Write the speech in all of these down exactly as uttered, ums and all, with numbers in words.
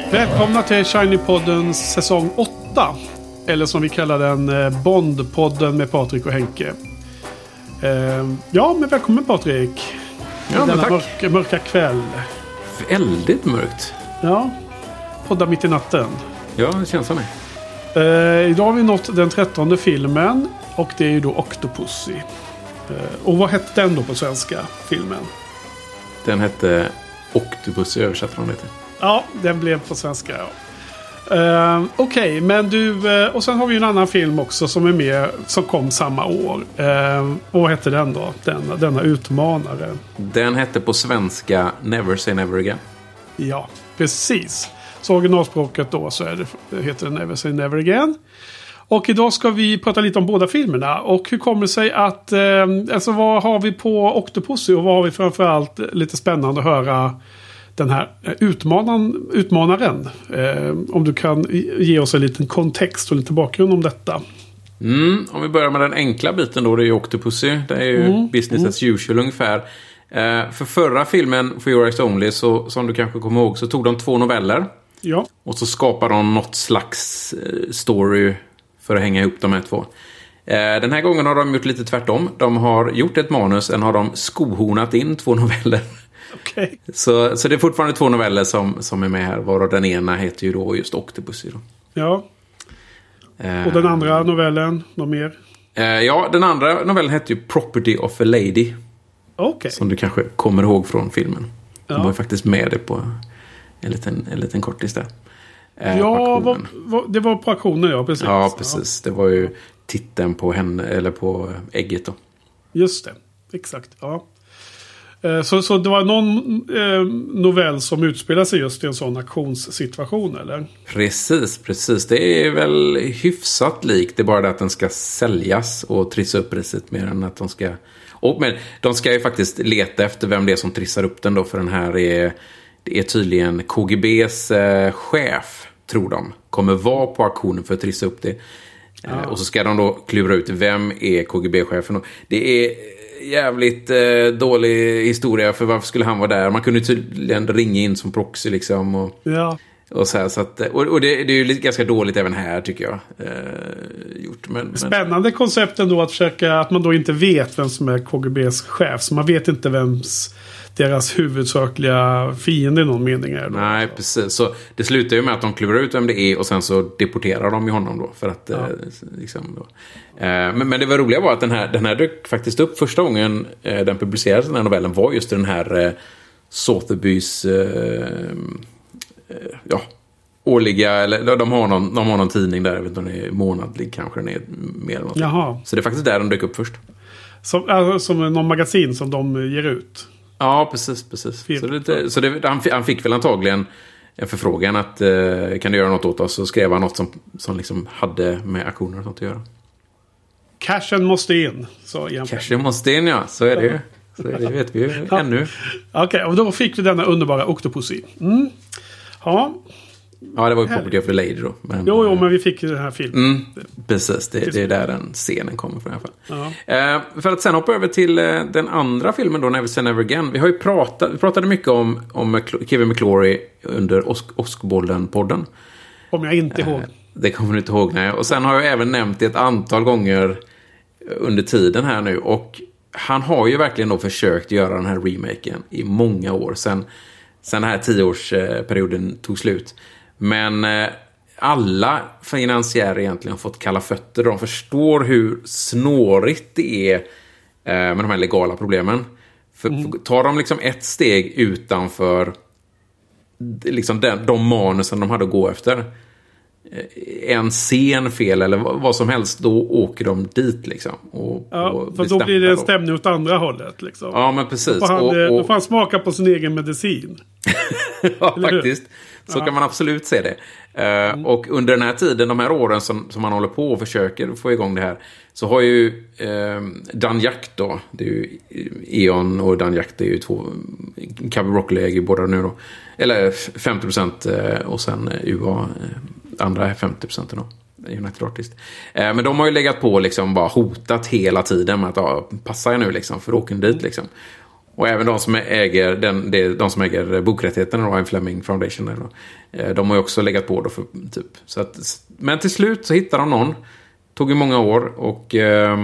Välkomna till Shiny-poddens säsong åtta. Eller som vi kallar den, Bond-podden med Patrik och Henke. Eh, ja, men välkommen Patrik. Ja, men tack. Mörka, mörka kväll. Väldigt mörkt. Ja, podda mitt i natten. Ja, det känns som det. Eh, idag har vi nått den trettonde filmen. Och det är ju då Octopussy. Eh, och vad hette den då på svenska, filmen? Den hette Octopussy, översatte de det till. Ja, den blev på svenska, ja. Uh, Okej, okay, men du... Uh, och sen har vi ju en annan film också som är med, som kom samma år. Uh, och vad hette den då? Denna, denna utmanare. Den hette på svenska Never Say Never Again. Ja, precis. Så originalspråket då så är det, det heter det Never Say Never Again. Och idag ska vi prata lite om båda filmerna. Och hur kommer det sig att... Uh, alltså vad har vi på Octopussy och vad har vi framförallt lite spännande att höra... Den här utmanan, utmanaren. Eh, om du kan ge oss en liten kontext och lite bakgrund om detta. Mm, om vi börjar med den enkla biten då. Det är ju Octopussy. Det är ju mm. business as usual ungefär. Eh, för förra filmen, For Your Eyes Only, så, som du kanske kommer ihåg, så tog de två noveller. Ja. Och så skapade de något slags eh, story för att hänga ihop de här två. Eh, den här gången har de gjort lite tvärtom. De har gjort ett manus, sen har de skohornat in två noveller. Okay. Så, så det är fortfarande två noveller som, som är med här. Varav den ena heter ju då just Octopussy då. Ja. Och den andra novellen, något mer? Eh, ja, den andra novellen heter ju Property of a Lady. Okay. Som du kanske kommer ihåg från filmen. Ja. De var ju faktiskt med det på en liten, en liten kortis där. Eh, ja, vad, vad, det var på auktionen, ja, precis. Ja, precis. Ja. Det var ju titeln på henne, eller på ägget då. Just det, exakt, ja. Så, så det var någon eh, novell som utspelar sig just i en sån auktionssituation, eller? Precis, precis. Det är väl hyfsat likt. Det är bara det att den ska säljas och trissa upp priset mer än att de ska... Och, men de ska ju faktiskt leta efter vem det är som trissar upp den då. För den här är, det är tydligen K G B:s eh, chef, tror de, kommer vara på auktionen för att trissa upp det. Ja. Eh, och så ska de då klura ut vem är K G B-chefen. Det är... jävligt eh, dålig historia, för varför skulle han vara där? Man kunde tydligen ringa in som proxy liksom och, ja. och så här, så att, och, och det, det är ju lite, ganska dåligt även här tycker jag eh, gjort. Men, Spännande men... koncept ändå att försöka, att man då inte vet vem som är K G B:s chef, så man vet inte vems deras huvudsakliga fiende i någon mening är. Då. Nej, precis. Så det slutar ju med att de klurar ut vem det är och sen så deporterar de ju honom då. För att, ja. eh, liksom då. Eh, men, men det var roliga var att den här, den här dök faktiskt upp första gången eh, den publicerades, den här novellen, var just den här eh, Sotheby's eh, eh, ja, årliga, eller de har, någon, de har någon tidning där, jag vet inte om det är månadlig kanske, den är mer eller något. Jaha. Så det är faktiskt där de dök upp först. Som, alltså, som någon magasin som de ger ut. Ja, precis, precis. Film. Så, det, så det, han, han fick väl antagligen en förfrågan att eh, kan du göra något åt oss, så skrev han något som, som liksom hade med aktioner och sånt att göra. Cashen måste in. Så Cashen måste in, ja. Så är det ju. Så är det vet vi ju ja. ännu. Okej, okay, och då fick vi denna underbara Octopussy. Mm. Ja. Ja, det var ju Property of the Lady då. Men, jo, jo, men vi fick ju den här filmen. Mm, precis, det, det är där den scenen kommer från i alla fall. Ja. Eh, för att sen hoppa över till eh, den andra filmen då, Never Say Never Again. Vi har ju pratat, vi pratade mycket om, om Kevin McClory under Osk- Oskbollen-podden. Om jag inte ihåg. Eh, det kommer du inte ihåg, nej. Och sen har jag även nämnt det ett antal gånger under tiden här nu. Och han har ju verkligen då försökt göra den här remaken i många år. Sen, sen den här tioårsperioden tog slut. Men eh, alla finansiärer egentligen har fått kalla fötter. De förstår hur snårigt det är eh, med de här legala problemen. För, mm. tar de liksom ett steg utanför liksom den, de manusen de hade att gå efter, en scen fel eller vad som helst, då åker de dit liksom. Och, ja, och för då blir det en stämning åt andra hållet liksom. Ja, men precis. Då får han, och, och... då får han smaka på sin egen medicin. Ja, faktiskt. Så ja. Kan man absolut se det. Uh, mm. Och under den här tiden, de här åren som, som man håller på och försöker få igång det här, så har ju uh, Danjaq då, det är ju Eon och Danjaq, det är ju två, Cubby Broccoli äger båda nu då. Eller femtio procent uh, och sen U A uh, andra femtio procent då. United Artist. Eh, men de har ju legat på liksom bara hotat hela tiden med att ja, passa er nu liksom, för åken dit liksom. Och även de som äger, den, de som äger bokrättigheten, Ryan Fleming Foundation, där då, de har ju också legat på då för typ. Så att, men till slut så hittade de någon. Tog ju många år och eh,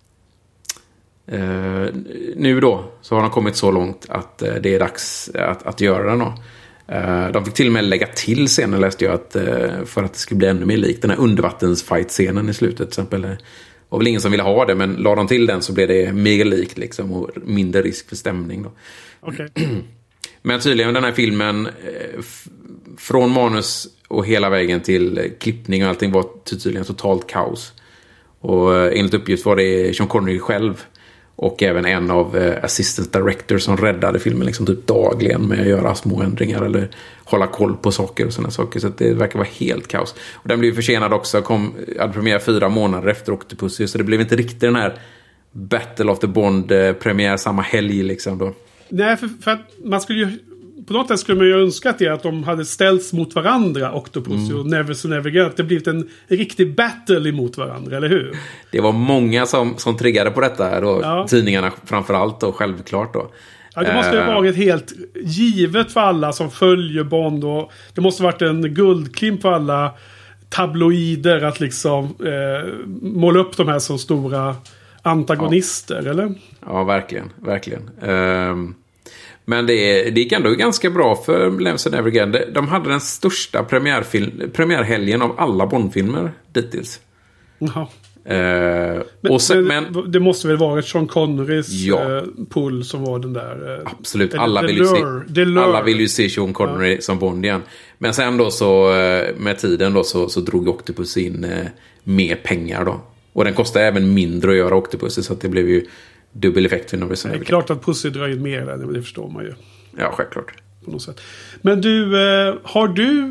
eh, nu då så har de kommit så långt att eh, det är dags att, att göra den då. Eh, de fick till och med lägga till scenen, läste jag, att, eh, för att det skulle bli ännu mer likt. Den här undervattensfight-scenen i slutet till exempel. Det var väl ingen som ville ha det, men la de till den så blev det mer likt liksom, och mindre risk för stämning då. Okay. Men tydligen den här filmen eh, f- från manus och hela vägen till eh, klippning och allting var tydligen totalt kaos. Och eh, enligt uppgift var det Sean Connery själv och även en av eh, assistant director som räddade filmen liksom typ dagligen med att göra små ändringar eller hålla koll på saker och sådana saker. Så att det verkar vara helt kaos. Och den blev försenad också, kom, hade premiär fyra månader efter Octopussy, så det blev inte riktigt den här Battle of the Bond eh, premiär samma helg liksom då. Nej, för, för att man skulle ju... På något sätt skulle man ju önska att, det, att de hade ställts mot varandra, Octopussy mm. och Never Say Never Again. Att det blivit en riktig battle emot varandra, eller hur? Det var många som, som triggade på detta då, ja. Tidningarna framförallt och självklart då. Ja, det måste ju ha varit helt givet för alla som följer Bond, och det måste ha varit en guldklimp för alla tabloider att liksom eh, måla upp de här som stora antagonister, ja. Eller? Ja, verkligen, verkligen. Um... Men det, det gick ändå ganska bra för Never Say Never Again. De hade den största premiärfilm, premiärhelgen av alla Bondfilmer dittills. Jaha. Eh, men, och sen, men, men det måste väl vara Sean Connerys ja. eh, pull som var den där. Eh, Absolut, alla vill, se, alla vill ju se Sean Connery ja. Som Bond igen. Men sen då så med tiden då så, så drog Octopus in eh, mer pengar då. Och den kostade även mindre att göra Octopus, så att det blev ju dubbel effekt för Never Say Never Again. Det är klart att Pussy drar in mer, men det förstår man ju. Ja, självklart. På något sätt. Men du, eh, har du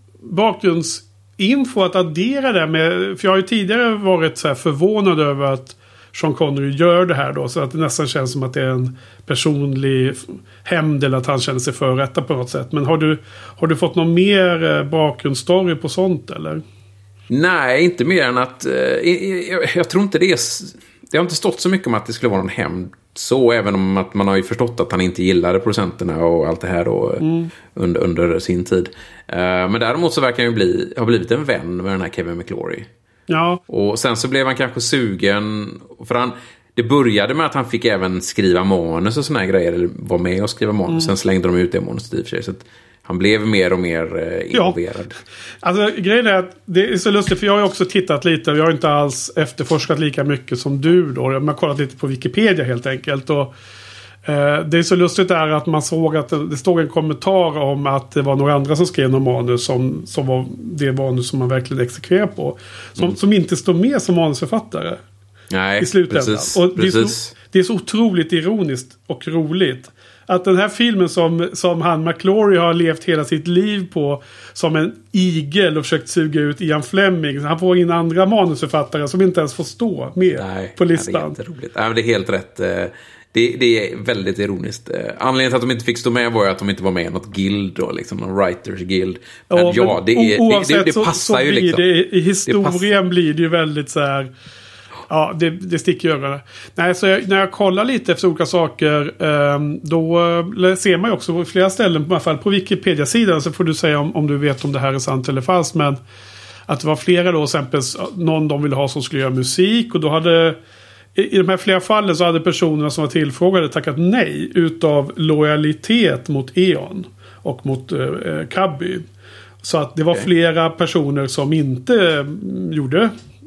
bakgrundsinfo att addera det med? För jag har ju tidigare varit så här förvånad över att Sean Connery gör det här då, så att det nästan känns som att det är en personlig hämnd eller att han känner sig förrätta på något sätt. Men har du, har du fått någon mer bakgrundsstory på sånt, eller? Nej, inte mer än att eh, jag, jag tror inte det är... Det har inte stått så mycket om att det skulle vara någon hämnd. Så även om att man har ju förstått att han inte gillade producenterna och allt det här då, mm. under, under sin tid. Uh, men däremot så verkar han ju bli, ha blivit en vän med den här Kevin McClory. Ja. Och sen så blev han kanske sugen. För han, det började med att han fick även skriva manus och såna här grejer. Eller var med och skriva manus. Mm. Sen slängde de ut det manus i och för sig. Så att han blev mer och mer eh, involverad. Ja. Alltså grejen är att det är så lustigt, för jag har också tittat lite. Jag har inte alls efterforskat lika mycket som du då. Jag har kollat lite på Wikipedia helt enkelt. Och eh, det är så lustigt där att man såg att det, det stod en kommentar om att det var några andra som skrev någon manus som, som var det manus som man verkligen exekverar på. Som, mm. som inte står med som manusförfattare. Nej, i slutändan. Precis, och det, precis. Är så, det är så otroligt ironiskt och roligt. Att den här filmen som, som han McClory har levt hela sitt liv på som en igel och försökt suga ut Ian Fleming. Han får in andra manusförfattare som inte ens får stå med Nej, på listan. Nej, det är jätteroligt. Nej, men det är helt rätt. Det, det är väldigt ironiskt. Anledningen till att de inte fick stå med var att de inte var med i något guild då, liksom någon writers guild. Men ja, ja men det, är, det, det, det passar så, så ju liksom. Det, i historien blir det ju väldigt så här. Ja, det, det sticker ju ögonen. Nej, så jag, när jag kollar lite efter olika saker eh, då eh, ser man ju också på flera ställen, i alla fall på Wikipedia-sidan, så får du säga om, om du vet om det här är sant eller falskt, men att det var flera då, exempel någon de ville ha som skulle göra musik, och då hade i, i de här flera fallen så hade personerna som var tillfrågade tackat nej utav lojalitet mot E.ON och mot eh, Cubby. Så att det var okay. flera personer som inte eh, gjorde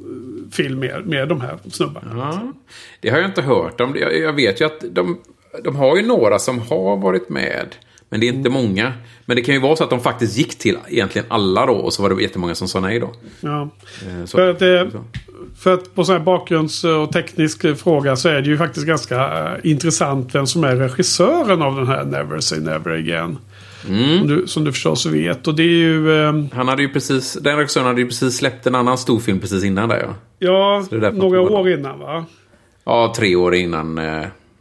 film med, med de här snubbarna. Ja, det har jag inte hört om. Jag, jag vet ju att de, de har ju några som har varit med, men det är inte mm. många. Men det kan ju vara så att de faktiskt gick till egentligen alla då, och så var det jättemånga som sa nej då. Ja. Så, för, att, det, för att på sån här bakgrunds- och teknisk fråga så är det ju faktiskt ganska uh, intressant vem som är regissören av den här Never Say Never Again. Mm. Som, du, som du förstås vet. Och det är ju... Um, Han hade ju precis... Den regissören hade ju precis släppt en annan stor film precis innan där, ja. Ja, några år innan, va? Ja, tre år innan eh,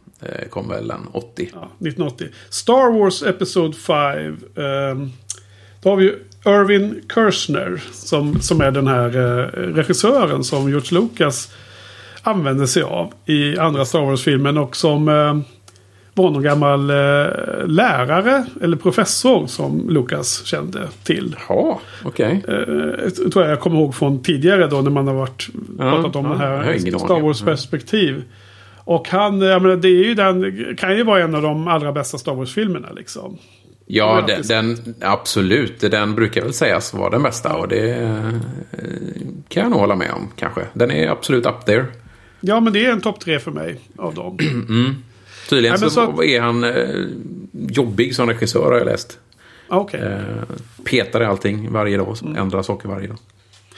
kom väl den åttio. Ja, nittonhundraåttio. Star Wars Episode fem. Um, då har vi ju Irvin Kershner som, som är den här uh, regissören som George Lucas använder sig av i andra Star Wars-filmen, och som... Uh, var någon gammal eh, lärare eller professor som Lucas kände till. Ja, okej. Okay. Eh, tror jag jag kommer ihåg från tidigare då när man har varit ja, pratat om ja, den här Star Wars-perspektiv. Och han, jag menar, det är ju den, kan ju vara en av de allra bästa Star Wars-filmerna liksom. Ja, den, den, absolut. Den brukar väl sägas vara den bästa. Och det eh, kan jag nog hålla med om, kanske. Den är absolut up there. Ja, men det är en topp tre för mig av dem. Mm. Tydligen Nej, så, så är han eh, jobbig som regissör, har jag läst. Okay. Eh, petar i allting varje dag. Mm. Ändrar saker varje dag.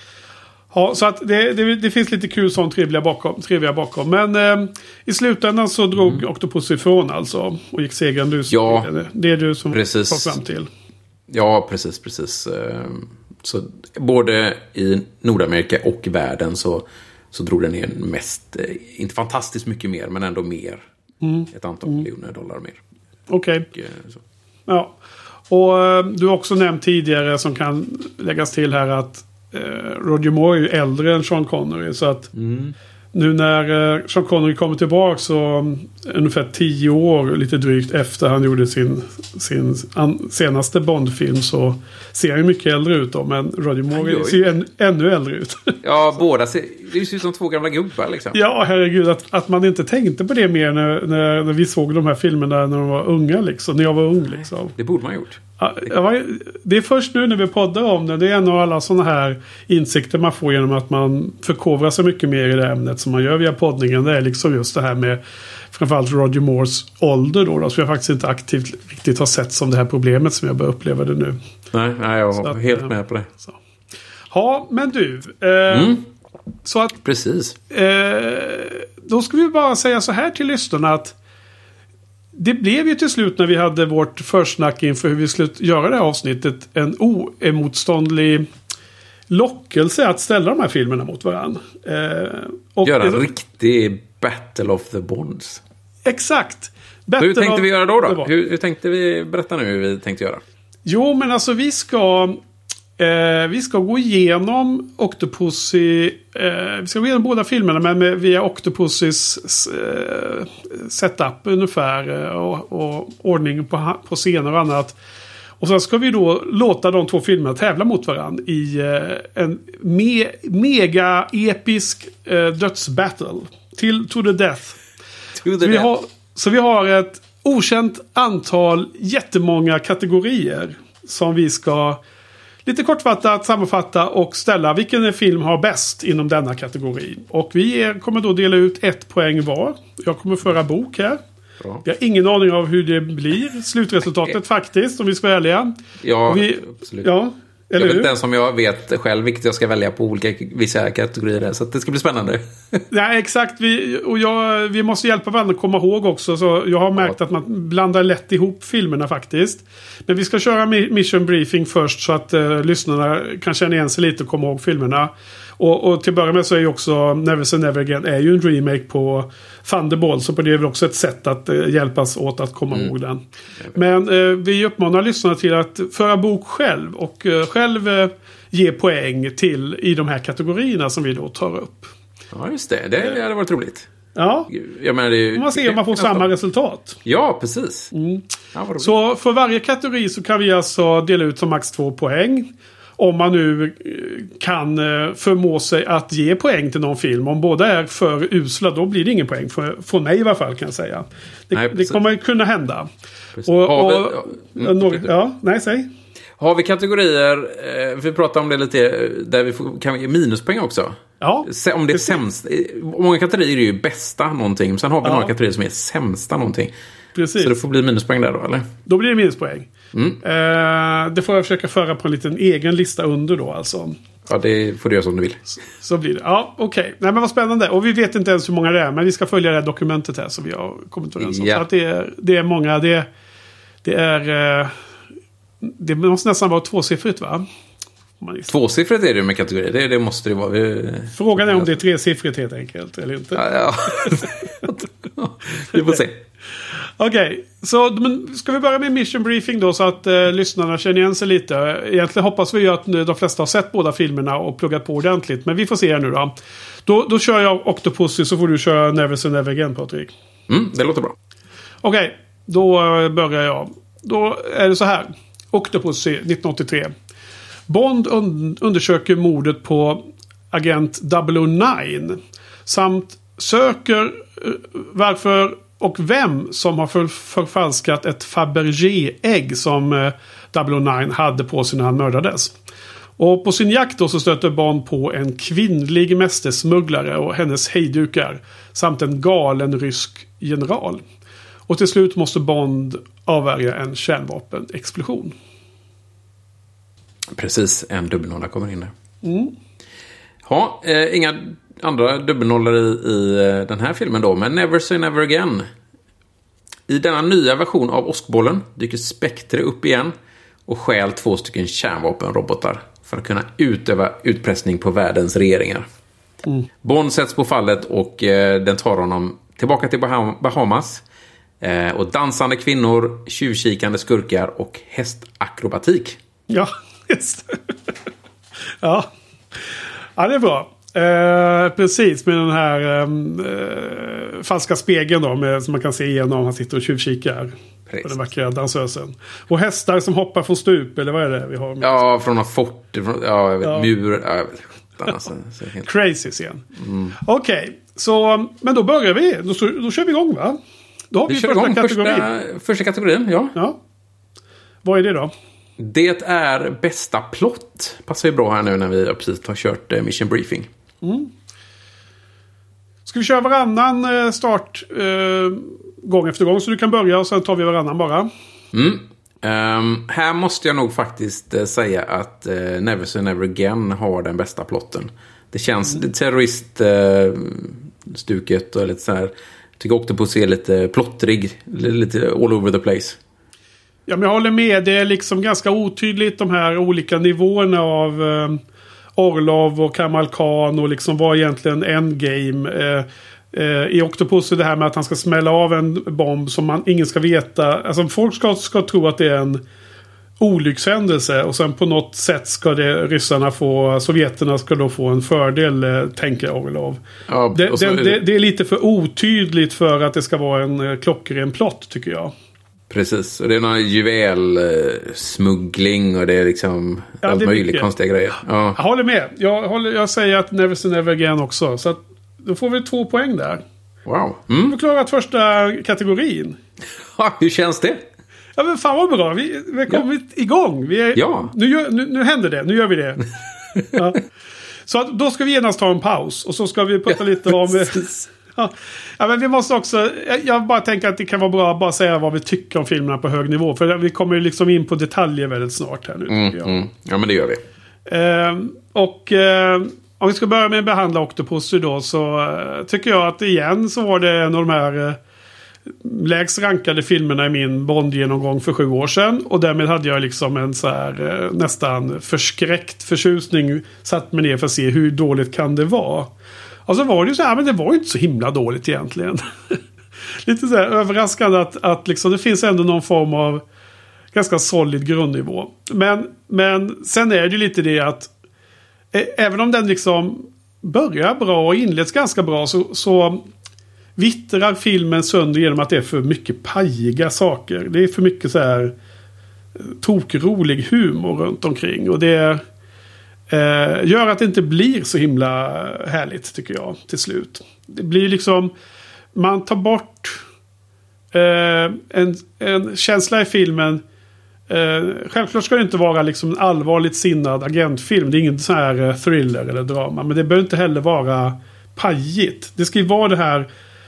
Ja, så att det, det, det finns lite kul sånt trivliga bakom, trivliga bakom. Men eh, i slutändan så drog mm. Octopus ifrån alltså. Och gick segrande ut. Ja, det är du som precis. tar fram till. Ja, precis, precis. Så både i Nordamerika och världen så, så drog den ner mest, inte fantastiskt mycket mer, men ändå mer. Mm. Ett antal mm. miljoner dollar mer. Okej. Okay. Ja. Och du har också nämnt tidigare som kan läggas till här att Roger Moore är ju äldre än Sean Connery, så att mm. nu när Sean Connery kommer tillbaka så ungefär tio år lite drygt efter han gjorde sin, sin an, senaste Bond-film så ser han mycket äldre ut då, men Roger Moore ser ju än, ännu äldre ut. Ja, båda ser, det ser ut som två gamla gubbar liksom. Ja, herregud, att, att man inte tänkte på det mer när, när, när vi såg de här filmerna när de var unga liksom, när jag var ung liksom. Det borde man ha gjort. Ja, det är först nu när vi poddar om det. Det är en av alla sådana här insikter man får genom att man förkovrar sig mycket mer i det ämnet som man gör via poddningen. Det är liksom just det här med framförallt Roger Moores ålder då, då som jag faktiskt inte aktivt riktigt har sett som det här problemet som jag börjar uppleva det nu. Nej, nej jag är helt med på det. Så. Ja, men du. Eh, mm. Så att, precis. Eh, då ska vi bara säga så här till lyssnarna att det blev ju till slut när vi hade vårt försnack inför hur vi skulle göra det här avsnittet en oemotståndlig lockelse att ställa de här filmerna mot varandra. Eh, och göra en det, riktig Battle of the Bonds. Exakt. Hur tänkte of, vi göra då? då? Hur, hur tänkte vi, berätta nu hur vi tänkte göra. Jo, men alltså vi ska... Eh, vi ska gå igenom Octopussy, eh, vi ska gå igenom båda filmerna men med, via Octopussys eh, setup ungefär eh, och, och ordning på, på scener och annat. Och sen ska vi då låta de två filmerna tävla mot varandra i eh, en me, mega episk eh, dödsbattle till to the death. To the så, death. Vi har, så vi har ett okänt antal jättemånga kategorier som vi ska lite kortfattat sammanfatta och ställa vilken film har bäst inom denna kategori. Och vi är, kommer då dela ut ett poäng var. Jag kommer föra bok här. Bra. Jag har ingen aning av hur det blir. Slutresultatet faktiskt, om vi ska välja. Ja, vi, absolut. Ja, eller jag vet hur? inte ens om jag vet själv vilket jag ska välja på olika vissa kategorier. Så det ska bli spännande. Nej, exakt. Vi, och jag, vi måste hjälpa varandra att komma ihåg också. Så jag har märkt ja. att man blandar lätt ihop filmerna faktiskt. Men vi ska köra mission briefing först så att uh, lyssnarna kan känna igen sig lite och komma ihåg filmerna. Och, och till början med så är ju också Never Say Never Again är ju en remake på Thunderball. Så på det är väl också ett sätt att uh, hjälpas åt att komma mm. ihåg den. Men uh, vi uppmanar lyssnarna till att föra bok själv. Och uh, själv uh, ge poäng till i de här kategorierna som vi då tar upp. Ja, just det. Det hade varit roligt. Ja, jag menar, det, man ser om man får samma nästan resultat. Ja, precis. Mm. Ja, så för varje kategori så kan vi alltså dela ut som max två poäng. Om man nu kan förmå sig att ge poäng till någon film. Om båda är för usla, då blir det ingen poäng. För, från mig i alla fall kan jag säga. Det, nej, det kommer kunna hända. Och, och, vi, ja, några, ja, nej, säg. Har vi kategorier, eh, vi pratar om det lite, där vi får, kan vi ge minuspoäng också? Ja. Om det är sämst, många kategorier är ju bästa någonting, sen har vi ja. några kategorier som är sämsta någonting. Precis. Så det får bli minuspoäng där då, eller? Då blir det minuspoäng. Mm. Eh, det får jag försöka föra på en liten egen lista under då, alltså. Ja, det får du göra som du vill. Så, så blir det. Ja, okej. Okay. Nej, men vad spännande. Och vi vet inte ens hur många det är, men vi ska följa det här dokumentet här som vi har kommit överens om. Ja. Så att det är, det är många, det, det är... Eh, det måste nästan vara tvåsiffrigt, va? Tvåsiffrigt är det med kategorier. Det, det måste det vara. Vi... Frågan är om det är tresiffrigt helt enkelt, eller inte? Ja, ja. Vi får se. Okej, okay, så men ska vi börja med mission briefing då så att eh, lyssnarna känner igen sig lite. Egentligen hoppas vi ju att de flesta har sett båda filmerna och pluggat på ordentligt. Men vi får se här nu då. Då, då kör jag Octopussy så får du köra Never Say Never Again, Patrik. Mm, det låter bra. Okej, då börjar jag. Då är det så här. Octopussy nittonhundraåttiotre. Bond un- undersöker mordet på agent double oh nine. Samt söker uh, varför och vem som har för- förfalskat ett Fabergé-ägg som uh, double oh nine hade på sig när han mördades. Och på sin jakt då så stöter Bond på en kvinnlig mästersmugglare och hennes hejdukar. Samt en galen rysk general. Och till slut måste Bond avvärja en kärnvapenexplosion. Precis, en dubbelnolla kommer in där. Mm. Ja, eh, inga andra dubbelnollor i, i den här filmen då. Men Never Say Never Again. I denna nya version av åskbollen dyker Spectre upp igen och stjäl två stycken kärnvapenrobotar för att kunna utöva utpressning på världens regeringar. Mm. Bond sätts på fallet och eh, den tar honom tillbaka till Baham- Bahamas. Eh, och dansande kvinnor, tjuvkikande skurkar och hästakrobatik. Ja, just ja. Ja, det är bra. Eh, precis, med den här eh, falska spegeln då, med, som man kan se igenom. Han sitter och tjuvkikar precis. På den vackra dansösen. Och hästar som hoppar från stup, eller vad är det vi har med? Ja, från en fort, från, ja, jag vet, ja. mur. Ja, jag vet. Alltså, crazy scen. Mm. Okej, okay, så, men då börjar vi. Då, då kör vi igång, va? Då har vi, vi första igång kategorin. Första, första kategorin, ja. ja. Vad är det då? Det är bästa plott. Passar ju bra här nu när vi precis har kört eh, Mission Briefing. Mm. Ska vi köra varannan start eh, gång efter gång, så du kan börja och sen tar vi varannan bara. Mm. Um, här måste jag nog faktiskt uh, säga att uh, Never Say Never Again har den bästa plotten. Det känns mm. lite terroriststuket uh, och lite så här. Jag tycker Octopussy är lite plottrig, lite all over the place. Ja, men jag håller med. Det är liksom ganska otydligt de här olika nivåerna av uh, Orlov och Kamal Khan och liksom vad egentligen endgame. Uh, uh, I Octopussy det här med att han ska smälla av en bomb som man, ingen ska veta. Alltså folk ska, ska tro att det är en olyckshändelse och sen på något sätt ska det ryssarna få, sovjeterna ska då få en fördel, uh, tänker Orlov. Ja, det, det, det, det är lite för otydligt för att det ska vara en uh, klockren plott, tycker jag. Precis, och det är någon juvelsmuggling och det är liksom ja, allt möjligt konstiga grejer. Ja. Jag håller med. Jag, håller, jag säger att Never Say Never Again också. Så att, då får vi två poäng där. Wow. Mm. Vi har klarat första kategorin. Hur känns det? Ja, men fan vad bra. Vi, vi har kommit ja. igång. Vi är, ja. nu, gör, nu, nu händer det. Nu gör vi det. ja. Så att, då ska vi genast ta en paus. Och så ska vi prata ja, lite om... Ja, men vi måste också, jag bara tänker att det kan vara bra att bara säga vad vi tycker om filmerna på hög nivå. För vi kommer liksom in på detaljer väldigt snart här nu. Mm, jag. Mm. Ja, men det gör vi. Eh, och eh, om vi ska börja med att behandla Octopussy då, så eh, tycker jag att igen så var det en av de här eh, lägst rankade filmerna i min Bond-genomgång för sju år sedan. Och därmed hade jag liksom en så här eh, nästan förskräckt förtjusning satt mig ner för att se hur dåligt kan det vara. Och så var det ju så här, men det var ju inte så himla dåligt egentligen. Lite så här överraskande att, att liksom, det finns ändå någon form av ganska solid grundnivå. Men, men sen är det ju lite det att eh, även om den liksom börjar bra och inleds ganska bra så, så vittrar filmen sönder genom att det är för mycket pajiga saker. Det är för mycket så här tokrolig humor runt omkring. Och det Eh, gör att det inte blir så himla härligt, tycker jag, till slut. Det blir liksom, man tar bort eh, en, en känsla i filmen. Eh, självklart ska det inte vara liksom en allvarligt sinnad agentfilm. Det är ingen sån här thriller eller drama. Men det behöver inte heller vara pajigt. Det ska ju vara det här,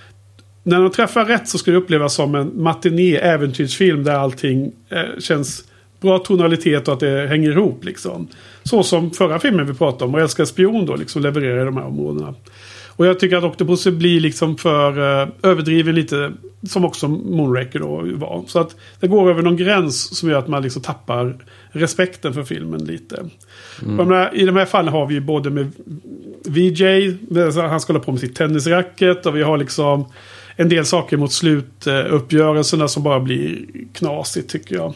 när de träffar rätt så ska det upplevas som en matiné-äventyrsfilm där allting eh, känns bra tonalitet och att det hänger ihop liksom. Så som förra filmen vi pratade om, och Älskar spion då liksom levererar i de här områdena. Och jag tycker att Octopussy blir liksom för uh, överdriven lite, som också Moonraker då var. Så att det går över någon gräns som gör att man liksom tappar respekten för filmen lite. Mm. Menar, i de här fallen har vi både med V J, han ska hålla på med sitt tennisracket, och vi har liksom en del saker mot slutuppgörelserna som bara blir knasigt, tycker jag.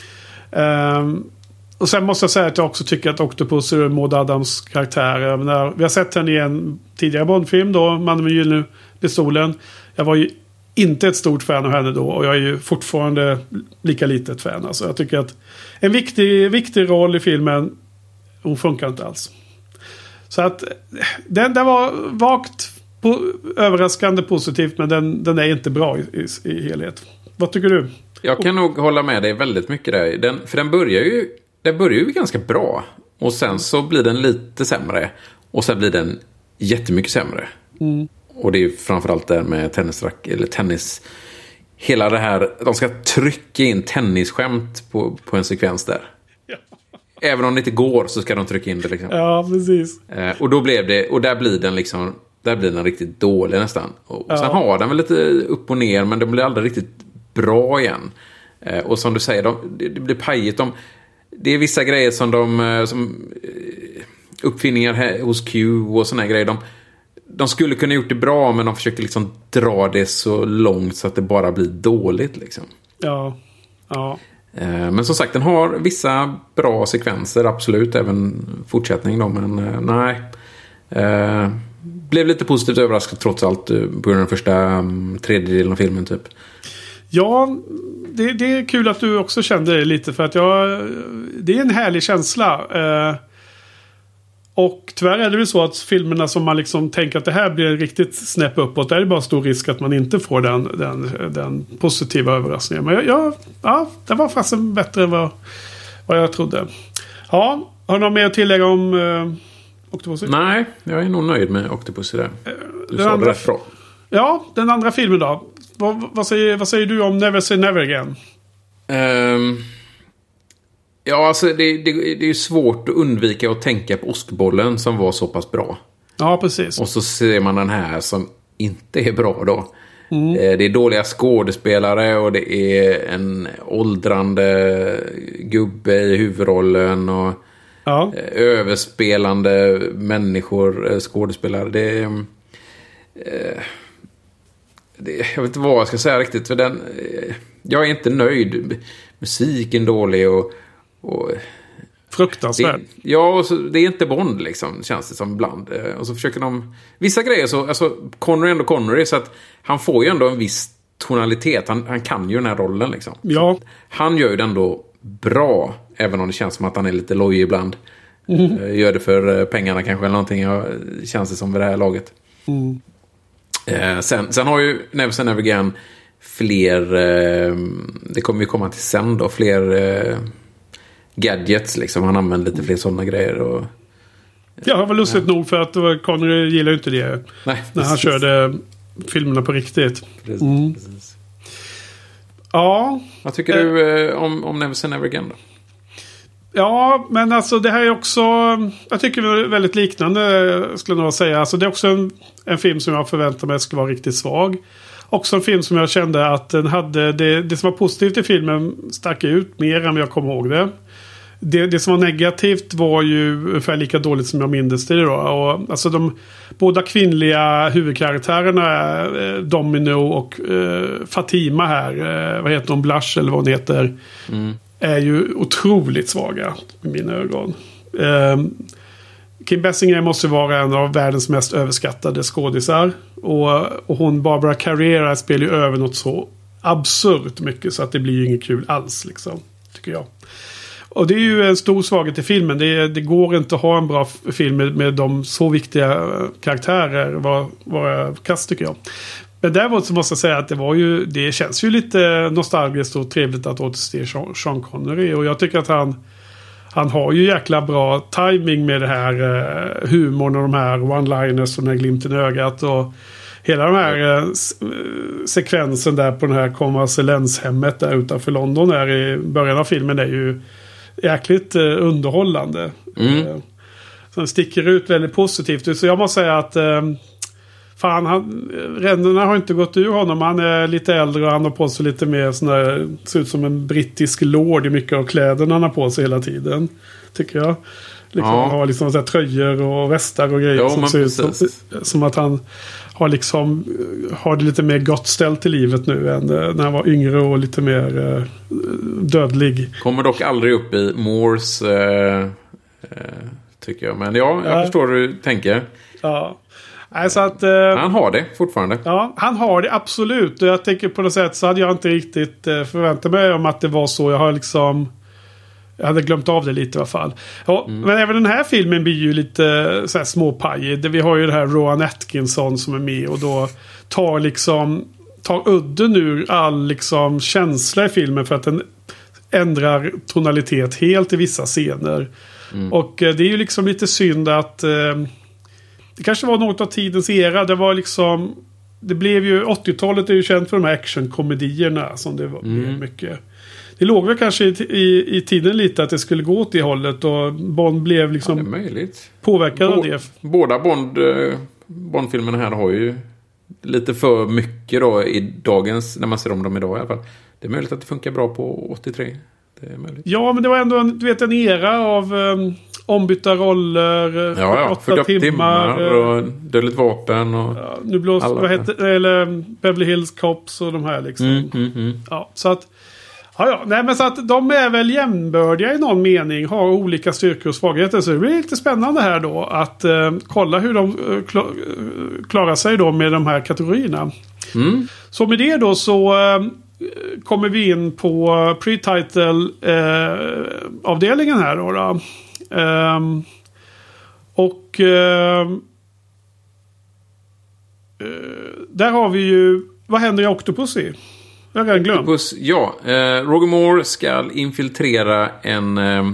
Um, och sen måste jag säga att jag också tycker att Octopussy är Maud Adams karaktär. Menar, vi har sett henne i en tidigare Bondfilm då, Mannen med gyllene pistolen. Jag var ju inte ett stort fan av henne då. Och jag är ju fortfarande lika litet fan. Alltså jag tycker att en viktig, viktig roll i filmen, hon funkar inte alls. Så att den, den var vagt på, överraskande positivt, men den, den är inte bra i, i, i helhet. Vad tycker du? Jag kan nog hålla med dig väldigt mycket där. Den, för den börjar ju den börjar ju ganska bra. Och sen så blir den lite sämre. Och sen blir den jättemycket sämre. Mm. Och det är framförallt där med tennisrack eller tennis. Hela det här, de ska trycka in tennisskämt på, på en sekvens där. Ja. Även om det inte går så ska de trycka in det liksom. Ja, precis. Eh, och då blev det, och där blir den liksom, där blir den riktigt dålig nästan. Och ja. Sen har den väl lite upp och ner, men det blir aldrig riktigt bra igen. Eh, och som du säger, de, det, det blir pajigt. De, det är vissa grejer som de, som uppfinningar här hos Q och såna här grejer, de De skulle kunna gjort det bra, men de försöker liksom dra det så långt så att det bara blir dåligt liksom. Ja, ja. Men som sagt, den har vissa bra sekvenser, absolut, även fortsättning då, men nej. Blev lite positivt överraskad trots allt på den första tredjedelen av filmen typ. Ja, det, det är kul att du också kände det lite, för att jag, det är en härlig känsla. Och tyvärr är det ju så att filmerna som man liksom tänker att det här blir riktigt snäpp uppåt, där är det bara stor risk att man inte får den, den, den positiva överraskningen. Men jag, jag, ja, det var fast bättre än vad, vad jag trodde. Ja, har du något mer att tillägga om uh, Octopussy? Nej, jag är nog nöjd med Octopussy där. Du den sa andra, det rätt bra. Ja, den andra filmen då. Vad, vad, säger, vad säger du om Never Say Never Again? Um... Ja, alltså det, det, det är ju svårt att undvika att tänka på Åskbollen som var så pass bra. Ja, precis. Och så ser man den här som inte är bra då. Mm. Det är dåliga skådespelare och det är en åldrande gubbe i huvudrollen och ja. överspelande människor, skådespelare. Det är... Det, jag vet inte vad jag ska säga riktigt, för den... Jag är inte nöjd. Musiken dålig och... och fruktansvärt. Det, ja, och så, det är inte Bond liksom, känns det som ibland. Och så försöker de... Vissa grejer så... Alltså, Connery är ändå Connery, så att han får ju ändå en viss tonalitet. Han, han kan ju den här rollen liksom. Ja. Han gör ju det ändå bra, även om det känns som att han är lite loj ibland. Mm. Gör det för pengarna kanske eller någonting, ja, känns det som vid det här laget. Mm. Eh, sen, sen har ju Never Say Never Again fler, eh, det kommer ju komma till sen då, fler eh, gadgets liksom. Han använder lite fler sådana grejer och, ja, det var lustigt ja. nog, för att Connery gillar ju inte det. Nej, när han körde filmerna på riktigt. Precis, mm. precis. Ja. Vad tycker eh, du eh, om, om Never Say Never Again då? Ja, men alltså det här är också... Jag tycker det är väldigt liknande, skulle jag nog säga. Alltså det är också en, en film som jag förväntar mig skulle vara riktigt svag. Också en film som jag kände att den hade... Det, det som var positivt i filmen stack ut mer än vad jag kommer ihåg det. Det, det som var negativt var ju ungefär lika dåligt som jag minns det då. Och, alltså de båda kvinnliga huvudkaraktärerna, eh, Domino och eh, Fatima här. Eh, vad heter hon? Blush eller vad hon heter. Mm. Är ju otroligt svaga i mina ögon. Eh, Kim Basinger måste vara en av världens mest överskattade skådisar. Och, och hon, Barbara Carrera, spelar ju över något så absurt mycket så att det blir ju inget kul alls liksom, tycker jag. Och det är ju en stor svaghet i filmen. Det, det går inte att ha en bra film med, med de så viktiga karaktärer. Vad, vad kast tycker jag. Men däremot så måste jag säga att det var ju, det känns ju lite nostalgiskt och trevligt att återse Sean, Sean Connery. Och jag tycker att han, han har ju jäkla bra timing med det här uh, humorn och de här one-liners och den här glimten i ögat. Och hela den här uh, sekvensen där på den här konvalescenshemmet där utanför London där i början av filmen är ju jäkligt uh, underhållande. Mm. Uh, som sticker ut väldigt positivt. Så jag måste säga att uh, fan, han, ränderna har inte gått ur honom. Han är lite äldre och han har på sig lite mer sån där, ser ut som en brittisk lord i mycket av kläderna han har på sig hela tiden, tycker jag. Liksom, ja. Han har liksom så här tröjor och västar och grejer ja, som ser ut som, som att han har liksom har det lite mer gott ställt i livet nu än när han var yngre och lite mer uh, dödlig. Kommer dock aldrig upp i Moores uh, uh, tycker jag. Men ja, jag ja. förstår hur du tänker. Ja. Nej, så att, eh, han har det fortfarande. Ja, han har det absolut. Och jag tänker på något sätt så hade jag inte riktigt eh, förväntat mig om att det var så. Jag har liksom... Jag hade glömt av det lite i alla fall. Ja, mm. Men även den här filmen blir ju lite så här småpajig. Vi har ju det här Rowan Atkinson som är med och då tar liksom tar udden ur all liksom känsla i filmen för att den ändrar tonalitet helt i vissa scener. Mm. Och eh, det är ju liksom lite synd att eh, det kanske var något av tidens era. Det var liksom det blev ju åttiotalet är ju känt för de här actionkomedierna som det var mm. mycket. Det låg väl kanske i, i, i tiden lite att det skulle gå åt det hållet och Bond blev liksom ja, det är möjligt. Påverkad Bo- av det. Båda Bond, eh, Bond-filmerna här har ju lite för mycket då i dagens, när man ser om dem idag i alla fall. Det är möjligt att det funkar bra på åttiotre. Det är möjligt. Ja, men det var ändå en, du vet, en era av um, ombytta roller, ja, ja, åtta timmar, timmar och Dödligt vapen och ja, nu blåser vad heter eller Beverly Hills Cops och de här liksom. Mm, mm, mm. Ja, så att ja, ja, nej men så att de är väl jämnbördiga i någon mening, har olika styrkor och svagheter, så det blir lite spännande här då att uh, kolla hur de uh, klar, uh, klarar sig då med de här kategorierna. Mm. Så med det då så uh, kommer vi in på pre-title uh, avdelningen här då. då. Um, och uh, uh, där har vi ju, vad händer i Octopussy? Jag har redan glömt. Octopus, ja, eh, Roger Moore ska infiltrera en eh,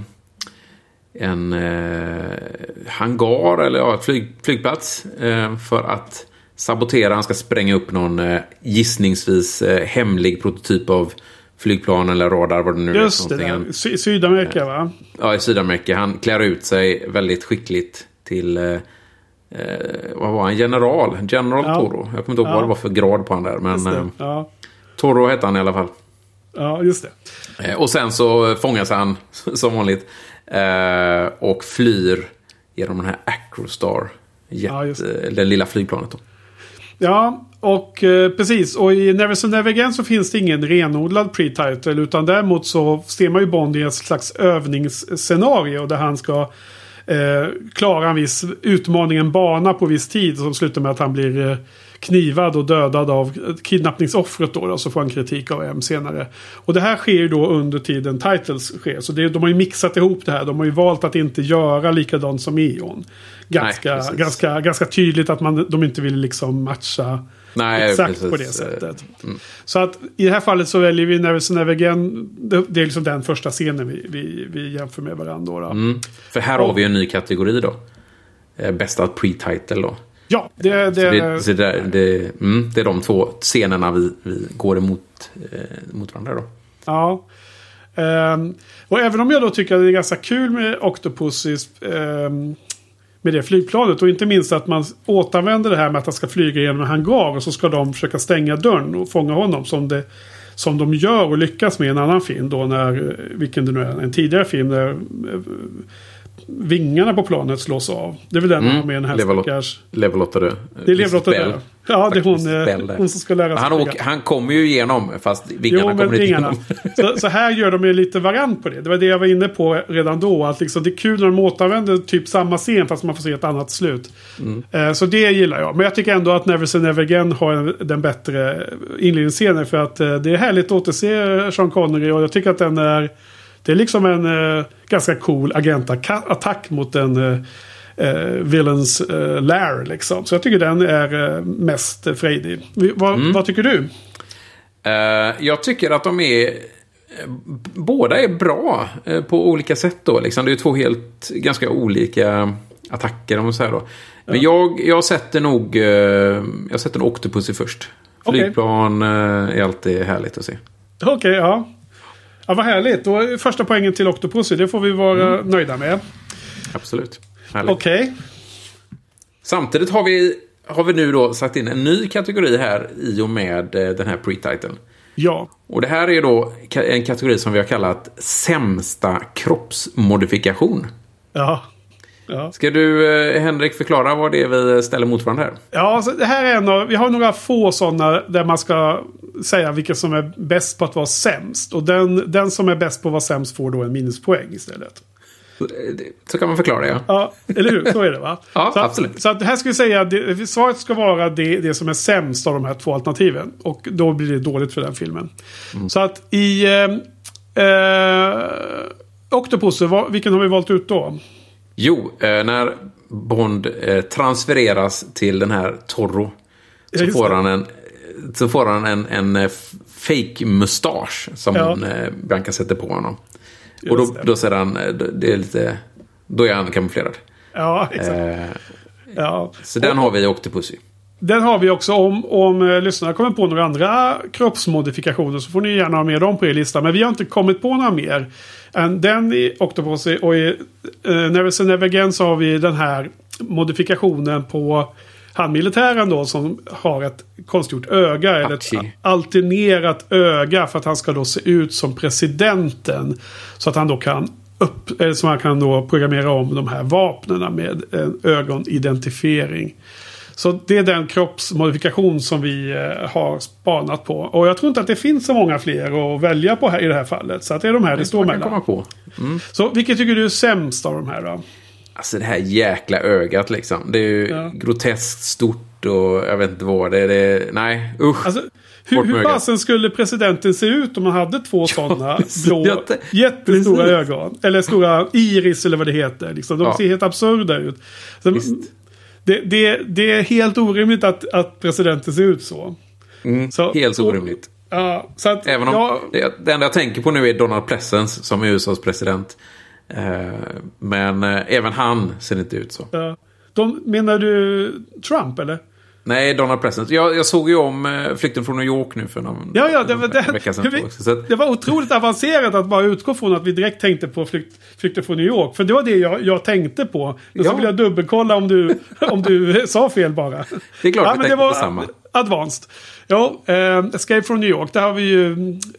en eh, hangar eller ja, flyg, flygplats eh, för att sabotera. Han ska spränga upp någon eh, gissningsvis eh, hemlig prototyp av flygplan eller radar, vad det nu Just är. Just det, där. Sy- Sydamerika va? Ja, i Sydamerika. Han klär ut sig väldigt skickligt till eh, eh, vad var han? General. General ja. Toro. Jag kommer inte ihåg ja. vad det var för grad på han där. Men eh, ja. Toro hette han i alla fall. Ja, just det. Eh, och sen så fångas han som vanligt eh, och flyr genom den här Acrostar. Jet, ja, det. det lilla flygplanet då. Ja, och eh, precis. Och i Never Say Never Again så finns det ingen renodlad pre-title. Utan däremot så ser man ju Bond i ett slags övningsscenario där han ska eh, klara en viss utmaning, en bana på viss tid som slutar med att han blir eh, knivad och dödad av kidnappningsoffret då, då, så får han kritik av M senare. Och det här sker ju då under tiden titles sker. Så det, de har ju mixat ihop det här. De har ju valt att inte göra likadant som Eon. Ganska, Nej, ganska, ganska tydligt att man, de inte vill liksom matcha Nej, exakt precis. På det sättet. Mm. Så att i det här fallet så väljer vi Never Say Never Again. Det, det är liksom den första scenen vi, vi, vi jämför med varandra. Då, då. Mm. För här och, har vi en ny kategori då. Bästa pre-title då. Ja, det, det, så det, så det, det, mm, det är de två scenerna vi, vi går emot eh, mot varandra då. Ja. Um, och även om jag då tycker att det är ganska kul med Octopussy um, med det flygplanet och inte minst att man återanvänder det här med att han ska flyga genom en hangar och så ska de försöka stänga dörren och fånga honom som, det, som de gör och lyckas med en annan film då när, vilken det nu är, en tidigare film där vingarna på planet slås av. Det är väl den mm. med en här stackars... Level åtta det. Det är Level åtta det. Ja, det är hon, hon som ska lära sig. Han, åker, han kommer ju igenom fast vingarna jo, kommer inte vingarna. igenom. så, så här gör de ju lite variant på det. Det var det jag var inne på redan då. Att liksom, det är kul när de återanvänder typ samma scen fast man får se ett annat slut. Mm. Eh, så det gillar jag. Men jag tycker ändå att Never Say Never Again har en, den bättre inledningsscenen för att eh, det är härligt att återse Sean Connery och jag tycker att den är det är liksom en eh, ganska cool agentattack mot en eh, eh, villains eh, lair liksom. Så jag tycker den är eh, mest eh, frejdig. Va, mm. Vad tycker du? Uh, jag tycker att de är båda är bra uh, på olika sätt då. Liksom. Det är två helt ganska olika attacker om man säger då. Men ja. jag, jag sätter nog uh, jag sätter en Octopussy först. Flygplan okay. uh, är alltid härligt att se. Okej, okay, ja. Ja, vad härligt. Då är första poängen till Octopussy. Det får vi vara mm. nöjda med. Absolut. Okej. Okay. Samtidigt har vi, har vi nu då satt in en ny kategori här i och med den här pre-titeln. Ja. Och det här är då en kategori som vi har kallat sämsta kroppsmodifikation. Ja. Ja. Ska du, Henrik, förklara vad det är vi ställer mot varandra här? Ja, alltså det här är en av, vi har några få sådana där man ska säga vilka som är bäst på att vara sämst. Och den, den som är bäst på att vara sämst får då en minuspoäng istället. Så kan man förklara det, ja. Ja, eller hur? Så är det, va? Ja, så, absolut. Så att här ska vi säga att det, svaret ska vara det, det som är sämst av de här två alternativen. Och då blir det dåligt för den filmen. Mm. Så att i eh, eh, Octopussy, vilken har vi valt ut då? Jo, eh, när Bond eh, transfereras till den här Torro så, får han en, så får han en, en fake mustasch som ja. hon, eh, Bianca sätter på honom. Just och då, då ser han, det är lite, då är han kamouflerad. Ja, exakt. Eh, ja. Så den har vi i Octopussy. Den har vi också. Om, om eh, lyssnarna kommer på några andra kroppsmodifikationer så får ni gärna ha med dem på er lista. Men vi har inte kommit på några mer än den i Octopussy. Och i eh, Never Say Never Again så har vi den här modifikationen på han militären då som har ett konstgjort öga. Eller ett alternerat öga för att han ska då se ut som presidenten. Så att han då kan upp, eller så man kan då programmera om de här vapnena med en ögonidentifiering. Så det är den kroppsmodifikation som vi eh, har spanat på. Och jag tror inte att det finns så många fler att välja på här, i det här fallet. Så att det är de här det står mellan. Komma på. Mm. Så vilket tycker du är sämst av de här då? Alltså det här jäkla ögat liksom. Det är ju ja. groteskt stort och jag vet inte vad det är. Det är nej, usch. Alltså, hur hur fasen skulle presidenten se ut om man hade två sådana blå, jättestora ögon? Eller stora iris eller vad det heter. Liksom. De ja. ser helt absurda ut. Så, det, det, det är helt orimligt att, att presidenten ser ut så. Mm, så helt och, orimligt. Ja, så att, Även om ja, det, det enda jag tänker på nu är Donald Pleasence som är U S A:s president. Eh, men eh, även han ser inte ut så. Ja. De, menar du Trump eller? Nej, Donald Pleasence. Jag, jag såg ju om eh, Flykten från New York nu för någon ja, ja, det, var, det, vecka sedan. Vi, också, så att, det var otroligt avancerat att bara utgå från att vi direkt tänkte på flykt, Flykten från New York. För det var det jag, jag tänkte på. Men ja. så vill jag dubbelkolla om du, om du sa fel bara. Det är klart ja, vi men tänkte det var på samma. Advanced. Ja, eh, Escape from New York. Där har vi ju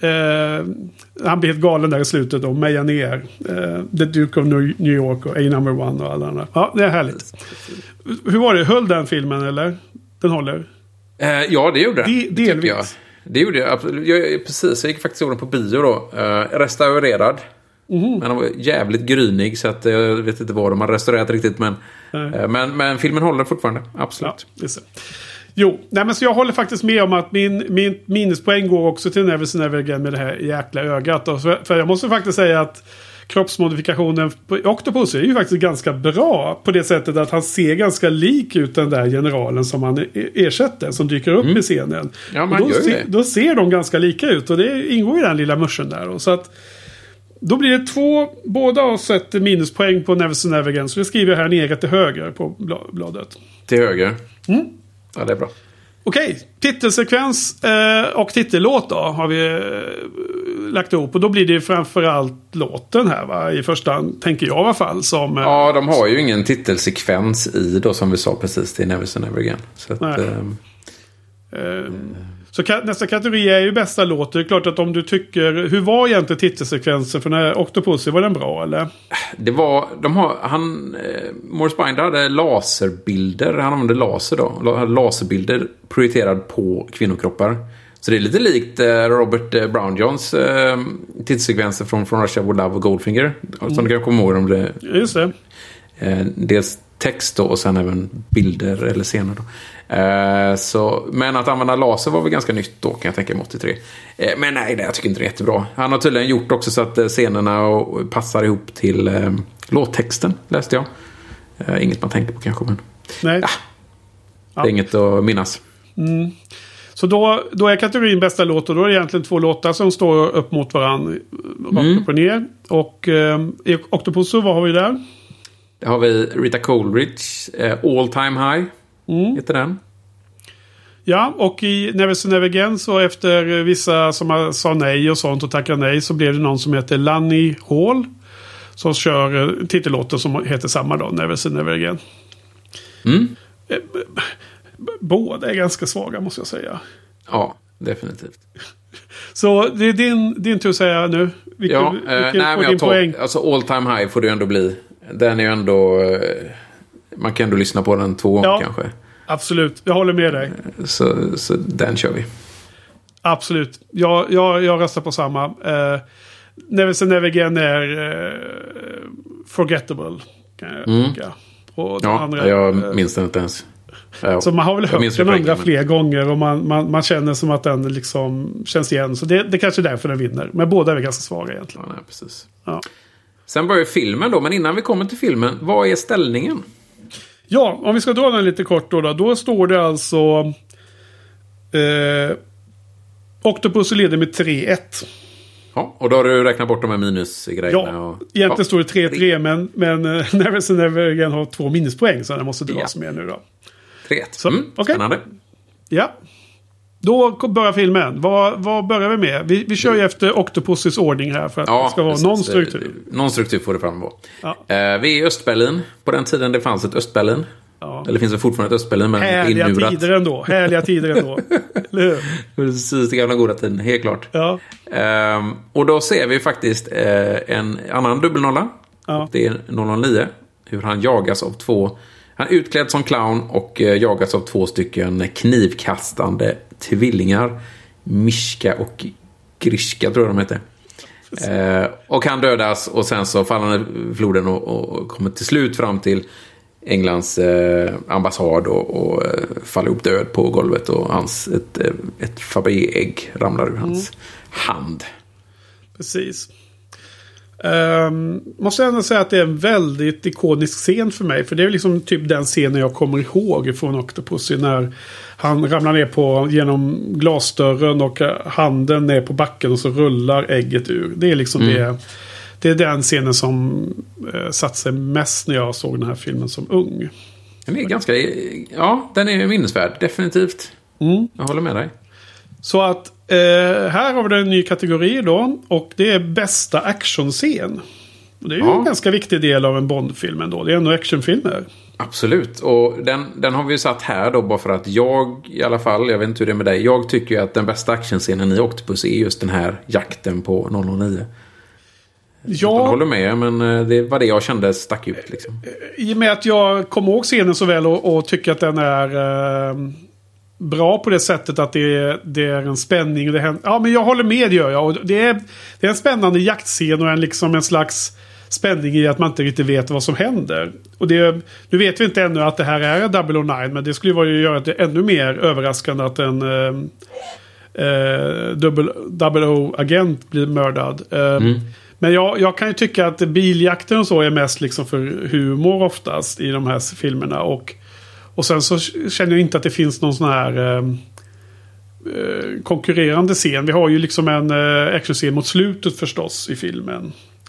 eh, han blir helt galen där i slutet och mejar ner eh, The Duke of New York och A Number One och alla andra. Ja, det är härligt. Hur var det? Höll den filmen eller? Den håller? Eh, ja, det gjorde det. De, delvis. Jag. Det gjorde jag. jag. Precis, jag gick faktiskt den på bio då. Eh, restaurerad. Mm. Men den var jävligt grynig så att jag vet inte vad de har restaurerat riktigt. Men, eh, men, men filmen håller fortfarande. Absolut. Ja, det är jo, nej men så jag håller faktiskt med om att min, min minuspoäng går också till Never Say Never Again med det här jäkla ögat. Och så, för jag måste faktiskt säga att kroppsmodifikationen på Octopussy är ju faktiskt ganska bra på det sättet att han ser ganska lik ut den där generalen som han ersätter, som dyker upp mm. i scenen. Ja, man då, gör se, det. då ser de ganska lika ut och det ingår i den lilla muschen där. Och så att då blir det två, båda har sett minuspoäng på Never Say Never Again, så det skriver jag här nere till höger på bladet. Till höger? Mm. Ja, det är bra. Okej, titelsekvens eh, och titellåt då har vi eh, lagt ihop. Och då blir det framförallt låten här va? I första hand, tänker jag i alla fall. Som, eh, ja, de har ju ingen titelsekvens i då som vi sa precis till Never Say Never Again. Så att, ehm, eh, så ka- nästa kategori är ju bästa låt. Det är klart att om du tycker, hur var egentligen titelsekvensen för den här Octopussy, var den bra eller? Det var, de har, han, eh, Morris Binder hade laserbilder, han använde laser då, hade laserbilder projicerad på kvinnokroppar. Så det är lite likt eh, Robert eh, Brown Johns eh, titelsekvenser från, från Russia With Love och Goldfinger. Mm. Som du kan komma ihåg om det. Just det. Eh, dels text då och sen även bilder eller scener då. Eh, så, men att använda laser var väl ganska nytt då, kan jag tänka mig åttiotre. Eh, men nej, det jag tycker inte det är jättebra. Han har tydligen gjort också så att eh, scenerna och, passar ihop till eh, låttexten, läste jag. Eh, inget man tänker på kanske, men nej. Ja, det är ja. inget att minnas. Mm. Så då, då är kategorin bästa låt och då är det egentligen två låtar som står upp mot varandra rakt mm. upp och ner. Och eh, i Octopussy, vad har vi där? Där har vi Rita Coolidge, eh, All Time High, mm. heter den. Ja, och i Never Say Never Again så efter vissa som sa nej och sånt och tackade nej så blev det någon som heter Lanny Hall som kör titellåten som heter samma då, Never Say Never Again. Mm. Båda är ganska svaga måste jag säga. Ja, definitivt. Så det är din, din tur att säga nu. Vilken, ja, vilken eh, nej, men jag tar, alltså All Time High får det ju ändå bli. Den är ju ändå, man kan ändå lyssna på den två gånger ja, kanske. Absolut, jag håller med dig. Så, så den kör vi. Absolut, jag, jag, jag röstar på samma. Eh, Never Say Never Again är uh, forgettable. Kan jag mm. tycka. Och ja, andra, jag minns den inte ens. Ja, så man har väl hört den andra men... fler gånger och man, man, man känner som att den liksom känns igen. Så det, det kanske är därför den vinner. Men båda är väl ganska svaga egentligen. Ja, nej, precis. Ja. Sen börjar filmen då, men innan vi kommer till filmen, vad är ställningen? Ja, om vi ska dra den lite kort då. Då, då står det alltså eh, Octopus leder med tre ett. Ja, och då har du räknat bort de här minusgrejerna. Ja, och... egentligen ja. står det tre tre, men, men uh, Never Say Never Again har två minuspoäng, så den måste dras ja. med nu då. tre ett. Så, mm, okay. Spännande. Ja. Då börjar filmen. Vad, vad börjar vi med? Vi, vi kör ju efter Octopus's ordning här för att ja, det ska vara precis. någon struktur. Någon struktur får det fram på. Ja. Uh, vi är i Östberlin. På den tiden det fanns ett Östberlin. Ja. Eller finns det fortfarande ett Östberlin, men härliga inmurat. tider ändå. Härliga tider ändå. Eller hur? Precis, det gamla goda tiden, helt klart. Ja. Um, och då ser vi faktiskt uh, en annan dubbelnolla. Ja. Det är noll noll nio. Hur han jagas av två... Han är utklädd som clown och uh, jagas av två stycken knivkastande tvillingar. Mishka och Grishka tror jag de heter. Uh, och han dödas och sen så faller han i floden och, och kommer till slut fram till Englands eh, ambassad och, och eh, faller upp död på golvet och hans, ett, ett Fabergé-ägg ramlar ur hans mm. hand. Precis. Um, måste jag ändå säga att det är en väldigt ikonisk scen för mig. För det är liksom typ den scenen jag kommer ihåg från Octopussy när han ramlar ner på genom glasdörren och handen ner på backen och så rullar ägget ur. Det är liksom mm. det. Det är den scenen som eh, satt sig mest när jag såg den här filmen som ung. Den är ganska, ja, den är minnesvärd, definitivt. Mm. Jag håller med dig. Så att eh, här har vi en ny kategori då. Och det är bästa actionscen. Och det är ju ja. en ganska viktig del av en Bond-film ändå. Det är ändå actionfilmer. Absolut, och den, den har vi ju satt här då bara för att jag i alla fall, jag vet inte hur det är med dig, jag tycker ju att den bästa actionscenen i Octopus är just den här jakten på noll noll nio. Ja, jag håller med, men det var det jag kände stack ut liksom. I och med att jag kommer ihåg scenen så väl och, och tycker att den är eh, bra på det sättet att det är, det är en spänning och det händer, ja, men jag håller med, gör jag. Och det är, det är en spännande jaktscen och en, liksom en slags spänning i att man inte riktigt vet vad som händer. Och det, nu vet vi inte ännu att det här är double oh nine, men det skulle ju göra det ännu mer överraskande att en eh, eh, double O-agent blir mördad. Eh, mm. Men jag, jag kan ju tycka att biljakten och så är mest liksom för humor oftast i de här filmerna. Och, och sen så känner jag inte att det finns någon sån här eh, konkurrerande scen. Vi har ju liksom en eh, actionscen mot slutet förstås i filmen.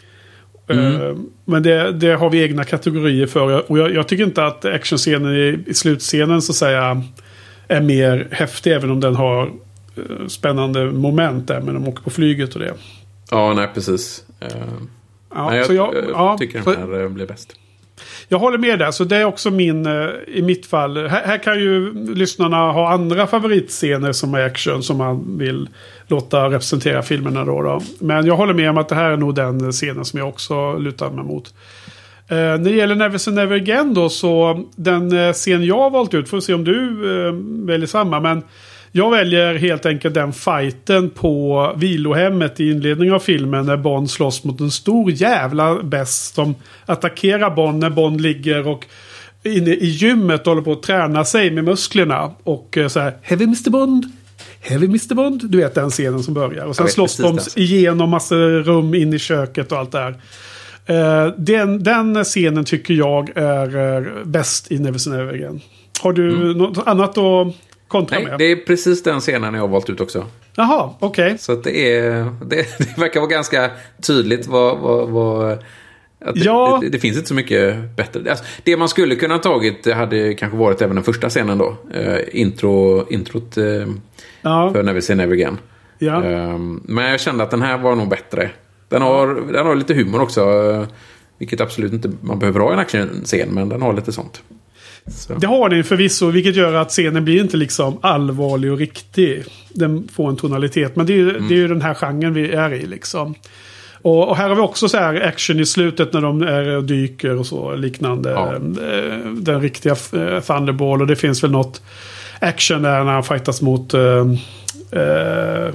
Mm. Eh, men det, det har vi egna kategorier för. Och jag, jag tycker inte att actionscenen i, i slutscenen så att säga är mer häftig, även om den har eh, spännande moment där, men de åker på flyget och det. Ja, nej, precis. Uh, ja, nej, jag, så jag, jag ja, tycker så, den här blir bäst. Jag håller med där, så det är också min, i mitt fall. Här, här kan ju lyssnarna ha andra favoritscener som är action som man vill låta representera filmerna då, då. Men jag håller med om att det här är nog den scenen som jag också lutar mig mot. Uh, när det gäller Never Say Never Again då, så den uh, scen jag har valt ut, får se om du uh, väljer samma, men jag väljer helt enkelt den fighten på vilohemmet i inledningen av filmen när Bond slåss mot en stor jävla bäst som attackerar Bond när Bond ligger och inne i gymmet håller på att träna sig med musklerna. Och så här, Heavy mister Bond, Heavy mister Bond. Du vet den scenen som börjar. Och sen slåss de igenom massa rum in i köket och allt det här. Uh, den, den scenen tycker jag är uh, bäst i Never Say Never Again. Har du mm. något annat att kontra Nej, med? det är precis den scenen jag har valt ut också. Jaha, okej. Okay. Så att det, är, det, det verkar vara ganska tydligt vad... vad, vad att det, ja. det, det finns inte så mycket bättre. Alltså, det man skulle kunna ha tagit hade kanske varit även den första scenen då. Uh, intro, introt uh, ja. för Never Say Never Again. Ja. Uh, men jag kände att den här var nog bättre. Den har, den har lite humor också. Uh, vilket absolut inte man behöver ha i en actionscen, men den har lite sånt. Så. Det har den förvisso, vilket gör att scenen blir inte liksom allvarlig och riktig. Den får en tonalitet, men det är ju, mm. det är ju den här genren vi är i liksom. Och, och här har vi också så här action i slutet när de är och dyker och så liknande. Ja. Den riktiga Thunderball, och det finns väl något action där när han fightas mot uh, uh,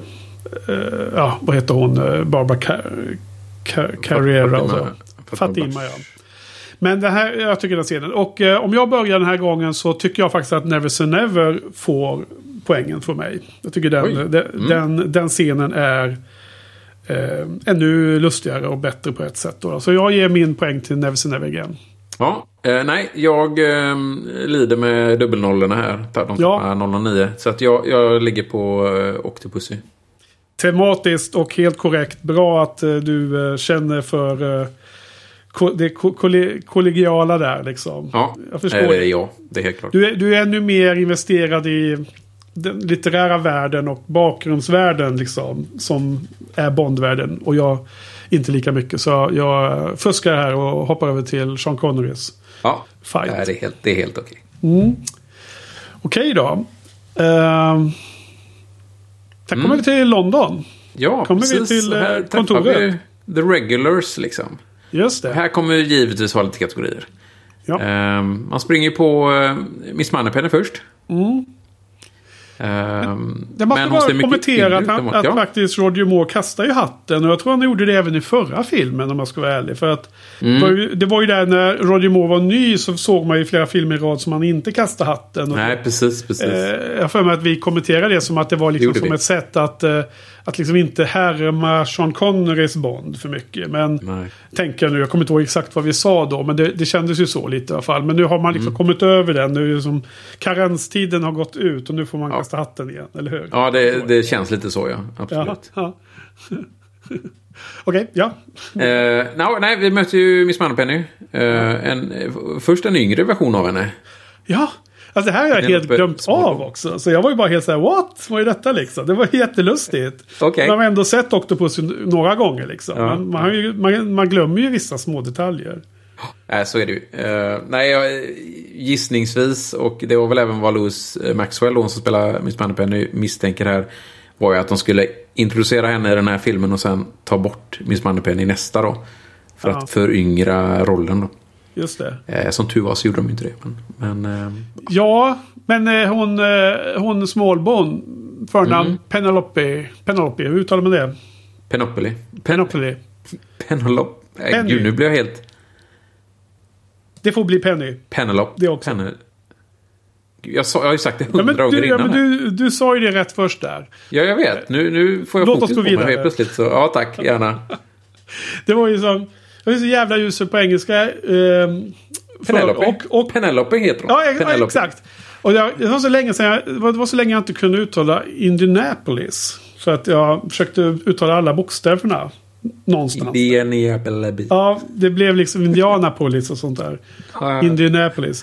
uh, ja, vad heter hon? Barbara Car- Car- Carrera. Fatima, Fatima, ja. Men det här, jag tycker den scenen. Och uh, om jag börjar den här gången så tycker jag faktiskt att Never Say Never får poängen för mig. Jag tycker den, mm. den, den, den scenen är uh, ännu lustigare och bättre på ett sätt. Då. Så jag ger min poäng till Never Say Never Again. Ja, eh, nej, jag eh, lider med dubbelnollorna här. De ja. noll noll nio. Så att jag, jag ligger på eh, Octopussy. Tematiskt och helt korrekt. Bra att eh, du eh, känner för eh, ko- det ko- kolle- kollegiala där liksom. Ja, jag förstår eh, det är jag. Det är helt klart. Du är, du är ännu mer investerad i den litterära världen och bakgrundsvärlden liksom. Som är Bondvärlden. Och jag inte lika mycket. Så jag fuskar här och hoppar över till Sean Connerys ja, fight. Ja, det är helt, det är helt okej. Mm. Okej då. Uh, Tack kommer mm. vi till London. Ja, kommer precis. vi till uh, här kontoret. Vi the regulars liksom. Just det. Här kommer givetvis vara lite kategorier. Ja. Uh, man springer på uh, Miss Moneypenny först. Mm. Um, det måste men bara kommentera att, han, att ja. faktiskt Roger Moore kastar ju hatten. Och jag tror han gjorde det även i förra filmen om jag ska vara ärlig. För att mm. var ju, det var ju där när Roger Moore var ny så såg man ju flera filmer i rad som han inte kastade hatten. Och Nej, så, precis, precis. Eh, jag för mig att vi kommenterade det som att det var liksom det som vi. ett sätt att, eh, att liksom inte härma Sean Connerys Bond för mycket. Men Nej. tänker jag nu, jag kommer inte ihåg exakt vad vi sa då. Men det, det kändes ju så lite i alla fall. Men nu har man liksom mm. kommit över den. Nu är det som karenstiden har gått ut och nu får man ja. kasta hatten igen, eller hur? Ja, det, det känns lite så, ja. Absolut. Ja, ja. Okej, okay, ja. eh, no, nej, vi möter ju Miss Moneypenny. Eh, en, först en yngre version av henne. Ja, alltså det här har jag helt glömt av också. Så jag var ju bara helt så här, what? Vad är detta liksom? Det var jättelustigt. Okay. Man har ändå sett Octopus några gånger liksom. Ja. Men man, har ju, man, man glömmer ju vissa små detaljer. Nej, så är det ju. Uh, nej, jag, gissningsvis, och det var väl även vad Louis Maxwell, hon som spelar Miss Moneypenny, misstänker här, var ju att de skulle introducera henne i den här filmen och sen ta bort Miss Moneypenny nästa då. För ja. att föryngra rollen då. Just det. Uh, som tur var så gjorde de inte det. Men, men, uh, ja, men uh, hon, uh, hon Smallbone, förnamn mm. Penelope. Penelope, hur uttalar man det? Penopoli. Penopoli. Penelope. Äh, gud, nu blir jag helt... Det får bli Penny. Penelope. Det också. Penny. Jag, sa, jag har ju sagt det hundra ja, gånger innan. Ja, men du, du sa ju det rätt först där. Ja, jag vet. Nu, nu får jag Låt fokus oss gå på vidare. mig plötsligt. Så, ja, tack. Gärna. Det var ju som... Det var så jävla ljus på engelska. Eh, Penelope. Och, och, Penelope heter hon. Ja, Penelope. exakt. Och det var, så länge sedan jag, det var så länge jag inte kunde uttala Indianapolis. Så att jag försökte uttala alla bokstäverna. Någonstans. Indianapolis. Ja, det blev liksom Indianapolis och sånt där. Ja. Indianapolis.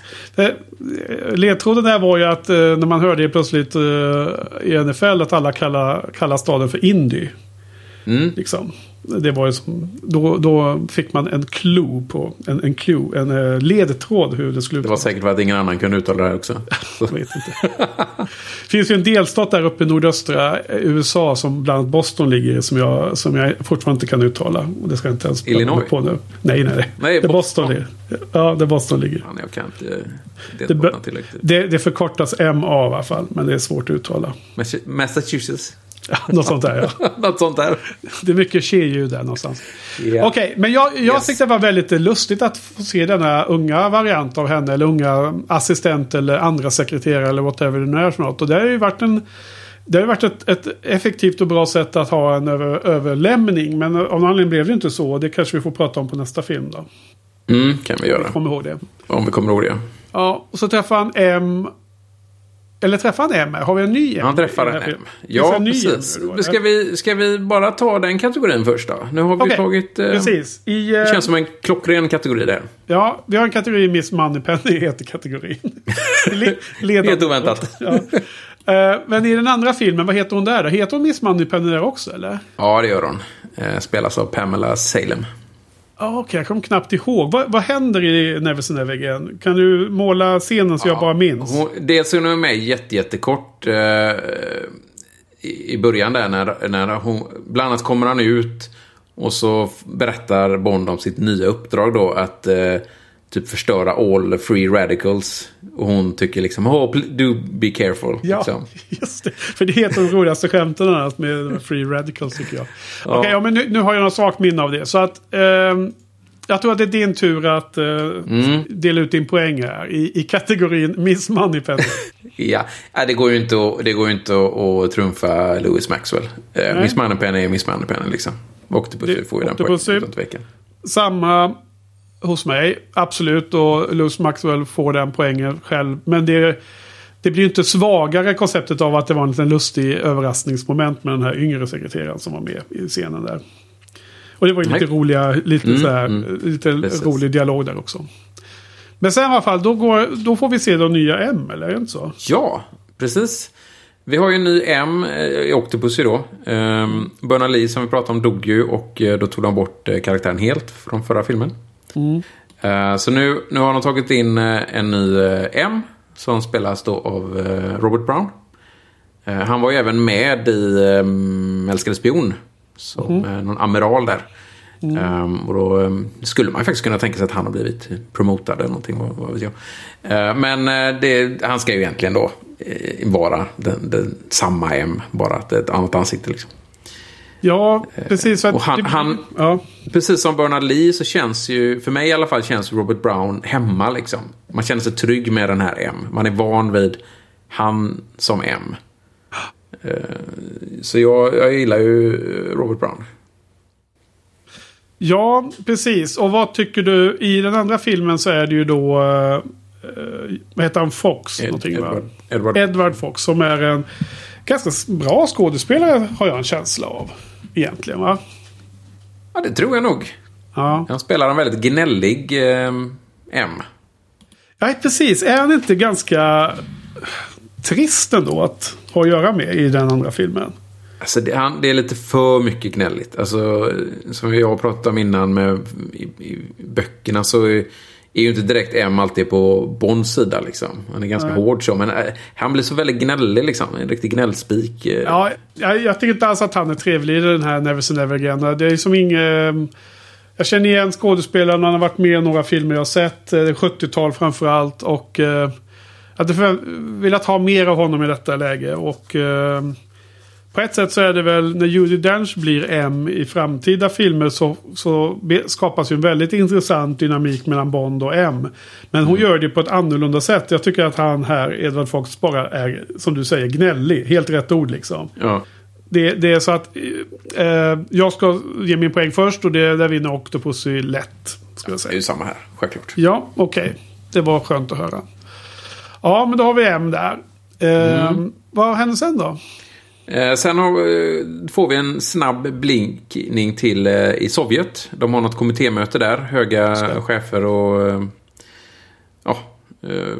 Ledtråden där var ju att eh, när man hörde det plötsligt eh, i N F L att alla kallar, kallar staden för Indy. Mm. Liksom. Det var ju som, då, då fick man en clue på en, en clue, en uh, ledtråd hur det skulle uttalas. Det var säkert för att ingen annan kunde uttala det här också. Jag vet inte. Det finns ju en delstat där uppe i nordöstra U S A som bland annat Boston ligger i som jag, som jag fortfarande inte kan uttala. Och det ska jag inte ens Illinois på nu. Nej, nej. nej det Boston ligger. Ja, det Boston ligger. Ja, jag kan inte det, det, det, det förkortas M A i alla fall, men det är svårt att uttala. Massachusetts. Ja, något sånt där, ja. något sånt där. Det är mycket tje-ljud där någonstans. Yeah. Okej, okay, men jag, jag yes. tyckte det var väldigt lustigt att få se denna unga variant av henne. Eller unga assistent eller andra sekreterare eller whatever det nu är för något. Och det har ju varit en... Det har varit ett, ett effektivt och bra sätt att ha en över, överlämning. Men av någon anledning blev det inte så. Det kanske vi får prata om på nästa film då. Mm, kan vi göra. Vi kommer ihåg det. Om vi kommer ihåg det. Ja, och så träffar han M... Eller träffar han M? Har vi en ny M? Han träffar en M. Ja, precis. Nu, ska, vi, ska vi bara ta den kategorin först då? Nu har vi okay, tagit... Eh, precis. I, det känns som en klockren kategori där. Ja, vi har en kategori Miss Moneypenny heter kategorin. Helt oväntat. Ja. Uh, men i den andra filmen, vad heter hon där då? Heter hon Miss Moneypenny där också, eller? Ja, det gör hon. Uh, spelas av Pamela Salem. Ja, okej. Okay, jag kommer knappt ihåg. Vad, vad händer i Never Say Never Again? Kan du måla scenen så ja, jag bara minns? Hon, dels är hon med jätte, jättekort uh, i, i början där. När, när hon, bland annat kommer han ut och så berättar Bond om sitt nya uppdrag då. Att uh, typ förstöra all free radicals. Och hon tycker liksom, oh, do be careful. Ja, liksom. Just det. För det heter de roligaste skämten annars med free radicals tycker jag. Ja. Okej, okay, ja, men nu, nu har jag någon svagt minne av det. Så att eh, jag tror att det är din tur att eh, mm. dela ut din poäng här i, i kategorin Miss Moneypenny. Ja, det går ju inte att, det går ju inte att, att trumfa Louis Maxwell. Eh, Miss Moneypenny är Miss Moneypenny liksom. Octopussy får ju den poängen. Samma hos mig, absolut. Och Louis Maxwell får den poängen själv. Men det, det blir ju inte svagare konceptet av att det var en liten lustig överraskningsmoment med den här yngre sekreteraren som var med i scenen där. Och det var ju lite Nej. roliga, lite, mm, så här, mm, lite rolig dialog där också. Men sen i alla fall, då, går, då får vi se de nya M, eller är det inte så? Ja, precis. Vi har ju en ny M i Octopussy då. Um, Bernard Lee som vi pratade om dog ju och då tog de bort karaktären helt från förra filmen. Mm. Uh, så nu, nu har de tagit in en ny M som spelas då av uh, Robert Brown. Uh, han var ju även med i um, Älskade spion som mm. uh, någon amiral där. Mm. Um, och då um, skulle man faktiskt kunna tänka sig att han har blivit promotad eller någonting, vad, vad vet jag. Uh, men uh, det, han ska ju egentligen då uh, vara den, den samma M, bara att ett annat ansikte liksom. Ja, precis. Uh, och han, han, ja. Precis som Bernard Lee så känns ju, för mig i alla fall känns Robert Brown hemma liksom. Man känner sig trygg med den här M. Man är van vid han som M. Uh, så jag, jag gillar ju Robert Brown. Ja, precis. Och vad tycker du? I den andra filmen så är det ju då uh, vad heter han? Fox? Ed, någonting, Edward, va? Edward. Edward Fox som är en ganska bra skådespelare har jag en känsla av. Egentligen, va? Ja, det tror jag nog. Ja. Han spelar en väldigt gnällig eh, M. Ja, precis. Är han inte ganska trist ändå att ha att göra med i den andra filmen? Alltså det, han, det är lite för mycket gnälligt. Alltså, som jag har pratat om innan med, i, i böckerna så är, är ju inte direkt M alltid på Bonds sida liksom. Han är ganska Nej. hård så, men äh, han blir så väldigt gnällig liksom. En riktig gnällspik. Eh. Ja, jag, jag tycker inte alls att han är trevlig i den här Never Say Never Again. Det är som ingen... Jag känner igen skådespelaren, han har varit med i några filmer jag har sett. sjuttiotal framförallt. Och eh, jag hade velat ha mer av honom i detta läge. Och... Eh, på ett sätt så är det väl när Judi Dench blir M i framtida filmer så, så skapas ju en väldigt intressant dynamik mellan Bond och M. Men hon mm. gör det på ett annorlunda sätt. Jag tycker att han här, Edward Fox, bara är, som du säger, gnällig. Helt rätt ord liksom. Ja. Det, det är så att eh, jag ska ge min poäng först och det där vinner Octopussy lätt. Ska jag säga. Det är ju samma här, självklart. Ja, okej. Okay. Det var skönt att höra. Ja, men då har vi M där. Eh, mm. Vad händer sen då? Eh, sen har, eh, får vi en snabb blinkning till eh, i Sovjet. De har något kommittémöte där. Höga Så. chefer och eh, ja eh,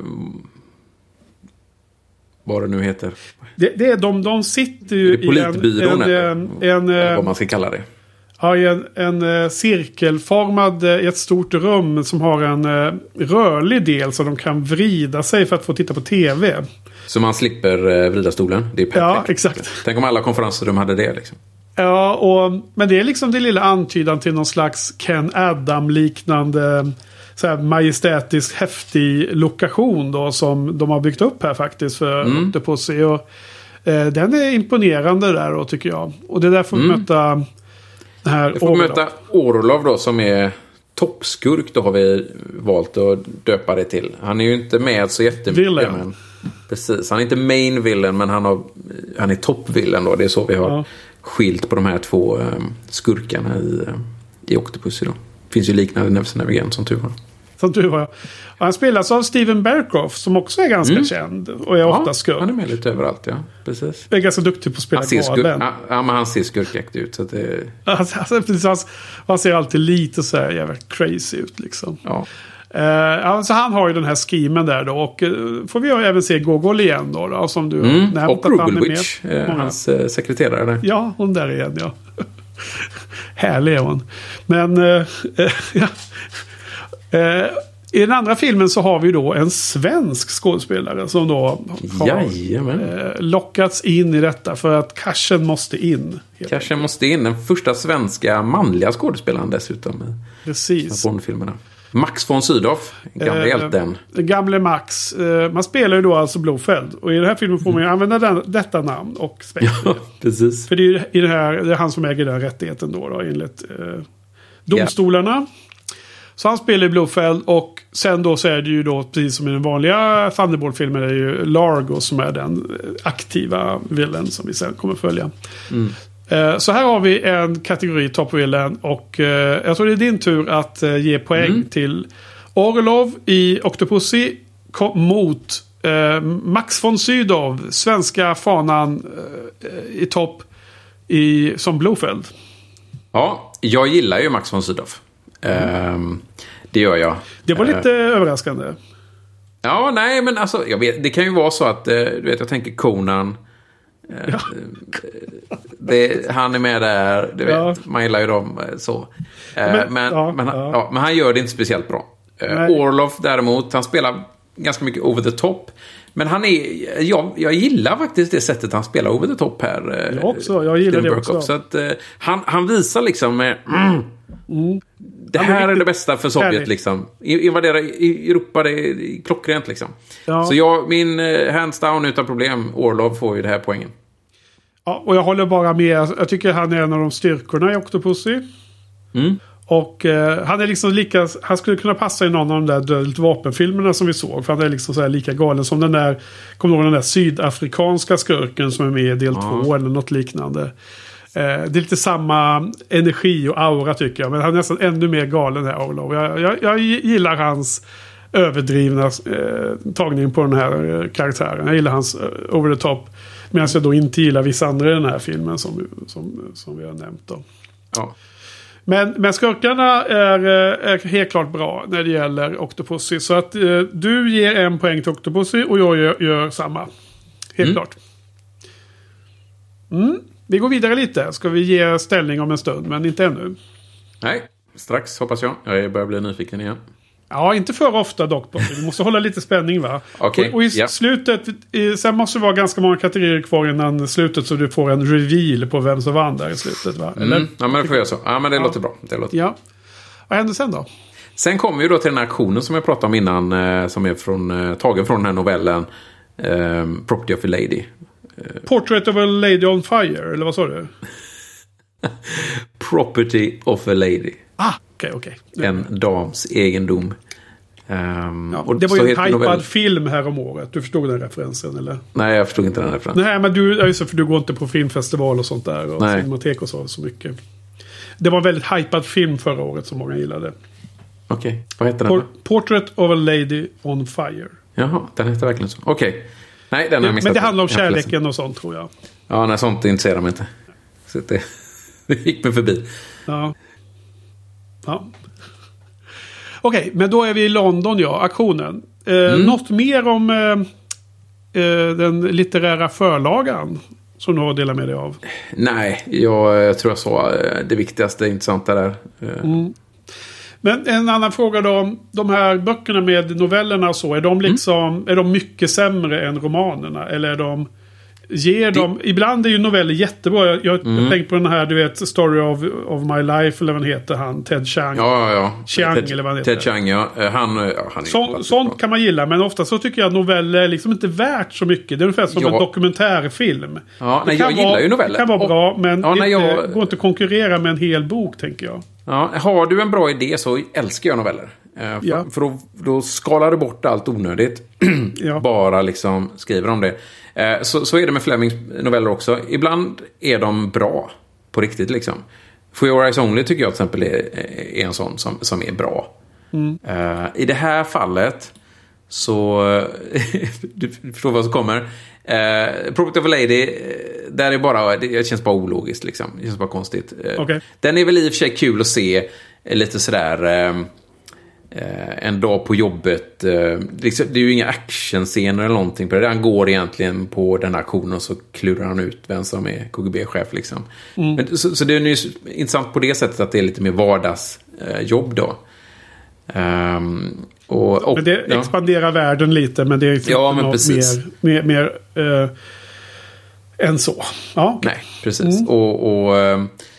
vad det nu heter. Det, det är de, de sitter ju i politbyrån en, en, en, en vad man ska kalla det. Ja, i en, en cirkelformad i ett stort rum som har en uh, rörlig del så de kan vrida sig för att få titta på tv. Så man slipper uh, vrida stolen. Det är perfekt. Ja, exakt. Tänk om alla konferensrum hade det liksom. Ja, och, men det är liksom det lilla antydan till någon slags Ken Adam-liknande så här majestätisk häftig lokation då som de har byggt upp här faktiskt för mm. Octopussy. Och eh, den är imponerande där då tycker jag. Och det är därför mm. vi möta här vi får Orlov. möta Orlov då som är toppskurk då har vi valt att döpa det till. Han är ju inte med så jättemycket. Men, precis, han är inte main villain men han, har, han är toppvillen då. Det är så vi har ja. skilt på de här två um, skurkarna i, uh, i Octopussy då. Finns ju liknande Never Say Never Again som tur var. Som tur var, ja. Han spelas av Steven Berkoff som också är ganska mm. känd och är ja, ofta skurk. Han är med lite överallt, ja. Precis. Är ganska duktig på att spela galen. Ja, ja, men han ser skurkäkt ut. Så att det... alltså, alltså, han, han ser alltid lite så här jävla crazy ut liksom. Ja. Uh, alltså han har ju den här skimen där då. Och uh, får vi ju även se Gogol igen då. då som du mm. nämnt och Rugelwitch, eh, hans eh, sekreterare där. Ja, hon där igen, ja. Härlig är hon. Men uh, uh, ja. Uh, i den andra filmen så har vi då en svensk skådespelare som då har eh, lockats in i detta för att cashen måste in. Cashen måste in. Den första svenska manliga skådespelaren dessutom. Precis. Bondfilmerna. Max von Sydow, gamla Eh, hjälten. Gamle Max. Eh, man spelar ju då alltså Blofeld. Och i den här filmen får man ju använda den, detta namn och spektrum. Ja, precis. För det är ju i det här, det är han som äger den här rättigheten då, då enligt eh, domstolarna. Yeah. Så han spelar i Blofeld och sen då så är det ju då precis som i den vanliga Thunderbolt-filmen är det ju Largo som är den aktiva villen som vi sen kommer följa. Mm. Eh, så här har vi en kategori Top Villain och eh, jag tror det är din tur att eh, ge poäng mm. till Orlov i Octopussy mot eh, Max von Sydow, svenska fanan eh, i topp i, som Blofeld. Ja, jag gillar ju Max von Sydow. Mm. Um, det gör jag. Det var lite uh, överraskande. Ja, nej, men alltså, jag vet, det kan ju vara så att, uh, du vet, jag tänker Conan. Uh, ja. det, han är med där, du ja. vet, man gillar ju dem så. Uh, men, men, ja, men, ja. Ja, men han gör det inte speciellt bra. Uh, Orlov däremot, han spelar ganska mycket over the top. Men han är, jag, jag gillar faktiskt det sättet han spelar over the top här. Jag också, jag gillar det också. Så att, uh, han, han visar liksom med... Mm, Mm. Det här är, är det bästa för Sovjet härligt. Liksom. Invadera i Europa, det är klockrent liksom. Ja. Så jag, min uh, hands down utan problem, Orlov får ju det här poängen. Ja, och jag håller bara med. Jag tycker han är en av de styrkorna i Octopussy. Mm. Och uh, han är liksom lika, han skulle kunna passa i någon av de där dödligt vapenfilmerna som vi såg. För han är liksom så här lika galen som den där, kommer du ihåg den där sydafrikanska skurken som är med i del ja. två eller något liknande. Det är lite samma energi och aura tycker jag. Men han är nästan ännu mer galen här, Orlov. Jag, jag, jag gillar hans överdrivna eh, tagning på den här eh, karaktären. Jag gillar hans eh, over the top. Medan jag då inte gillar vissa andra i den här filmen som, som, som vi har nämnt då. Ja. Men, men skurkarna är, är helt klart bra när det gäller Octopussy. Så att eh, du ger en poäng till Octopussy och jag gör, gör samma. Helt mm. klart. Mm. Vi går vidare lite. Ska vi ge ställning om en stund, men inte ännu. Nej, strax hoppas jag. Jag börjar bli nyfiken igen. Ja, inte för ofta dock. Vi måste hålla lite spänning, va? Okay. Och, och i yeah. slutet, i, sen måste det vara ganska många kategorier kvar innan slutet så du får en reveal på vem som vann där i slutet, va? Eller? Mm. Ja, men det får jag så. Ja, men det ja. låter bra. Det låter ja. Vad händer sen då? Sen kommer vi då till den här aktionen som jag pratade om innan, eh, som är från, eh, tagen från den här novellen eh, Property of a Lady. Portrait of a Lady on Fire, eller vad sa du? Property of a Lady. Ah, okej, okay, okej. Okay. En dams egendom. Um, ja, och det var ju en hypad novell. Film här om året. Du förstod den referensen, eller? Nej, jag förstod inte den referensen. Nej, men du, alltså, för du går inte på filmfestival och sånt där. Och cinematek och så, så mycket. Det var en väldigt hypad film förra året som många gillade. Okej, okay. Vad heter den Por- Portrait of a Lady on Fire. Jaha, den heter verkligen så. Okej. Okay. Nej, den ja, men det handlar om kärleken och sånt, tror jag. Ja, nej, sånt intresserar mig inte. Så det, det gick mig förbi. Ja. Ja. Okej, okay, men då är vi i London, ja. Aktionen. Eh, mm. Något mer om eh, den litterära förlagan som du har delat med dig av? Nej, jag, jag tror jag sa det viktigaste intressanta där. Mm. Men en annan fråga då, de här böckerna med novellerna och så, är de liksom, mm. är de mycket sämre än romanerna? Eller är de, ger de, det... ibland är ju noveller jättebra. Jag, jag mm. tänker på den här, du vet, Story of, of My Life, eller vad han heter, han, Ted Chiang. Ja, ja, ja. Chiang, Ted, eller vad han heter. Ted Chiang, ja. Han, ja, han är så, sånt kan man gilla, men ofta så tycker jag att noveller är liksom inte värt så mycket. Det är ungefär som ja. en dokumentärfilm. Ja, nej, jag gillar vara, ju noveller. Det kan vara och, bra, men ja, nej, inte, jag... går inte att konkurrera med en hel bok, tänker jag. Ja, har du en bra idé så älskar jag noveller. Eh, för ja. för då, då skalar du bort allt onödigt. ja. Bara liksom skriver om det. Eh, så, så är det med Flemings noveller också. Ibland är de bra på riktigt liksom. For Your Eyes Only tycker jag till exempel är, är en sån som, som är bra. Mm. Eh, I det här fallet så du förstår vad som kommer. Uh, Property of a Lady, där är bara, det känns bara ologiskt liksom. Det känns bara konstigt. Uh, okay. Den är väl i och för sig kul att se lite sådär uh, uh, en dag på jobbet. Uh, liksom, det är ju inga actionscener eller någonting på det. Han går egentligen på den här aktionen och så klurar han ut vem som är K G B-chef liksom. Mm. Men, så, så det är ju intressant på det sättet att det är lite mer vardagsjobb uh, då. Um, och, och, men det ja. expanderar världen lite, men det är inte ja, men något precis. mer, mer, mer uh, än så. Ja, okay. Nej, precis. Mm. Och, och uh,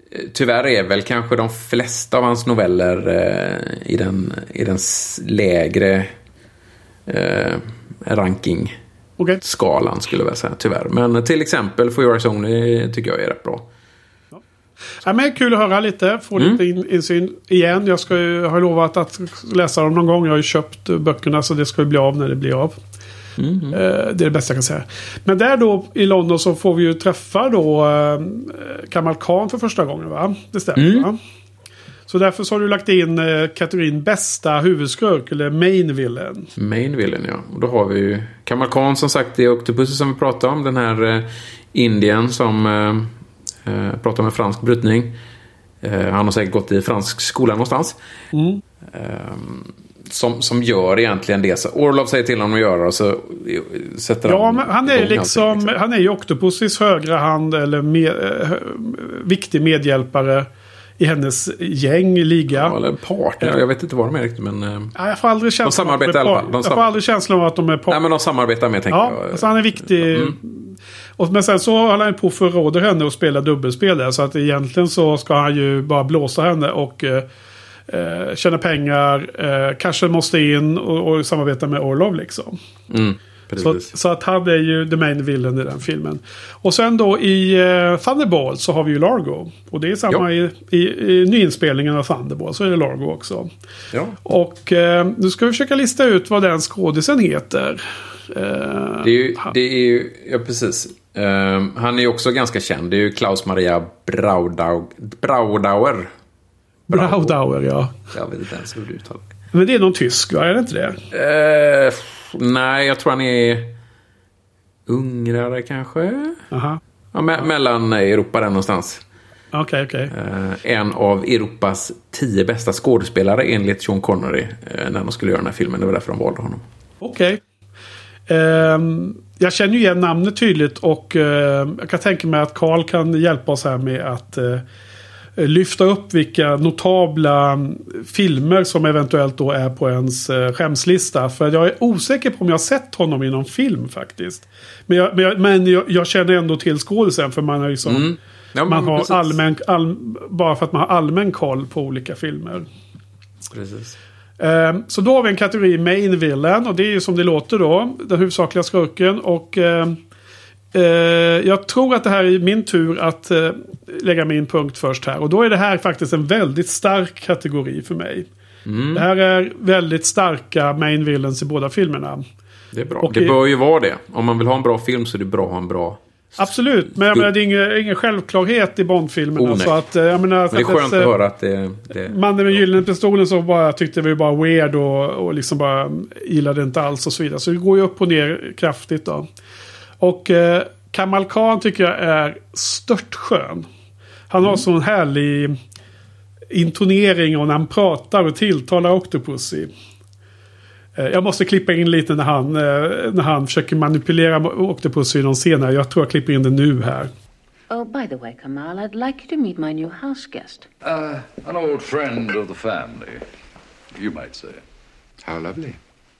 tyvärr är väl kanske de flesta av hans noveller eh, i den, i den lägre eh, ranking okay. skalan skulle jag säga, tyvärr. Men till exempel For Your Eyes Only tycker jag är rätt bra. Ja. Ja, men kul att höra lite, få Mm. lite in, insyn igen. Jag ska ju, har lovat att läsa dem någon gång. Jag har ju köpt böckerna så det ska bli av när det blir av. Mm. Det är det bästa jag kan säga. Men där då i London så får vi ju träffa då eh, Kamal Khan för första gången, va? Det stämmer, Mm. va? Så därför så har du lagt in eh, kategorin bästa huvudskurk eller main villain. Main villain, ja. Och då har vi ju Kamal Khan som sagt i Octopus som vi pratade om. Den här eh, Indien som eh, eh, pratar med fransk brytning. Eh, han har säkert gått i fransk skola någonstans. Mm. Eh, som, som gör egentligen det. Så Orlov säger till honom att göra och så sätter ja, han... men han är liksom, liksom han är ju Octopussys högra hand eller med, eh, viktig medhjälpare i hennes gäng, liga. Ja, eller partner. Jag vet inte vad de är riktigt, men... Eh, ja, jag får aldrig känslan de samarbetar i alla fall. De jag får aldrig känslan av att de är partner. Nej, men de samarbetar med, tänker ja, jag. Alltså han är viktig. Mm. Och, men sen så håller han på att förråda henne och spela dubbelspel där. Så att egentligen så ska han ju bara blåsa henne och eh, tjäna pengar. Eh, kanske måste in och, och samarbeta med Orlov liksom. Mm. Så, så att han är ju the main villain i den filmen. Och sen då i uh, Thunderball så har vi ju Largo. Och det är samma i, i, i nyinspelningen av Thunderball så är det Largo också. Ja. Och uh, nu ska vi försöka lista ut vad den skådisen heter. Uh, det är ju, det är ju ja precis. Uh, han är ju också ganska känd. Det är ju Klaus Maria Braudau, Braudauer. Braudauer, ja. Jag vet inte ens hur du uttalar. Men det är någon tysk, va? Är det inte det? Uh, nej, jag tror han är ungrare kanske. Aha. Ja, me- mellan Europa där någonstans. Okej, okay, okej. Okay. Uh, en av Europas tio bästa skådespelare enligt Sean Connery uh, när de skulle göra den här filmen. Det var därför de valde honom. Okej. Okay. Um, jag känner ju igen namnet tydligt och uh, jag kan tänka mig att Carl kan hjälpa oss här med att uh, lyfta upp vilka notabla filmer som eventuellt då är på ens uh, skämslista. För jag är osäker på om jag har sett honom i någon film faktiskt. Men jag, men jag, men jag, jag känner ändå till skådisen för man har liksom mm. ja, man har allmän, all, bara för att man har allmän koll på olika filmer. Precis. Um, så då har vi en kategori main villain och det är ju som det låter då den huvudsakliga skurken och um, uh, jag tror att det här är min tur att uh, lägga min punkt först här och då är det här faktiskt en väldigt stark kategori för mig. Mm. Det här är väldigt starka main villains i båda filmerna. Det är bra. Och det bör ju vara det. Om man vill ha en bra film så är det bra att ha en bra. Absolut, men jag menar, det är ingen, ingen självklarhet i Bond-filmerna. Oh, så att, jag menar, men det är skönt att höra att det... det... Mannen med gyllene pistolen så bara, tyckte vi bara weird och, och liksom bara gillade inte alls och så vidare. Så det går ju upp och ner kraftigt då. Och eh, Kamal Khan tycker jag är störtskön. Han har mm. sån härlig intonering och när han pratar och tilltalar Octopussy. Jag måste klippa in lite när han, när han försöker manipulera Octopussy i någon scen. Jag tror jag klipper in det nu här. Oh, by the way, Kamal, I'd like you to meet my new house guest. Uh, an old friend of the family, you might say. How lovely.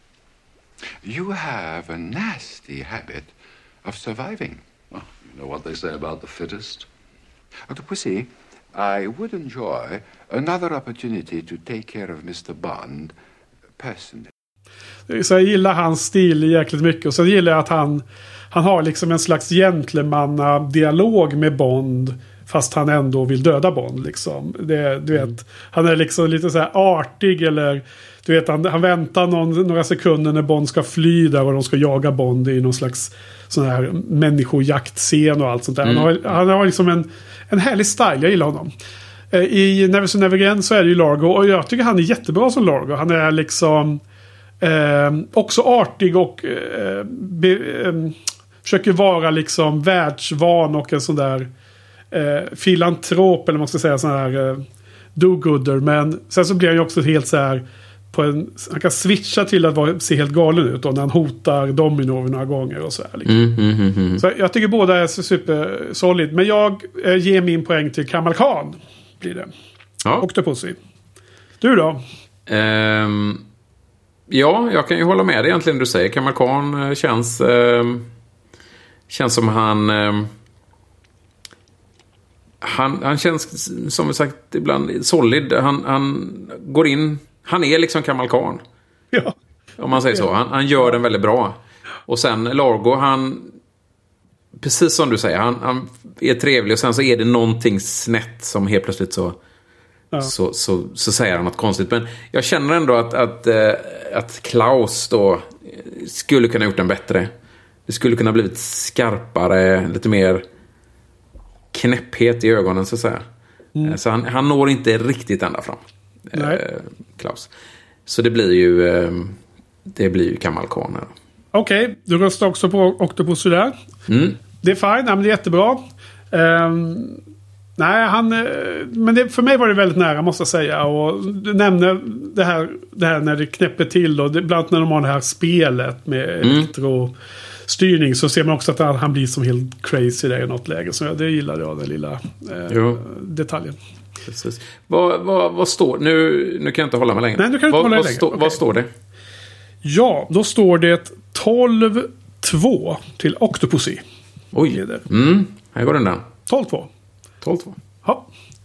You have a nasty habit of surviving. Oh, you know what they say about the fittest? Octopussy, I would enjoy another opportunity to take care of mister Bond personally. Så jag gillar hans stil jäkligt mycket. Och så gillar jag att han, han har liksom en slags gentlemanna-dialog med Bond. Fast han ändå vill döda Bond liksom. Det, du vet, mm. Han är liksom lite så här artig eller... Du vet, han, han väntar någon, några sekunder när Bond ska fly där och de ska jaga Bond i någon slags sån här människojaktscen och allt sånt där. Mm. Han har, han har liksom en, en härlig style, jag gillar honom. I Never Say Never Again så är det ju Largo och jag tycker han är jättebra som Largo. Han är liksom... Eh, också artig och eh, be, eh, försöker vara liksom världsvan och en sån där eh, filantrop eller man ska säga sån här eh, do-gooder. Men sen så blir han ju också helt så här på en, han kan switcha till att vara, se helt galen ut då, när han hotar Domino några gånger och så här liksom. mm, mm, mm, mm. Så jag tycker båda är super solid. Men jag eh, ger min poäng till Kamal Khan blir det. Ja. Octopussy. Du då? Um... Ja, jag kan ju hålla med dig egentligen du säger. Kamal Khan känns eh, känns som han eh, han, han känns som vi sagt ibland solid. Han, han går in, han är liksom Kamal Khan. Ja. Om man säger så. Han, han gör den väldigt bra. Och sen Largo, han precis som du säger, han, han är trevlig och sen så är det någonting snett som helt plötsligt så ja. så, så, så säger han något konstigt. Men jag känner ändå att, att, att Klaus då skulle kunna gjort den bättre. Det skulle kunna blivit skarpare, lite mer knäpphet i ögonen så att säga. Mm. Så han, han når inte riktigt ända fram. Eh, Klaus. Så det blir ju eh, det blir ju Kamal Khan här. Okej, okay, du röstar också på Octopus där. Mm. Det är fine, ja, men det är jättebra. Um, nej, han men det, för mig var det väldigt nära måste jag säga. Och du nämner det här, det här när det knäpper till och det, bland annat när de har det här spelet med mm. elektrostyrning så ser man också att han, han blir som helt crazy där i något läge. Så det gillade jag, den lilla eh, detaljen. Precis. Vad, vad, vad står nu, nu kan jag inte hålla mig längre. Nej, du kan inte vad, hålla vad, längre. Stå, okay. vad står det? Ja, då står det tolv två till Octopussy. Oj, mm, här går den där. tolv två. tolv två. Ja.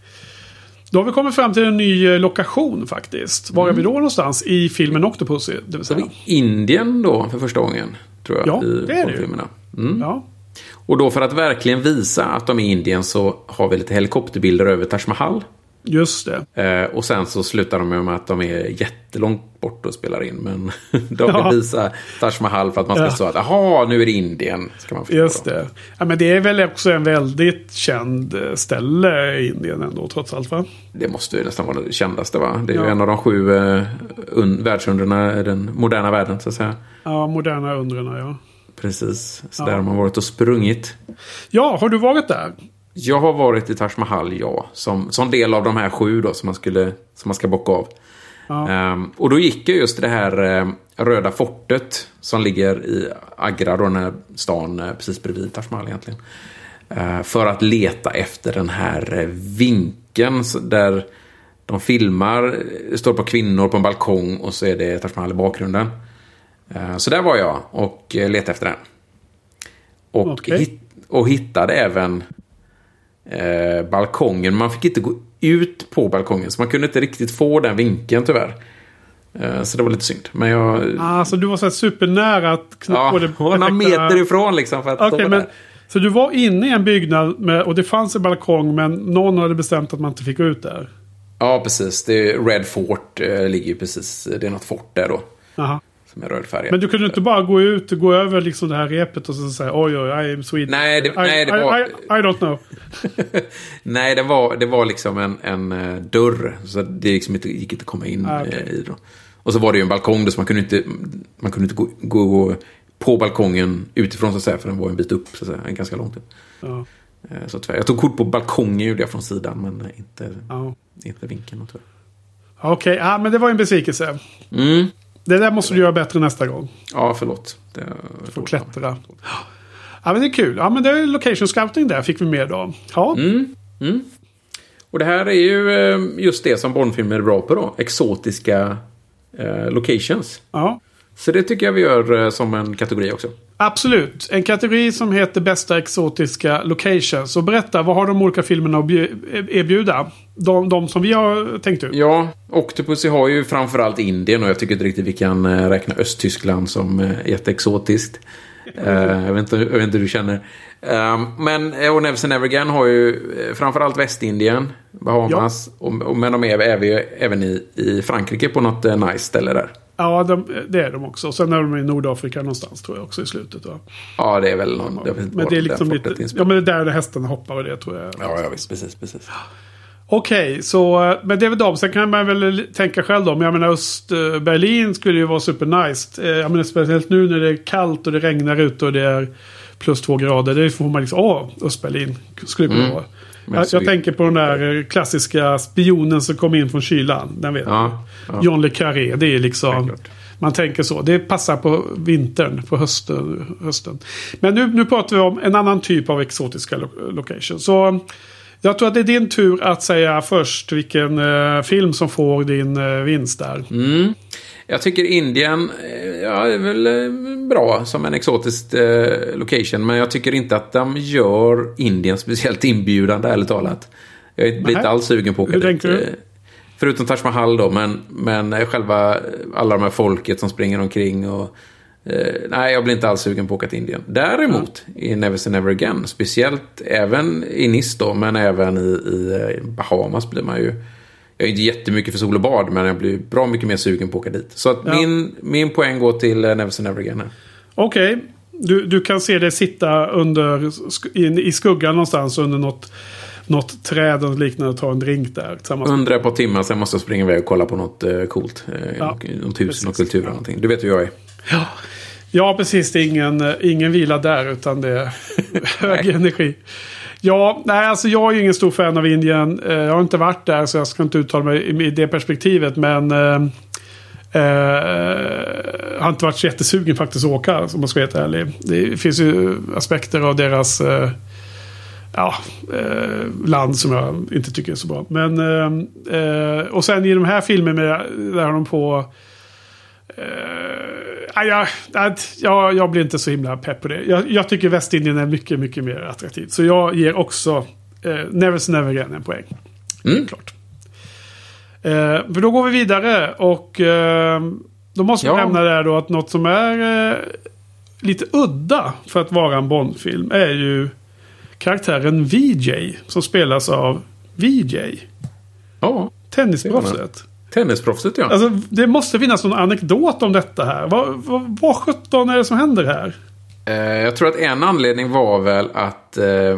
Då har vi kommit fram till en ny lokation faktiskt. Var mm. är vi då någonstans i filmen Octopussy? Det vill säga. Så Indien då för första gången, tror jag. Ja, i det är det filmerna. Mm. Ja. Och då för att verkligen visa att de är i Indien så har vi lite helikopterbilder över Taj Mahal. Just det. Eh, och sen så slutar de med att de är jättelångt bort och spelar in. Men de vill ja. visa Taj Mahal för att man ska ja. stå att aha, nu är det Indien. Ska man Just det. Ja, men det är väl också en väldigt känd ställe i Indien ändå trots allt, va? Det måste ju nästan vara det kändaste, va? Det är ja. ju en av de sju eh, un- världsundrena i den moderna världen, så att säga. Ja, moderna undrena, ja. Precis. Så ja. där har man varit och sprungit. Ja, har du varit där? Jag har varit i Taj Mahal, ja. Som, som del av de här sju då, som man, skulle, som man ska bocka av. Ja. Um, och då gick jag just det här uh, röda fortet som ligger i Agra, då, den här stan uh, precis bredvid Taj Mahal egentligen. Uh, för att leta efter den här uh, vinkeln där de filmar, det står på kvinnor på en balkong och så är det Taj Mahal i bakgrunden. Uh, så där var jag och uh, letade efter den. Och, okay. hit, och hittade även Eh, balkongen. Man fick inte gå ut på balkongen så man kunde inte riktigt få den vinkeln tyvärr. Eh, så det var lite synd. Men jag... Ah, så du var så här supernära att knappa ja, det några meter ifrån liksom för att okay, stå men, där. Så du var inne i en byggnad med, och det fanns en balkong men någon hade bestämt att man inte fick gå ut där. Ja, precis. Det är Red Fort eh, ligger ju precis. Det är något fort där då. Aha. Som är rödfärgat. Men du kunde inte bara gå ut och gå över liksom det här repet och så säga oj oj, I am Sweden. Nej, det, I, nej, det var... I, I, I don't know. nej, det var, det var liksom en, en uh, dörr. Så det liksom inte, gick inte att komma in ah, okay. uh, i då. Och så var det ju en balkong där så man kunde inte, man kunde inte gå, gå på balkongen utifrån så att säga. För den var en bit upp så att säga, en ganska långt upp. Ja. Uh, så tyvärr. Jag tog kort på balkongen gjorde jag från sidan men inte, ja. inte vinkeln. Okej, okay, ja, men det var en besvikelse. Mm. Det där måste du göra bättre nästa gång. Ja, förlåt. Det får klättra. Ja, men det är kul. Ja, men det är location scouting där fick vi med då. Ja. Mm. Mm. Och det här är ju just det som Bondfilmer är bra på då. Exotiska eh, locations. Ja. Så det tycker jag vi gör som en kategori också. Absolut. En kategori som heter bästa exotiska locations. Och berätta, vad har de olika filmerna att erbjuda? De, de som vi har tänkt ut. Ja, Octopussy har ju framförallt Indien. Och jag tycker inte riktigt vi kan räkna Östtyskland som jätteexotiskt. uh, jag, vet inte, jag vet inte hur du känner. Um, men och Never Say Never Again har ju framförallt Västindien, Bahamas. Ja. Och, och, men de är, är vi ju även i, i Frankrike på något uh, nice ställe där. Ja, de, det är de också. Sen är de i Nordafrika någonstans tror jag också i slutet. Va? Ja, det är väl någon... Ja, men det är liksom lite... Ja, men det är där hästarna hoppar och det tror jag. Ja, ja visst. Precis, precis. Okej, okay, så... Men det är väl de. Sen kan man väl tänka själv då. Men jag menar, Öst-Berlin skulle ju vara supernice. Jag menar, speciellt nu när det är kallt och det regnar ut och det är plus två grader. Det får man liksom... Åh, Öst-Berlin skulle det vara. Mm. Jag, jag tänker på den där klassiska spionen som kom in från kylan. Den vet ja, ja. John Le Carré. Det är liksom... Man tänker så. Det passar på vintern, på hösten. hösten. Men nu, nu pratar vi om en annan typ av exotiska lo- location. Så jag tror att det är din tur att säga först vilken uh, film som får din uh, vinst där. Mm. Jag tycker Indien ja, är väl bra som en exotisk eh, location, men jag tycker inte att de gör Indien speciellt inbjudande, ärligt talat. Jag blir inte alls sugen på att åka dit. Du? Förutom Taj Mahal då, men, men själva alla de här folket som springer omkring och eh, nej, jag blir inte alls sugen på att åka till Indien. Däremot ja. i Never Say Never Again, speciellt även i Nice då, men även i, i Bahamas blir man ju. Jag är inte jättemycket för sol och bad, men jag blir bra mycket mer sugen på att åka dit. Så att ja. min, min poäng går till Never Say Never Again. Okej, okay. du, du kan se det sitta under i, i skuggan någonstans under något något träd och liknande och ta en drink där. Under ett par timmar, sen måste jag springa iväg och kolla på något eh, coolt. Eh, ja, något hus, precis. Något kultur eller någonting. Du vet hur jag är. Ja, ja precis. Det är ingen, ingen vila där, utan det är hög energi. Ja, nej, alltså jag är ju ingen stor fan av Indien. Jag har inte varit där, så jag ska inte uttala mig i det perspektivet. Men eh, eh, har inte varit så jättesugen faktiskt att åka, som man ska vara helt ärlig. Det finns ju aspekter av deras eh, ja, eh, land som jag inte tycker är så bra. Men eh, och sen i de här filmerna där har de på eh, jag, jag, jag blir inte så himla pepp på det. Jag, jag tycker Västindien är mycket, mycket mer attraktivt. Så jag ger också eh, Never Say Never Again en poäng. Mm. Klart. Eh, för då går vi vidare och eh, då måste vi ja. nämna där då att något som är eh, lite udda för att vara en Bond-film är ju karaktären V J som spelas av V J. Ja. Tennisproffset. Tennisproffset, ja. Alltså, det måste finnas någon anekdot om detta här. Vad, vad, vad sjutton är det som händer här? Eh, jag tror att en anledning var väl att eh,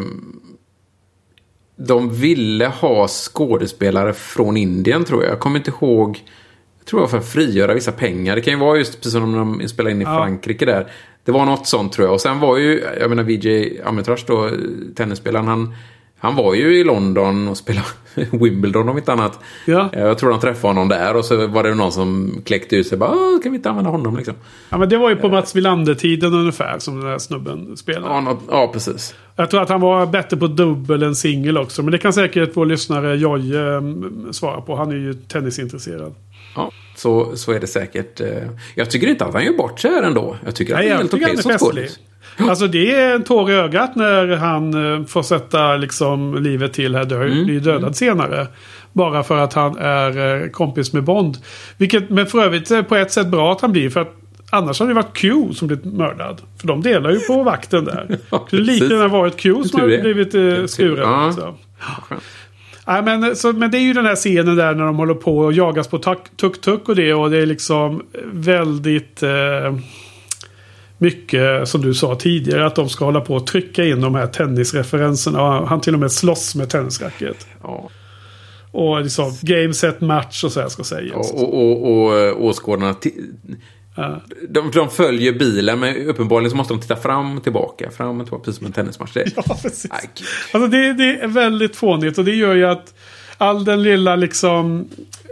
de ville ha skådespelare från Indien, tror jag. Jag kommer inte ihåg. Jag tror det var för att frigöra vissa pengar. Det kan ju vara just precis som när de spelade in i ja. Frankrike där. Det var något sånt, tror jag. Och sen var ju, jag menar, V J Armitage då, tennisspelaren, han, han var ju i London och spelade Wimbledon om inte annat. Ja. Jag tror de träffade honom där och så var det någon som kläckte ut sig. Bara, kan vi inte använda honom liksom? Ja, men det var ju på Mats Wilander-tiden ungefär som den här snubben spelade. Ja, något, ja, precis. Jag tror att han var bättre på dubbel än singel också. Men det kan säkert vår lyssnare Joje svara på. Han är ju tennisintresserad. Ja, så, så är det säkert. Jag tycker inte att han gör bort sig här ändå. Jag tycker att Nej, det är helt okej som skådis. Alltså det är en tår i ögat när han får sätta liksom livet till här, dör, mm. blir dödad senare. Bara för att han är kompis med Bond. Vilket, men för övrigt är på ett sätt bra att han blir, för att annars hade det varit Q som blivit mördad. För de delar ju på vakten där. Ja, det lite när det varit Q som har blivit eh, skuren. Ja. Alltså. Ja, men, så, men det är ju den här scenen där när de håller på och jagas på tuk-tuk och det. Och det är liksom väldigt eh, mycket, som du sa tidigare, att de ska hålla på och trycka in de här tennisreferenserna. Och han till och med slåss med tennisracket. Ja. Och liksom game set match och så här ska sägas. Och, och, och, och åskådarna t- ja. de, de följer bilen, men uppenbarligen så måste de titta fram och tillbaka. Fram och tillbaka, precis som en tennismatch. Det. Ja, precis. Aj, alltså det, det är väldigt fånigt, och det gör ju att all den lilla liksom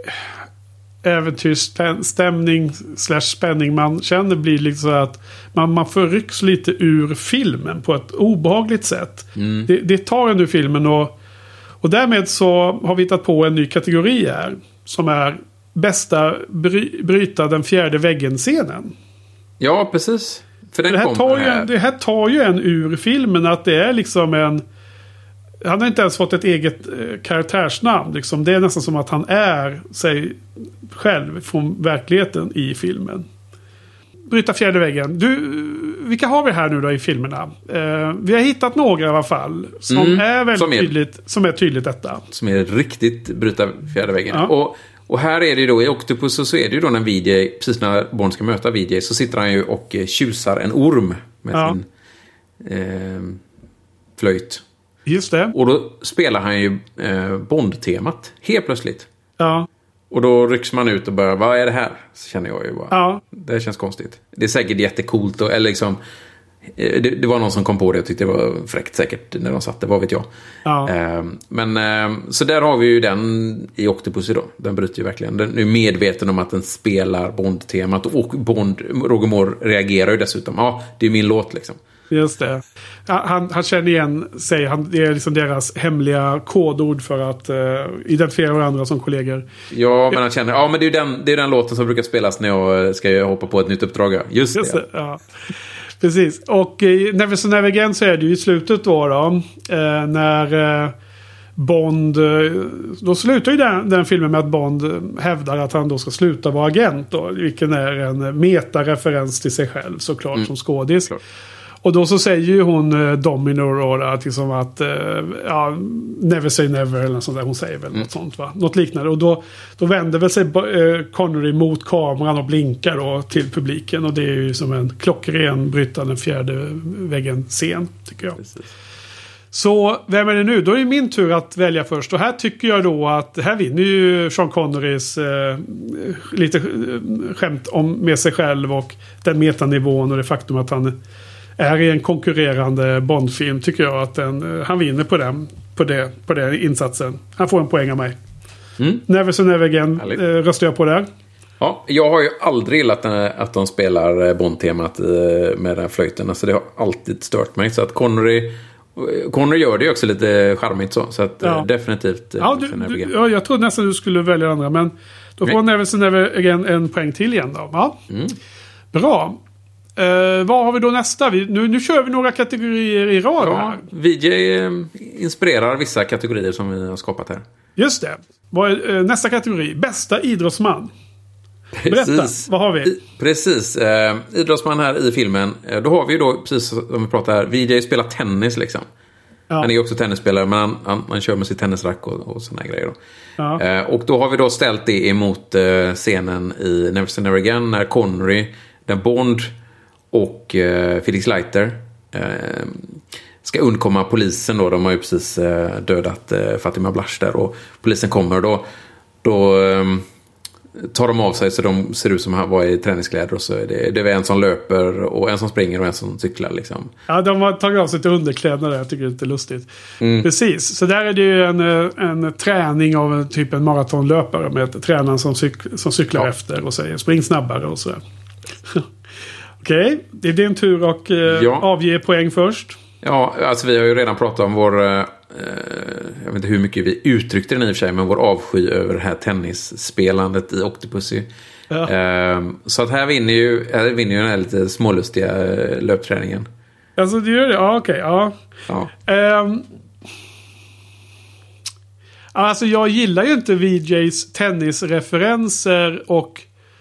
äventyrsstämning slash spänning man känner blir liksom att man, man förrycks lite ur filmen på ett obehagligt sätt. Mm. Det, det tar en ur filmen, och, och därmed så har vi hittat på en ny kategori här som är bästa bry, bryta den fjärde väggen-scenen. Ja, precis. För den det, här tar här. Ju, det här tar ju en ur filmen, att det är liksom en... Han har inte ens fått ett eget eh, karaktärsnamn. Liksom. Det är nästan som att han är sig själv från verkligheten i filmen. Bryta fjärde väggen. Du, vilka har vi här nu då i filmerna? Eh, vi har hittat några i alla fall. Som mm, är väldigt som är, tydligt, som är tydligt detta. Som är riktigt bryta fjärde väggen. Ja. Och, och här är det ju då, i Octopus så är det ju då när V J, precis när Bond ska möta V J, så sitter han ju och tjusar en orm med ja. sin eh, flöjt. Just det. Och då spelar han ju eh, Bond-temat helt plötsligt. Ja. Och då rycks man ut och börjar, vad är det här? Så känner jag ju bara. Ja. Det känns konstigt. Det är säkert jättecoolt. Och, eller liksom, eh, det, det var någon som kom på det. Jag tyckte det var fräckt säkert när de satt det, vad vet jag. Ja. Eh, men eh, så där har vi ju den i Octopus idag. Den bryter ju verkligen. Den är medveten om att den spelar Bond-temat. Och Bond, Roger Moore reagerar ju dessutom. Ja, det är min låt liksom. Just det. Han, han känner igen sig. Han, det är liksom deras hemliga kodord för att uh, identifiera varandra som kollegor. Ja, men han känner... Ja, men det är ju den, det är den låten som brukar spelas när jag ska hoppa på ett nytt uppdrag. Just, Just det. det ja. Precis. Och i Never Say Never Again så är det ju i slutet då. då eh, när eh, Bond... Då slutar ju den, den filmen med att Bond hävdar att han då ska sluta vara agent. Då, vilken är en meta-referens till sig själv såklart mm. som skådis. Klart. Och då så säger ju hon eh, Domino då, att, liksom att eh, ja, never say never eller något sånt där. Hon säger väl mm. något sånt va? Något liknande. Och då, då vänder väl sig eh, Connery mot kameran och blinkar då till publiken. Och det är ju som en klockren bryta den fjärde väggen-scen tycker jag. Precis. Så vem är det nu? Då är det min tur att välja först. Och här tycker jag då att här vinner ju Sean Connerys eh, lite skämt om med sig själv och den metanivån och det faktum att han är i en konkurrerande Bondfilm tycker jag att den, han vinner på den, på det, på den insatsen. Han får en poäng av mig. Mm. Never Say Never Again eh, röstar jag på där. Ja, jag har ju aldrig gillat att de spelar Bond-temat med den här flöjten. Alltså det har alltid stört mig. Så att Connery, Connery gör det ju också lite charmigt så. Så att ja. definitivt ja, du, du, ja, jag trodde nästan du skulle välja andra. Men då får Nej. Never Say Never Again en poäng till igen då. Ja. Mm. Bra. Uh, vad har vi då nästa? Vi, nu, nu kör vi några kategorier i rad ja, här. V J eh, inspirerar vissa kategorier som vi har skapat här. Just det. Vad är uh, nästa kategori? Bästa idrottsman. Precis. Berätta, vad har vi? I, precis. Eh, idrottsman här i filmen. Eh, då har vi ju då, precis som vi pratar här, V J spelar tennis liksom. Ja. Han är ju också tennisspelare, men han, han, han kör med sitt tennisrack och, och såna här grejer då. Ja. Eh, och då har vi då ställt det emot eh, scenen i Never Say Never Again när Connery, den Bond och eh, Felix Leiter eh, ska undkomma polisen då. De har ju precis eh, dödat eh, Fatima Blush där och polisen kommer då då eh, tar de av sig så de ser ut som han var i träningskläder och så är det, det är en som löper och en som springer och en som cyklar liksom. Ja, de har tagit av sig till underkläder där. Jag tycker det är lite lustigt. Mm. Precis, så där är det ju en, en träning av en, typ en maratonlöpare med tränaren som, cyk, som cyklar ja. efter och säger spring snabbare och så. Okej, okay. Det är din tur att eh, ja. avge poäng först. Ja, alltså vi har ju redan pratat om vår eh, jag vet inte hur mycket vi uttryckte den i och för sig, men vår avsky över det här tennisspelandet i Octopussy. Ja. Eh, så att här vinner ju, här vinner ju den här lite smålustiga eh, löpträningen. Alltså det gör det, ja okej, okay, ja. ja. Um, alltså jag gillar ju inte V Js tennisreferenser och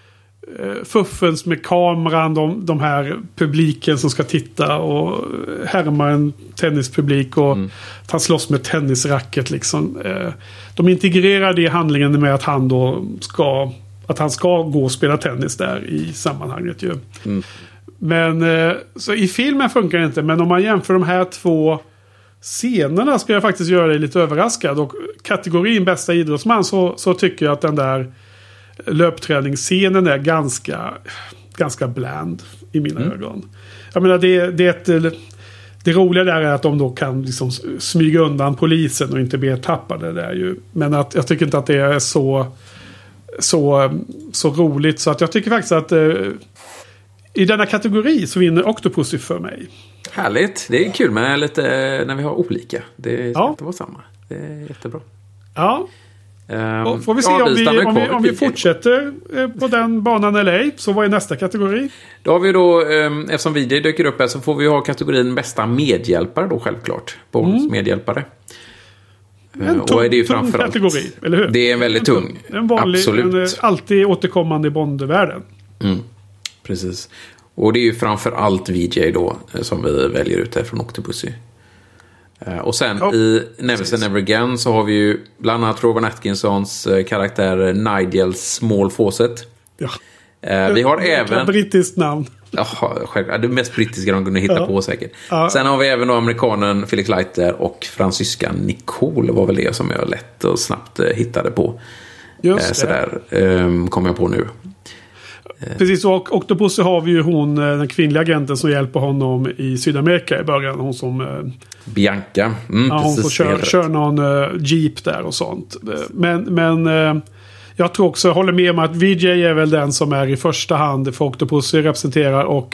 fuffens med kameran, de, de här publiken som ska titta och härma en tennispublik och mm. att han slåss med tennisracket liksom. De integrerar det i handlingen med att han då ska att han ska gå och spela tennis där i sammanhanget ju. Mm. Men så i filmen funkar det inte, men om man jämför de här två scenerna ska jag faktiskt göra dig lite överraskad, och kategorin bästa idrottsman så, så tycker jag att den där löpträningsscenen är ganska ganska bland i mina mm. ögon. Jag menar det, det, är ett, det roliga där är att de då kan liksom smyga undan polisen och inte bli tappade där ju. Men att jag tycker inte att det är så så, så roligt, så att jag tycker faktiskt att eh, i denna kategori så vinner Octopussy för mig. Härligt, det är kul med lite när vi har olika. Det ska ja. inte vara samma. Det är jättebra. Ja. Um, får vi se ja, om, vi, om, vi, om vi fortsätter på den banan eller ej. Så vad är nästa kategori? Då har vi då, um, eftersom V J dyker upp här, så får vi ha kategorin bästa medhjälpare då självklart. Bonds mm. medhjälpare. En tung, och är det ju tung kategori, eller hur? Det är en väldigt en tung. En vanlig, absolut. En, alltid återkommande Bond-världen. Mm. Precis. Och det är ju framför allt V J då som vi väljer ut här från Octopussy. Och sen ja, i Never Say Never Again så har vi ju bland annat Rowan Atkinsons karaktär Nigel Small Fawcett. Ja. Vi har det även ett brittiskt namn. Ja, självklart. Det mest brittiska de kunde hitta ja. på säkert. Ja. Sen har vi även då amerikanen Felix Leiter och fransyskan Nicole var väl det som jag lätt och snabbt hittade på. Just Sådär um, kom jag på nu. Precis, och Octopussy har vi ju hon, den kvinnliga agenten som hjälper honom i Sydamerika i början. Hon som Bianca. Mm, ja, hon får köra kör någon uh, jeep där och sånt. Men, men uh, jag tror också, jag håller med om att V J är väl den som är i första hand för Octopussy representerar, och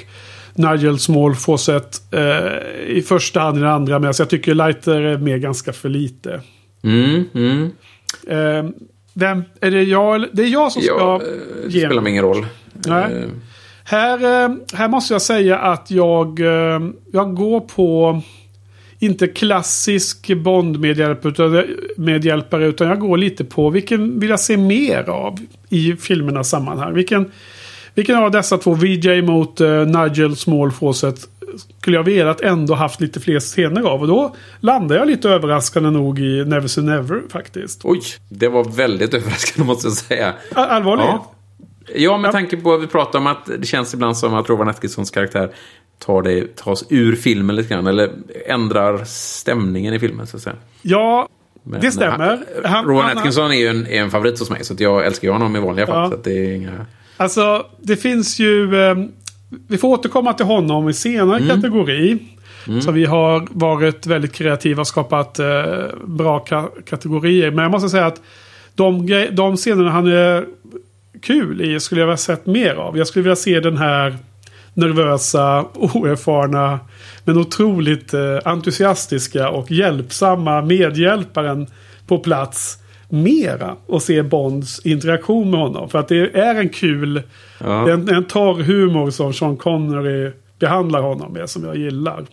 Nigel Small Fawcett eh, i första hand i den andra. Men jag tycker Leiter är med ganska för lite. Mm, mm. Eh, vem, är det jag? Det är jag som ska ja, det ge spelar mig ingen roll. Nej. Uh. Här, eh, här måste jag säga att jag, eh, jag går på inte klassisk Bond-medhjälpare utan, medhjälpare, utan jag går lite på vilken vill jag se mer av i filmernas sammanhang. Vilken, vilken av dessa två, V J mot uh, Nigel Small Fawcett, skulle jag velat ändå haft lite fler scener av. Och då landar jag lite överraskande nog i Never Say Never faktiskt. Oj, det var väldigt överraskande måste jag säga. All- allvarligt? Ja. Ja, med tanke på att vi pratar om att det känns ibland som att Rowan Atkinsons karaktär tar det, tas ur filmen lite grann. Eller ändrar stämningen i filmen så att säga. Ja, Men, det stämmer. Han, Rowan Atkinson är ju en, är en favorit hos mig. Så att jag älskar ju honom i vanliga fall. Ja. Så att det är inga... Alltså, det finns ju... Eh, vi får återkomma till honom i senare mm. kategori. Mm. Så vi har varit väldigt kreativa och skapat eh, bra ka- kategorier. Men jag måste säga att de, de scenerna han är kul i skulle jag ha sett mer av. Jag skulle vilja se den här nervösa, oerfarna men otroligt eh, entusiastiska och hjälpsamma medhjälparen på plats mera och se Bonds interaktion med honom. För att det är en kul, ja. en, en torr humor som Sean Connery behandlar honom med som jag gillar.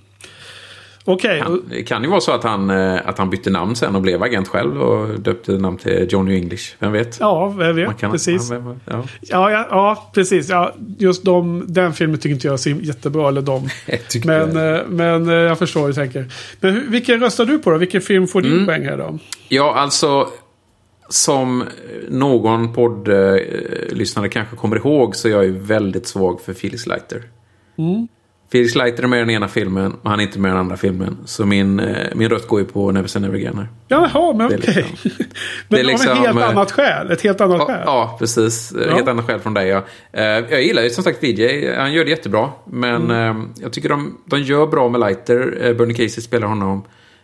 Okej. Okay. Det kan ju vara så att han, att han bytte namn sen och blev agent själv och döpte namn till Johnny English. Vem vet? Ja, vem vet. Kan, precis. Han, ja. Ja, ja, ja, precis. Ja, just de, den filmen tycker inte jag är så jättebra. Eller de. men, jag. men jag förstår hur du tänker. Men vilken röstar du på då? Vilken film får din mm. poäng här då? Ja, alltså som någon poddlyssnare kanske kommer ihåg så är jag ju väldigt svag för Felix Leiter. Mm. Felix Leiter är med i den ena filmen och han är inte med i den andra filmen. Så min, min röst går ju på Never Say Never Again. Jaha, men okej. Okay. Liksom, men det är liksom, ett helt annat skäl. Ett helt annat ja, skäl. Ja, precis. Ja. Ett helt annat skäl från dig. Ja. Jag gillar ju som sagt V J. Han gör det jättebra. Men mm. jag tycker de, de gör bra med Leiter. Bernie Casey spelar honom.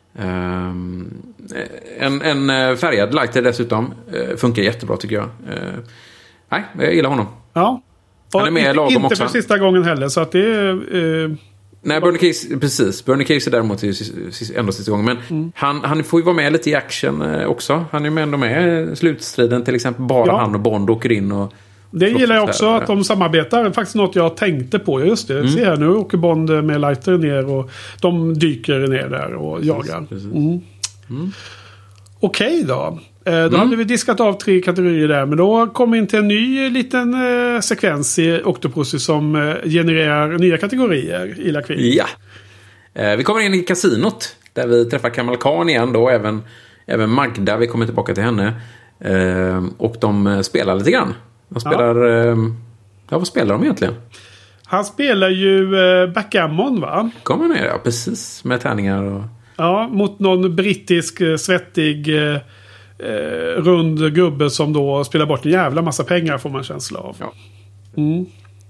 Um, en, en färgad Leiter dessutom. Funkar jättebra tycker jag. Nej, jag gillar honom. Ja. Han är med inte, lagom inte också. för sista gången heller, så att det är... Eh, Nej, Bernie Casey, precis. Bernie Casey däremot är ju ändå sista gången. Men mm. han, han får ju vara med lite i action eh, också. Han är ju ändå med i slutstriden. Till exempel bara ja. han och Bond åker in och... Det gillar jag också, att de samarbetar. Det är faktiskt något jag tänkte på. Just det, mm. se här, nu åker Bond med Leiter ner och de dyker ner där och precis, jagar. Precis. Mm. Mm. Okej okay då. Då mm. hade vi diskat av tre kategorier där. Men då kommer in till en ny liten eh, sekvens i Octopussy som eh, genererar nya kategorier i La Queen. Ja. Eh, vi kommer in i kasinot. Där vi träffar Kamal Khan igen då. Även, även Magda, vi kommer tillbaka till henne. Eh, och de spelar lite grann. De spelar... Ja, eh, ja vad spelar de egentligen? Han spelar ju eh, backgammon, va? Kommer ner, ja, precis. Med tärningar och... Ja, mot någon brittisk eh, svettig... Eh, Eh, rund gubbe som då spelar bort en jävla massa pengar får man känsla av. Ja. Mm.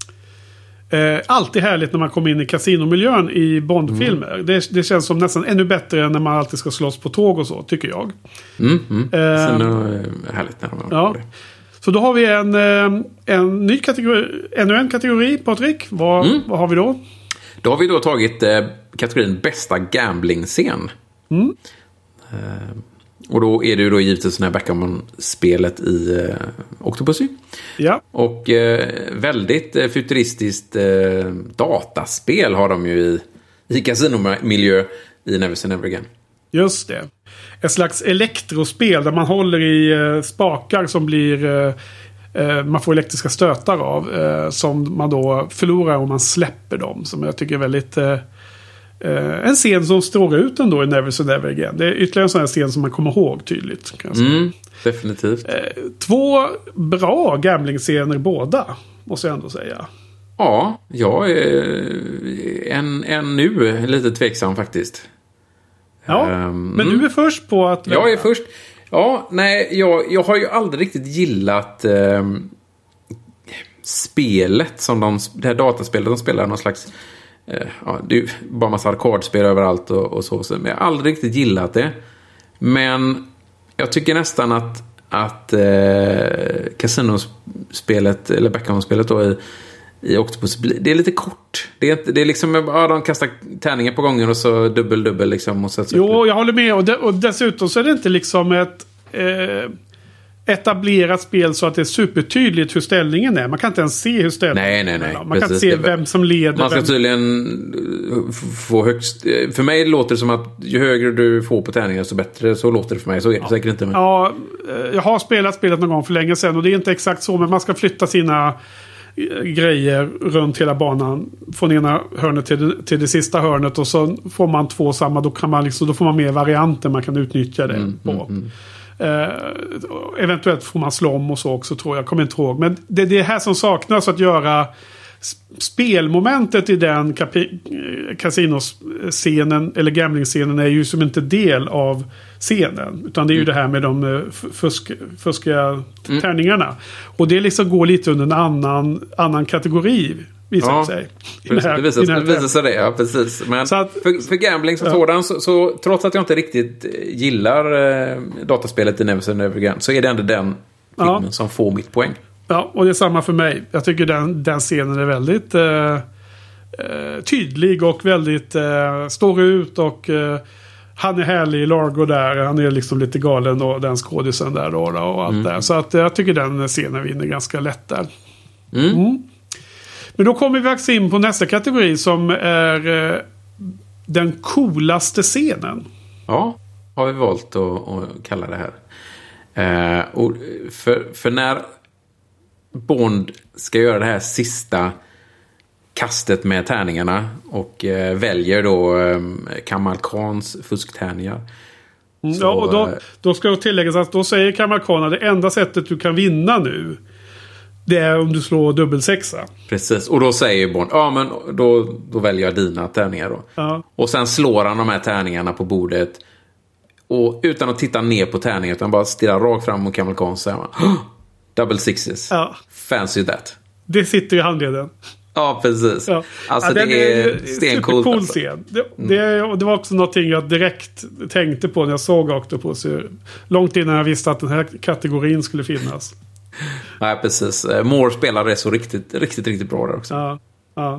Eh, alltid härligt när man kommer in i kasinomiljön i Bondfilmer. Mm. Det, det känns som nästan ännu bättre än när man alltid ska slåss på tåg och så, tycker jag. Mm, mm. Eh, Sen är härligt när man ja. det. Så då har vi en, en ny kategori, ännu en kategori, Patrik. Vad, mm. vad har vi då? Då har vi då tagit eh, kategorin bästa gambling-scen. Mm. Eh, Och då är det ju då givetvis den här backgammon-spelet i eh, Octopussy. Ja. Och eh, väldigt eh, futuristiskt eh, dataspel har de ju i, i kasinomiljö i Never Say Never Again. Just det. Ett slags elektrospel där man håller i eh, spakar som blir... Eh, eh, man får elektriska stötar av. Eh, som man då förlorar om man släpper dem. Som jag tycker är väldigt... Eh, Uh, en scen som strålar ut ändå i Never Say Never Again. Det är ytterligare en sån här scen som man kommer ihåg tydligt. Kan jag säga. Mm, definitivt. Uh, två bra gambling-scener båda, måste jag ändå säga. Ja, jag är en, en nu lite tveksam faktiskt. Ja, um, men du är först på att välja. Jag är först. Ja, nej, jag, jag har ju aldrig riktigt gillat um, spelet som de, det här dataspelet de spelar någon slags... Ja, det är bara massa arkadspel överallt och, och så. Men jag har aldrig riktigt gillat det. Men jag tycker nästan att, att eh, kasinospelet, eller backgammon-spelet då i, i Octopus. Det är lite kort. Det är, inte, det är liksom, ja, de kastar tärningar på gången och så dubbel, dubbel liksom. Och så jo, jag håller med. Och, de, och dessutom så är det inte liksom ett eh, etablerat spel så att det är supertydligt hur ställningen är. Man kan inte ens se hur ställningen nej, nej, nej. är. Man Precis. kan inte se vem som leder. Man ska vem... tydligen få högst... För mig låter det som att ju högre du får på tärningar så bättre. Så låter det för mig. Så är det ja. säkert inte. Men... Ja, jag har spelat spelet någon gång för länge sedan och det är inte exakt så, men man ska flytta sina grejer runt hela banan från ena hörnet till det, till det sista hörnet och så får man två samma, då kan man liksom, då får man mer varianter man kan utnyttja det mm, på. Mm, mm. Uh, eventuellt får man slå om och så också, tror jag, kommer inte ihåg, men det är det här som saknas, att göra spelmomentet i den kapi- kasinoscenen eller gamblingscenen är ju som inte del av scenen, utan det är ju mm. det här med de fusk, fuskiga mm. tärningarna, och det liksom går lite under en annan, annan kategori, visar ja, sig. Det, här, det visar, det visar sig det, ja, precis. Men att, för, för gambling som ja. sådan, så, så trots att jag inte riktigt gillar eh, dataspelet i Never Never Again, så är det ändå den filmen ja. som får mitt poäng. Ja, och det är samma för mig. Jag tycker den, den scenen är väldigt eh, tydlig och väldigt eh, står ut, och eh, han är härlig, Largo där, han är liksom lite galen och den skådisen där då, och allt mm. där. Så att jag tycker den scenen vinner ganska lätt där. Mm. Mm. Men då kommer vi faktiskt in på nästa kategori som är eh, den coolaste scenen. Ja, har vi valt att, att kalla det här. Eh, och för, för när Bond ska göra det här sista kastet med tärningarna och eh, väljer då eh, Kamal Khans fusktärningar. Mm, ja, och då, då ska jag tillägga att då säger Kamal Khan att det enda sättet du kan vinna nu, det är om du slår dubbelsexa. Precis, och då säger Bond, ja men då, då väljer jag dina tärningar då. Ja. Och sen slår han de här tärningarna på bordet. Och utan att titta ner på tärningen, utan bara stirra rakt fram mot Kamal Khan, och säger man, double sixes. Ja. Fancy that. Det sitter i handleden. Ja, precis. Ja. Alltså ja, det är, är stenkult. Cool scen. Det, mm. det, och det var också någonting jag direkt tänkte på när jag såg Octopus. Långt innan jag visste att den här kategorin skulle finnas. Nej, precis. Moore spelar det så riktigt, riktigt, riktigt bra där också. Ja, ja.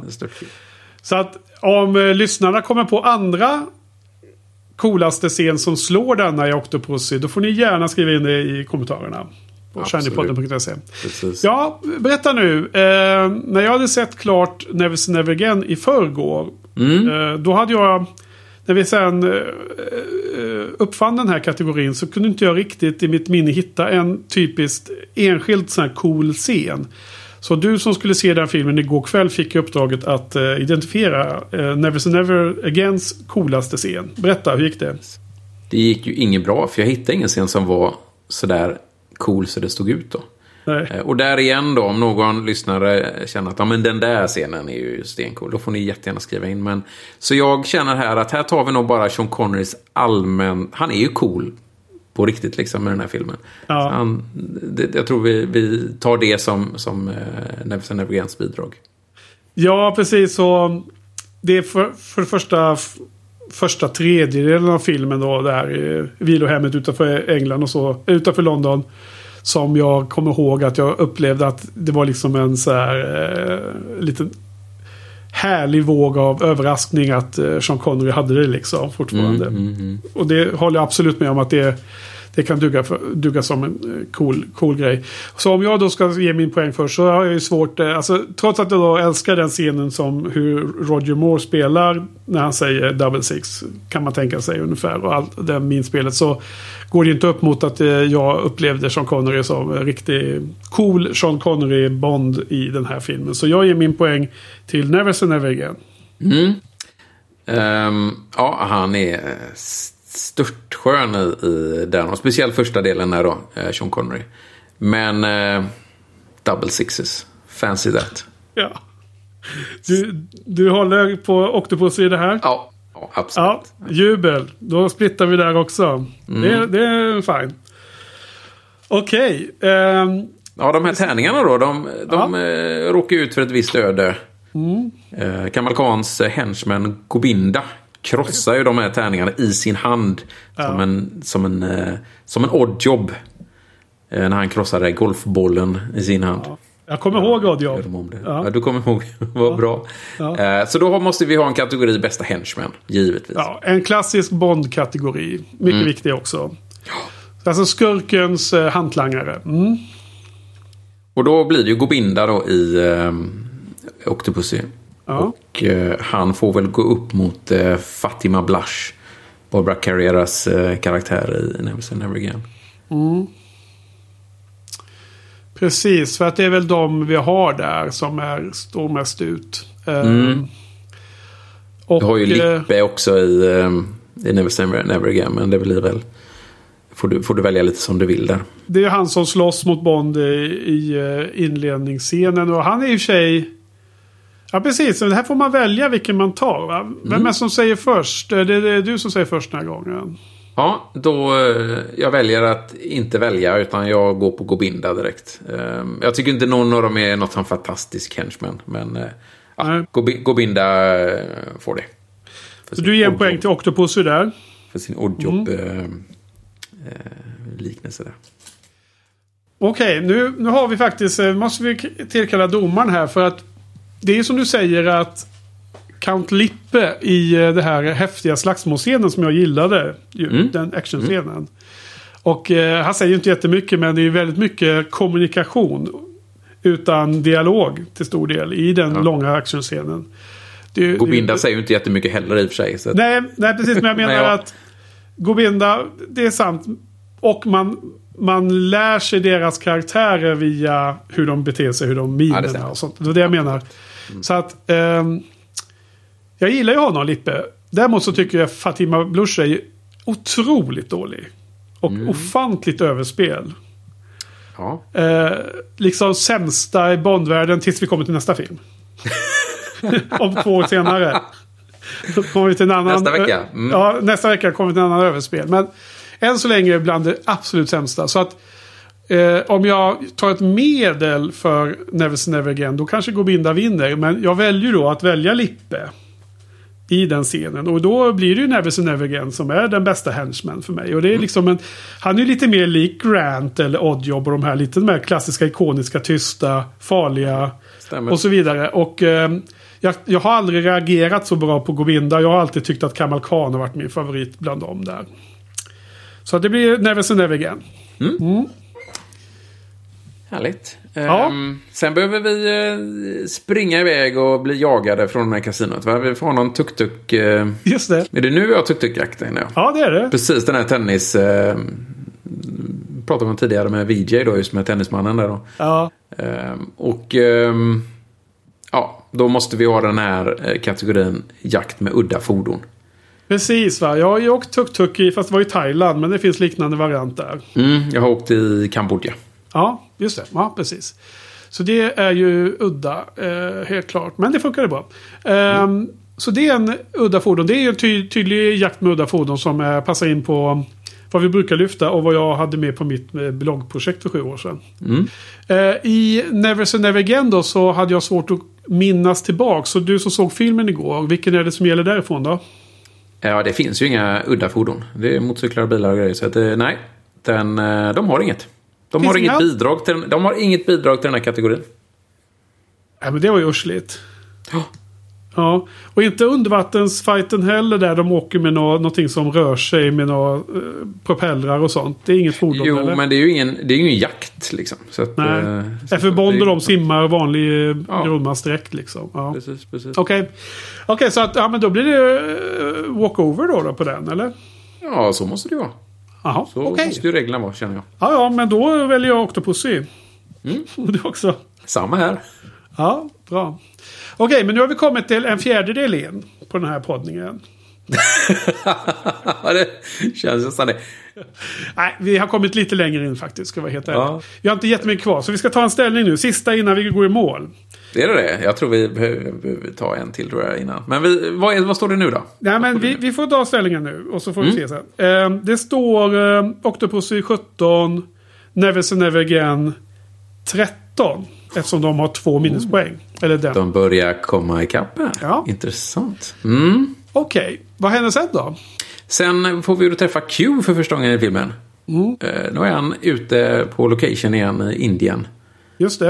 Så att om eh, lyssnarna kommer på andra coolaste scen som slår denna i Octopus, då får ni gärna skriva in det i kommentarerna på shiny-podden punkt se. Ja, berätta nu. Eh, när jag hade sett klart Never Never Again i förrgår, mm. eh, då hade jag, när vi sen eh, uppfann den här kategorin, så kunde inte jag riktigt i mitt minne hitta en typiskt enskild sån här cool scen. Så du som skulle se den filmen igår kväll fick uppdraget att eh, identifiera eh, Never Never Agains coolaste scen. Berätta, hur gick det? Det gick ju inget bra, för jag hittade ingen scen som var sådär cool så det stod ut då. Nej. Och där igen då, om någon lyssnare känner att ja, men den där scenen är ju stencool, då får ni jättegärna skriva in. Men, så jag känner här att här tar vi nog bara Sean Connerys allmän, han är ju cool på riktigt liksom med den här filmen. Ja. Han, det, jag tror vi, vi tar det som, som uh, Never Never Agains bidrag. Ja, precis. Så det är för, för det första första tredjedelen av filmen då, där i vilohemmet utanför England och så, utanför London, som jag kommer ihåg att jag upplevde att det var liksom en så här eh, liten härlig våg av överraskning att eh, Sean Connery hade det liksom fortfarande. Mm, mm, mm. Och det håller jag absolut med om att det, det kan duga, för, duga som en cool, cool grej. Så om jag då ska ge min poäng först, så har jag ju svårt, eh, alltså, trots att jag då älskar den scenen som hur Roger Moore spelar när han säger double six, kan man tänka sig ungefär, och allt det minspelet, så går det inte upp mot att eh, jag upplevde Sean Connery som en riktigt cool Sean Connery Bond i den här filmen. Så jag ger min poäng till Never Never Again. Mm. Um, ja, han är störtskön i, i den, och speciellt första delen där då, eh, Sean Connery. Men eh, double sixes, fancy that. Ja. Du, du håller på Octopus i det här? Ja. Ja, absolut. Ja, jubel. Då splittar vi där också. Mm. Det, det är fine. Okej. Okay. Um, ja, de här tärningarna då, de, de ja. eh, råkar ut för ett visst öde. Mm. Eh, Kamal Khans henchman Gobinda krossar ju de här tärningarna i sin hand. Ja. Som en, som en, eh, som en odd jobb. Eh, när han krossade golfbollen i sin hand. Ja. Jag kommer ihåg Odd Job. Ja. Ja, du kommer ihåg. Vad ja. bra. Ja. Uh, så då måste vi ha en kategori bästa henchman, givetvis. Ja, en klassisk Bond-kategori. Mycket mm. viktig också. Alltså skurkens uh, hantlangare. Mm. Och då blir det ju Gobinda då i um, Octopussy. Ja. Och uh, han får väl gå upp mot uh, Fatima Blush. Barbara Carreras uh, karaktär i Never Say Never Again. Mm. Precis, för att det är väl de vi har där som är står mest ut. Mm. Um, och, du har ju Lippe också i, um, i Never Say Never Again, men det blir väl får du, får du välja lite som du vill där. Det är han som slåss mot Bond i, i inledningsscenen, och han är ju sig. Ja, precis. Det här får man välja vilken man tar, va? Vem mm. är som säger först? Det är du som säger först den här gången. Ja, då jag väljer att inte välja, utan jag går på Gobinda direkt. Jag tycker inte någon av dem är något som fantastisk henchman, men ja, Gobinda får det. Så du ger en poäng till Octopussy där. För sin oddjobb mm. eh, liknelse där. Okej, okay, nu, nu har vi faktiskt, måste vi tillkalla domaren här, för att det är som du säger att Count Lippe i det här häftiga slagsmålscenen som jag gillade, ju, mm. den actionscenen. Mm. Och eh, han säger ju inte jättemycket, men det är väldigt mycket kommunikation utan dialog till stor del i den ja. långa actionscenen. Det, Gobinda det, säger ju inte jättemycket heller i och för sig. Så att... nej, nej, precis, men jag menar ja. att Gobinda, det är sant, och man, man lär sig deras karaktärer via hur de beter sig, hur de minerna ja, och sånt. Det är det jag menar. Mm. Så att eh, jag gillar ju honom, Lippe. Däremot så tycker jag Fatima Blush är otroligt dålig. Och mm. ofantligt överspel. Ja. Eh, liksom sämsta i Bondvärlden tills vi kommer till nästa film. Om två år senare. Då kommer vi till en annan, nästa vecka. Mm. Ja, nästa vecka kommer vi till en annan överspel. Men än så länge är bland det absolut sämsta. Så att eh, om jag tar ett medel för Never Say Never Again, då kanske Gobinda vinner. Men jag väljer då att välja Lippe i den scenen. Och då blir det ju Never Say Never Again som är den bästa henchman för mig. Och det är liksom en, han är ju lite mer lik Grant eller Oddjob och de här lite mer klassiska, ikoniska, tysta, farliga Stämmer. och så vidare. Och eh, jag, jag har aldrig reagerat så bra på Gobinda. Jag har alltid tyckt att Kamal Khan har varit min favorit bland dem där. Så det blir Never Say Never Again. Mm. Mm. Härligt. Ja. Um, sen behöver vi uh, springa iväg och bli jagade från den här kasinot. Va? Vi får någon tuk-tuk. Uh, Just det. Är det nu jag har tuk-tuk-jakten? Ja. ja, det är det. Precis, den här tennis... Uh, pratade man tidigare med V J då, just med tennismannen där då. Ja. Um, och... Um, ja, då måste vi ha den här uh, kategorin jakt med udda fordon. Precis, va? Jag har ju åkt tuk-tuk i, fast det var i Thailand, men det finns liknande varianter. Mm, jag har åkt i Kambodja. Ja, just det. Ja, precis. Så det är ju udda, eh, helt klart. Men det funkar bra. Eh, mm. Så det är en udda fordon. Det är ju en ty- tydlig jakt med udda fordon som eh, passar in på vad vi brukar lyfta och vad jag hade med på mitt bloggprojekt för sju år sedan. Mm. Eh, I Never Say Never Again då så hade jag svårt att minnas tillbaka. Så du som såg filmen igår, vilken är det som gäller därifrån då? Ja, det finns ju inga udda fordon. Det är motorcyklar och bilar och grejer. Så att, nej, den, de har inget. De har, inget bidrag till, de har inget bidrag till den här kategorin. Ja, men det var ju ursligt. Ja. Ja, och inte undervattensfighten heller där de åker med nå- någonting som rör sig med några eh, propellrar och sånt. Det är inget fordon. Jo, eller? men det är ju ingen, det är ingen jakt liksom. Så att, nej. Eh, så för Bond och de simmar vanlig eh, ja. grundmansdräkt liksom. Ja. Precis, precis. Okej, okay. okay, så att, ja, men då blir det uh, walkover då, då på den, eller? Ja, så måste det vara. Aha, så okay. måste ju reglerna vara, känner jag. Ja, ja, men då väljer jag Octopussy. Mm. Det också. Samma här. Ja, bra. Okej, men nu har vi kommit till en fjärdedel in på den här poddningen. Det känns nästan det. Nej, vi har kommit lite längre in faktiskt, ska vara helt ärlig. Ja. Vi har inte jättemycket kvar, så vi ska ta en ställning nu. Sista innan vi går i mål. Det är det. Jag tror vi behöver ta en till tror jag, innan. Men vi, vad, är, vad står det nu då? Nej, men vi, vi får ta ställningen nu och så får mm. vi se sen. Eh, det står eh, Octopussy sjutton, Never Say Never Again tretton. Eftersom de har två minuspoäng. Mm. Eller den. De börjar komma ikapp här. Ja. Intressant. Mm. Okej, okay. Vad händer sen då? Sen får vi då träffa Q för första gången i filmen. Mm. Uh, nu är han ute på location igen i Indien. Just det.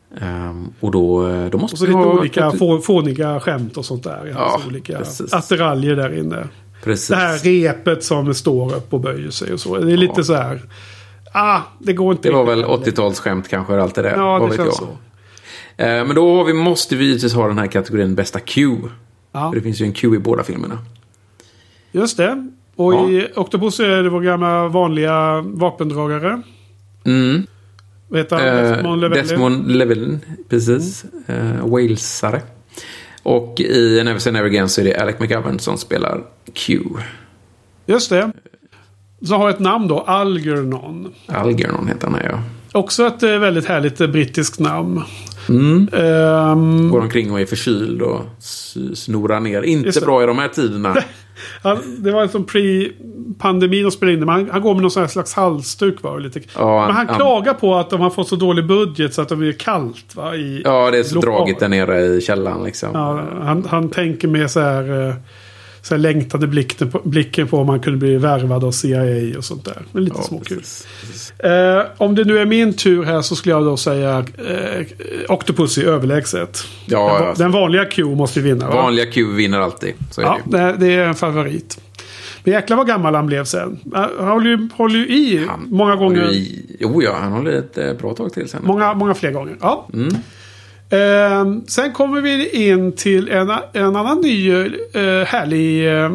Um, och då, då måste och så vi lite ha olika få, fåniga skämt och sånt där. Ja, alltså olika precis. attiraljer där inne. Precis. Det här repet som står upp och böjer sig och så. Det är lite Ja. så här. Ah, det går inte. Det var väl riktigt. åttiotalsskämt kanske, allt det där. Ja, Vad det vet känns jag. så. Eh, men då har vi, måste vi givetvis ha den här kategorin bästa Q. Ja. För det finns ju en Q i båda filmerna. Just det. Och Ja. i Octopus är det vår gamla vanliga vapendragare. Mm. Vad heter han? Eh, Desmond Llewellyn. Desmond Llewellyn, precis. Mm. Eh, Walesare. Och i Never Say Never Again så är det Alec McGovern som spelar Q. Just det. Så har ett namn då. Algernon. Algernon heter han här, ja. Också ett eh, väldigt härligt eh, brittiskt namn. Mm. Ehm, Går omkring och är förkyld och s- snorar ner. Just Inte det. bra i de här tiderna. han, det var som pre-pandemin och spelade in det. Men han, han går med någon sån här slags halsduk. Va? Och lite. Ja, men han han- klagar på att de har fått så dålig budget så att det blir kallt. Va? I, Ja, det är så lokal. dragigt där nere i källaren liksom. Ja, han, han tänker med så här, eh, så här längtande blicken på, blicken på om han kunde bli värvad av C I A och sånt där. Men lite Ja, småkul. precis, precis. Eh, om det nu är min tur här så skulle jag då säga eh, Octopus i överlägset. Ja, den, alltså. den vanliga Q måste vi vinna. Va? Vanliga Q vinner alltid. Så är Ja, det ju. det, det är en favorit. Men jäklar vad gammal han blev sen. Han håller ju, håller ju i Han många gånger. håller i- Jo, ja, han håller ett eh, bra tag till sen. Många, många fler gånger. Ja. Mm. Eh, sen kommer vi in till en, en annan ny eh, härlig eh,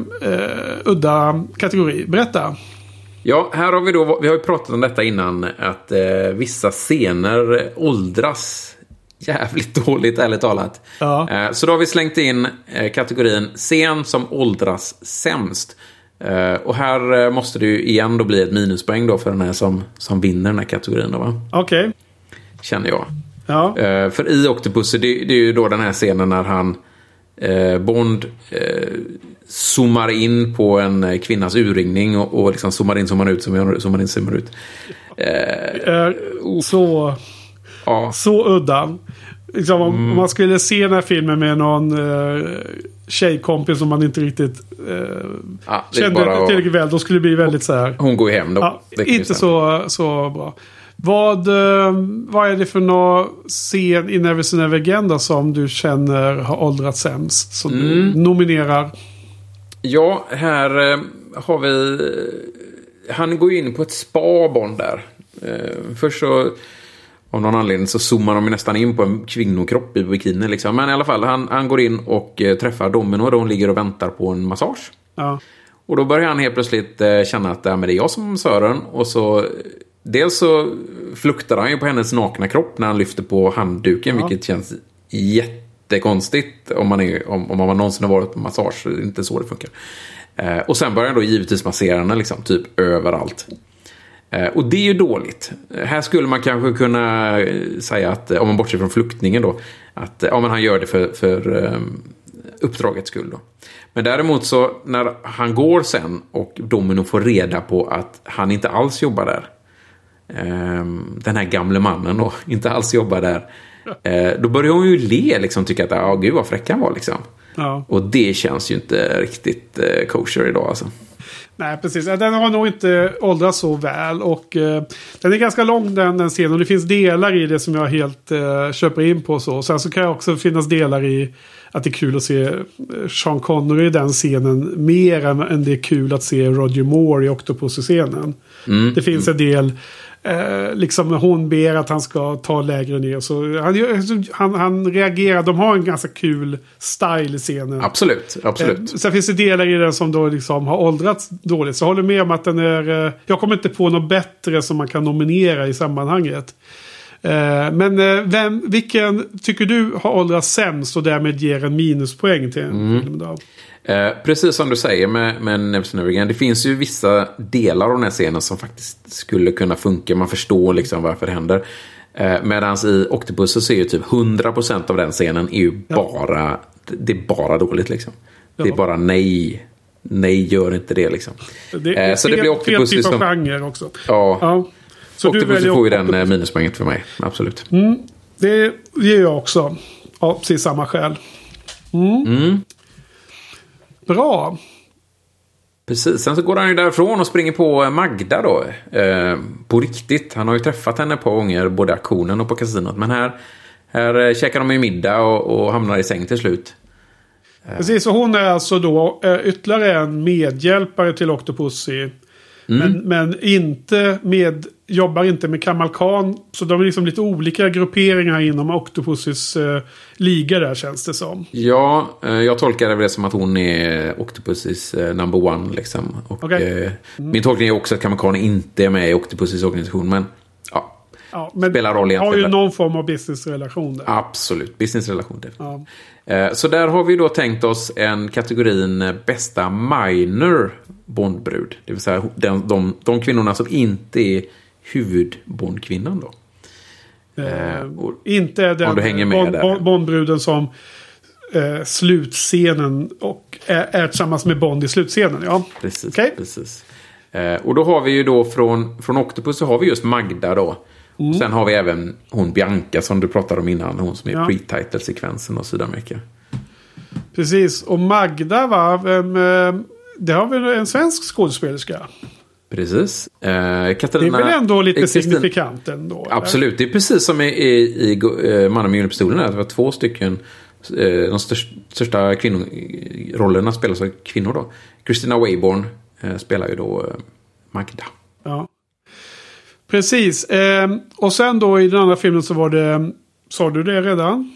udda kategori. Berätta. Ja, här har vi då, vi har ju pratat om detta innan, att eh, vissa scener åldras jävligt dåligt, ärligt talat. Ja. Eh, så då har vi slängt in eh, kategorin scen som åldras sämst. Eh, och här eh, måste det ju igen då bli ett minuspoäng då för den här som, som vinner den här kategorin då, va? Okej. Känner jag. Ja. Eh, för i Octopus, det, det är ju då den här scenen när han eh, Bond eh, zoomar in på en eh, kvinnas urringning och, och liksom zoomar in, zoomar ut, zoomar, zoomar in, zoomar ut. Eh, Eh, så, ja, så udda. Liksom, om, Mm. om man skulle se den här filmen med någon eh, tjejkompis som man inte riktigt eh, ja, det är kände bara, tillräckligt väl. Då skulle det bli väldigt så här. hon går ju hem då. Ja, Det kan vi inte säga. så, så bra. Vad, eh, vad är det för någon scen i Never Say Never Again då, som du känner har åldrats sämst? Som Mm. du nominerar? Ja, här eh, har vi... Han går ju in på ett spa, Bond där. Eh, först så... Av någon anledning så zoomar de ju nästan in på en kvinnokropp i bikini liksom. Men i alla fall, han, han går in och eh, träffar Domino och hon ligger och väntar på en massage. Ja. Och då börjar han helt plötsligt eh, känna att ja, men det är jag som är massören. Och så... eh, Dels så fluktar han ju på hennes nakna kropp när han lyfter på handduken. Ja. Vilket känns jättekonstigt om man, är, om, om man någonsin har varit på massage. Det är inte så det funkar. Eh, och sen börjar han då givetvis massera henne liksom, typ överallt. Eh, och det är ju dåligt. Eh, här skulle man kanske kunna eh, säga att, eh, om man bortser från fluktningen då, att eh, ja, men han gör det för, för eh, uppdragets skull då. Men däremot så när han går sen och Domino får reda på att han inte alls jobbar där. Eh, den här gamle mannen då inte alls jobbar där. Eh, då börjar hon ju le liksom, tycka att ja, gud vad fräck han var liksom. Ja. Och det känns ju inte riktigt eh, kosher idag alltså. Nej, precis. Den har nog inte åldrats så väl. Och eh, den är ganska lång den, den scenen. Och det finns delar i det som jag helt eh, köper in på. Så. Sen så kan det också finnas delar i att det är kul att se Sean Connery i den scenen. Mer än, än det är kul att se Roger Moore i Octopus-scenen. Mm. Det finns en del... Eh, liksom hon ber att han ska ta lägre ner. Så han, han, han reagerar. De har en ganska kul style i scenen. Absolut, absolut. Eh, sen finns det delar i den som då liksom har åldrats dåligt. Så jag håller med om att den är... Eh, jag kommer inte på något bättre som man kan nominera i sammanhanget. Eh, men eh, vem, vilken tycker du har åldrats sämst och därmed ger en minuspoäng till en Mm. film då? Eh, precis som du säger med, med Never Say Never Again. Det finns ju vissa delar av den här scenen som faktiskt skulle kunna funka. Man förstår liksom varför det händer. Eh, Medan i Octopus så är ju typ hundra procent av den scenen är ju Ja. bara... Det är bara dåligt liksom. Det är Ja. bara nej. Nej, gör inte det liksom. Det, Eh, så det blir fel Octopus typ av som... genre också. Ja, Ja. Så du Octopus väljer får ju den Octopus. eh, minuspoänget för mig. Absolut. Mm, det ger jag också. Av precis samma skäl. Mm. Mm. Bra. Precis, sen så går han ju därifrån och springer på Magda då. Eh, på riktigt. Han har ju träffat henne ett par gånger, både aktionen och på kasinot. Men här, Här käkar de ju middag och, och hamnar i säng till slut. Precis, och hon är alltså då eh, ytterligare en medhjälpare till Octopussy. Mm. Men, men inte med, jobbar inte med Kamal Khan. Så de är liksom lite olika grupperingar inom Octopussys eh, liga där, känns det som. Ja, eh, jag tolkar det som att hon är Octopussys eh, number one. Liksom. Och, okay. eh, mm. Min tolkning är också att Kamal Khan inte är med i Octopussys organisation. Men ja, ja men spelar roll egentligen. Har ju någon form av businessrelation där. Absolut, businessrelation. Ja. Så där har vi då tänkt oss en kategorin bästa minor Bondbrud. Det vill säga de, de, de kvinnorna som inte är huvudbondkvinnan då. Eh, och, inte är den om du hänger med bond, där. Bondbruden som eh, slutscenen och är, är tillsammans med Bond i slutscenen. Ja. Precis, okay. precis. Eh, och då har vi ju då från, från Octopus så har vi just Magda då. Mm. Sen har vi även hon Bianca som du pratade om innan. Hon som är ja. pre-title-sekvensen och Sydamerika. Precis. Och Magda va? Det har väl en svensk skådespelerska? Precis. Eh, Katarina, det är väl ändå lite Kristin, signifikant ändå? Eller? Absolut. Det är precis som i, i, i uh, Mannen med Gyllene Det var två stycken uh, de största, största kvinnorollerna spelas av kvinnor då. Christina Wayborn uh, spelar ju då uh, Magda. Ja. Precis. Eh, och sen då i den andra filmen så var det... Sa du det redan?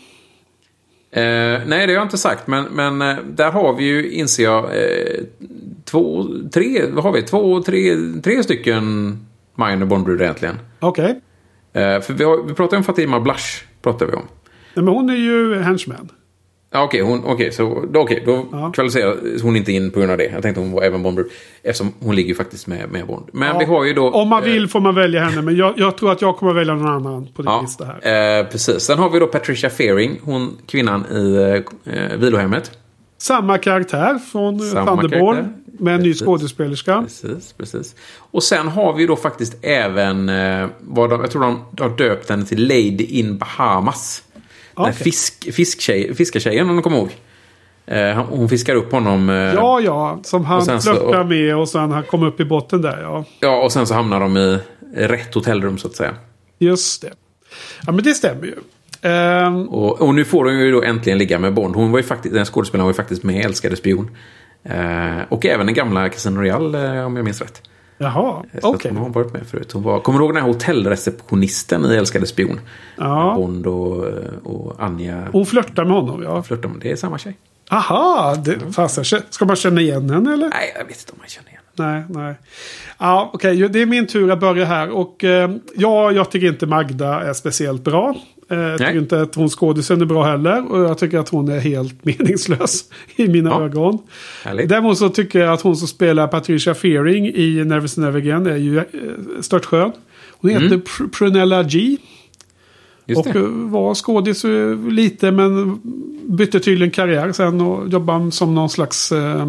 Eh, nej, det har jag inte sagt. Men, men eh, där har vi ju, inser jag, eh, två, tre, vad har vi? Två, tre, tre stycken minor Bondbrud egentligen. Okej. Okay. Eh, för vi, har, vi pratar om Fatima Blush, pratar vi om. Nej, men hon är ju henchman. Ja, okej, okay, okay, så då, okay, då ja. kvalificerar hon inte in på grund av det. Jag tänkte hon var även Bondbrud. Eftersom hon ligger ju faktiskt med, med Bond. Men ja, vi har ju då... Om man vill får man välja henne. Men jag, jag tror att jag kommer välja någon annan på din ja, lista här. Eh, precis. Sen har vi då Patricia Fearing. Hon, kvinnan i eh, vilohemmet. Samma karaktär från Samma Thunderball. Karaktär. Med en precis. ny skådespelerska. Precis, precis. Och sen har vi då faktiskt även... Eh, vad de, jag tror de har döpt henne till Lady in Bahamas. Okay. Fisk, fisktjej, fiskartjejen om du kommer ihåg. Eh, hon fiskar upp honom. Eh, ja, ja. Som han flörtar med och sen han kommer upp i botten där. Ja. ja, och sen så hamnar de i rätt hotellrum så att säga. Just det. Ja, men det stämmer ju. Eh, och, och nu får hon ju då äntligen ligga med Bond. Hon var ju faktiskt, den skådespelaren var ju faktiskt med Älskade spion. Eh, och även den gamla Casino Royale, eh, om jag minns rätt. Jaha, okej. Okay. Hon har varit med förut. Hon var, kommer du ihåg den här hotellreceptionisten i Älskade spion? Ja. Bond och, och Anja. Hon flörtar med honom, ja. Flörtar med, det är samma tjej. Aha, det, fast, ska man känna igen henne eller? Nej, jag vet inte om man känner igen henne. Nej, nej. Ja, okej. Okay. Det är min tur att börja här. Och eh, ja, jag tycker inte Magda är speciellt bra. Eh, jag tycker nej. inte att hon skådisen är bra heller. Och jag tycker att hon är helt meningslös i mina ja. ögon. Härligt. Däremot så tycker jag att hon som spelar Patricia Fearing i Never Never Again är ju eh, störtskön. Hon heter mm. Pr- Prunella G. Just och det. var skådis lite men bytte tydligen karriär sen och jobbade som någon slags eh,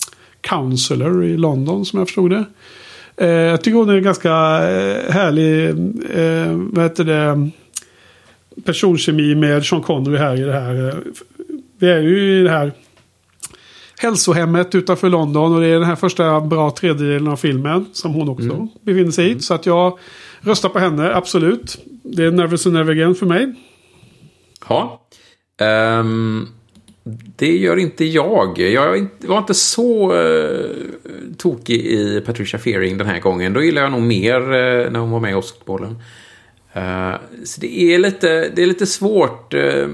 counselor i London som jag förstod det. Eh, jag tycker hon är en ganska eh, härlig eh, vad heter det, personkemi med Sean Connery här i det här. Vi är ju i det här hälsohemmet utanför London och det är den här första bra tredjedelen av filmen som hon också mm. befinner sig i. Mm. Så att jag röstar på henne, absolut. Det är Never Never Again för mig. Ja. Um, det gör inte jag. Jag var inte så uh, tokig i Patricia Fearing den här gången. Då gillar jag nog mer uh, när hon var med i Oscarsbollen. Uh, så det är lite, det är lite svårt. Uh, uh,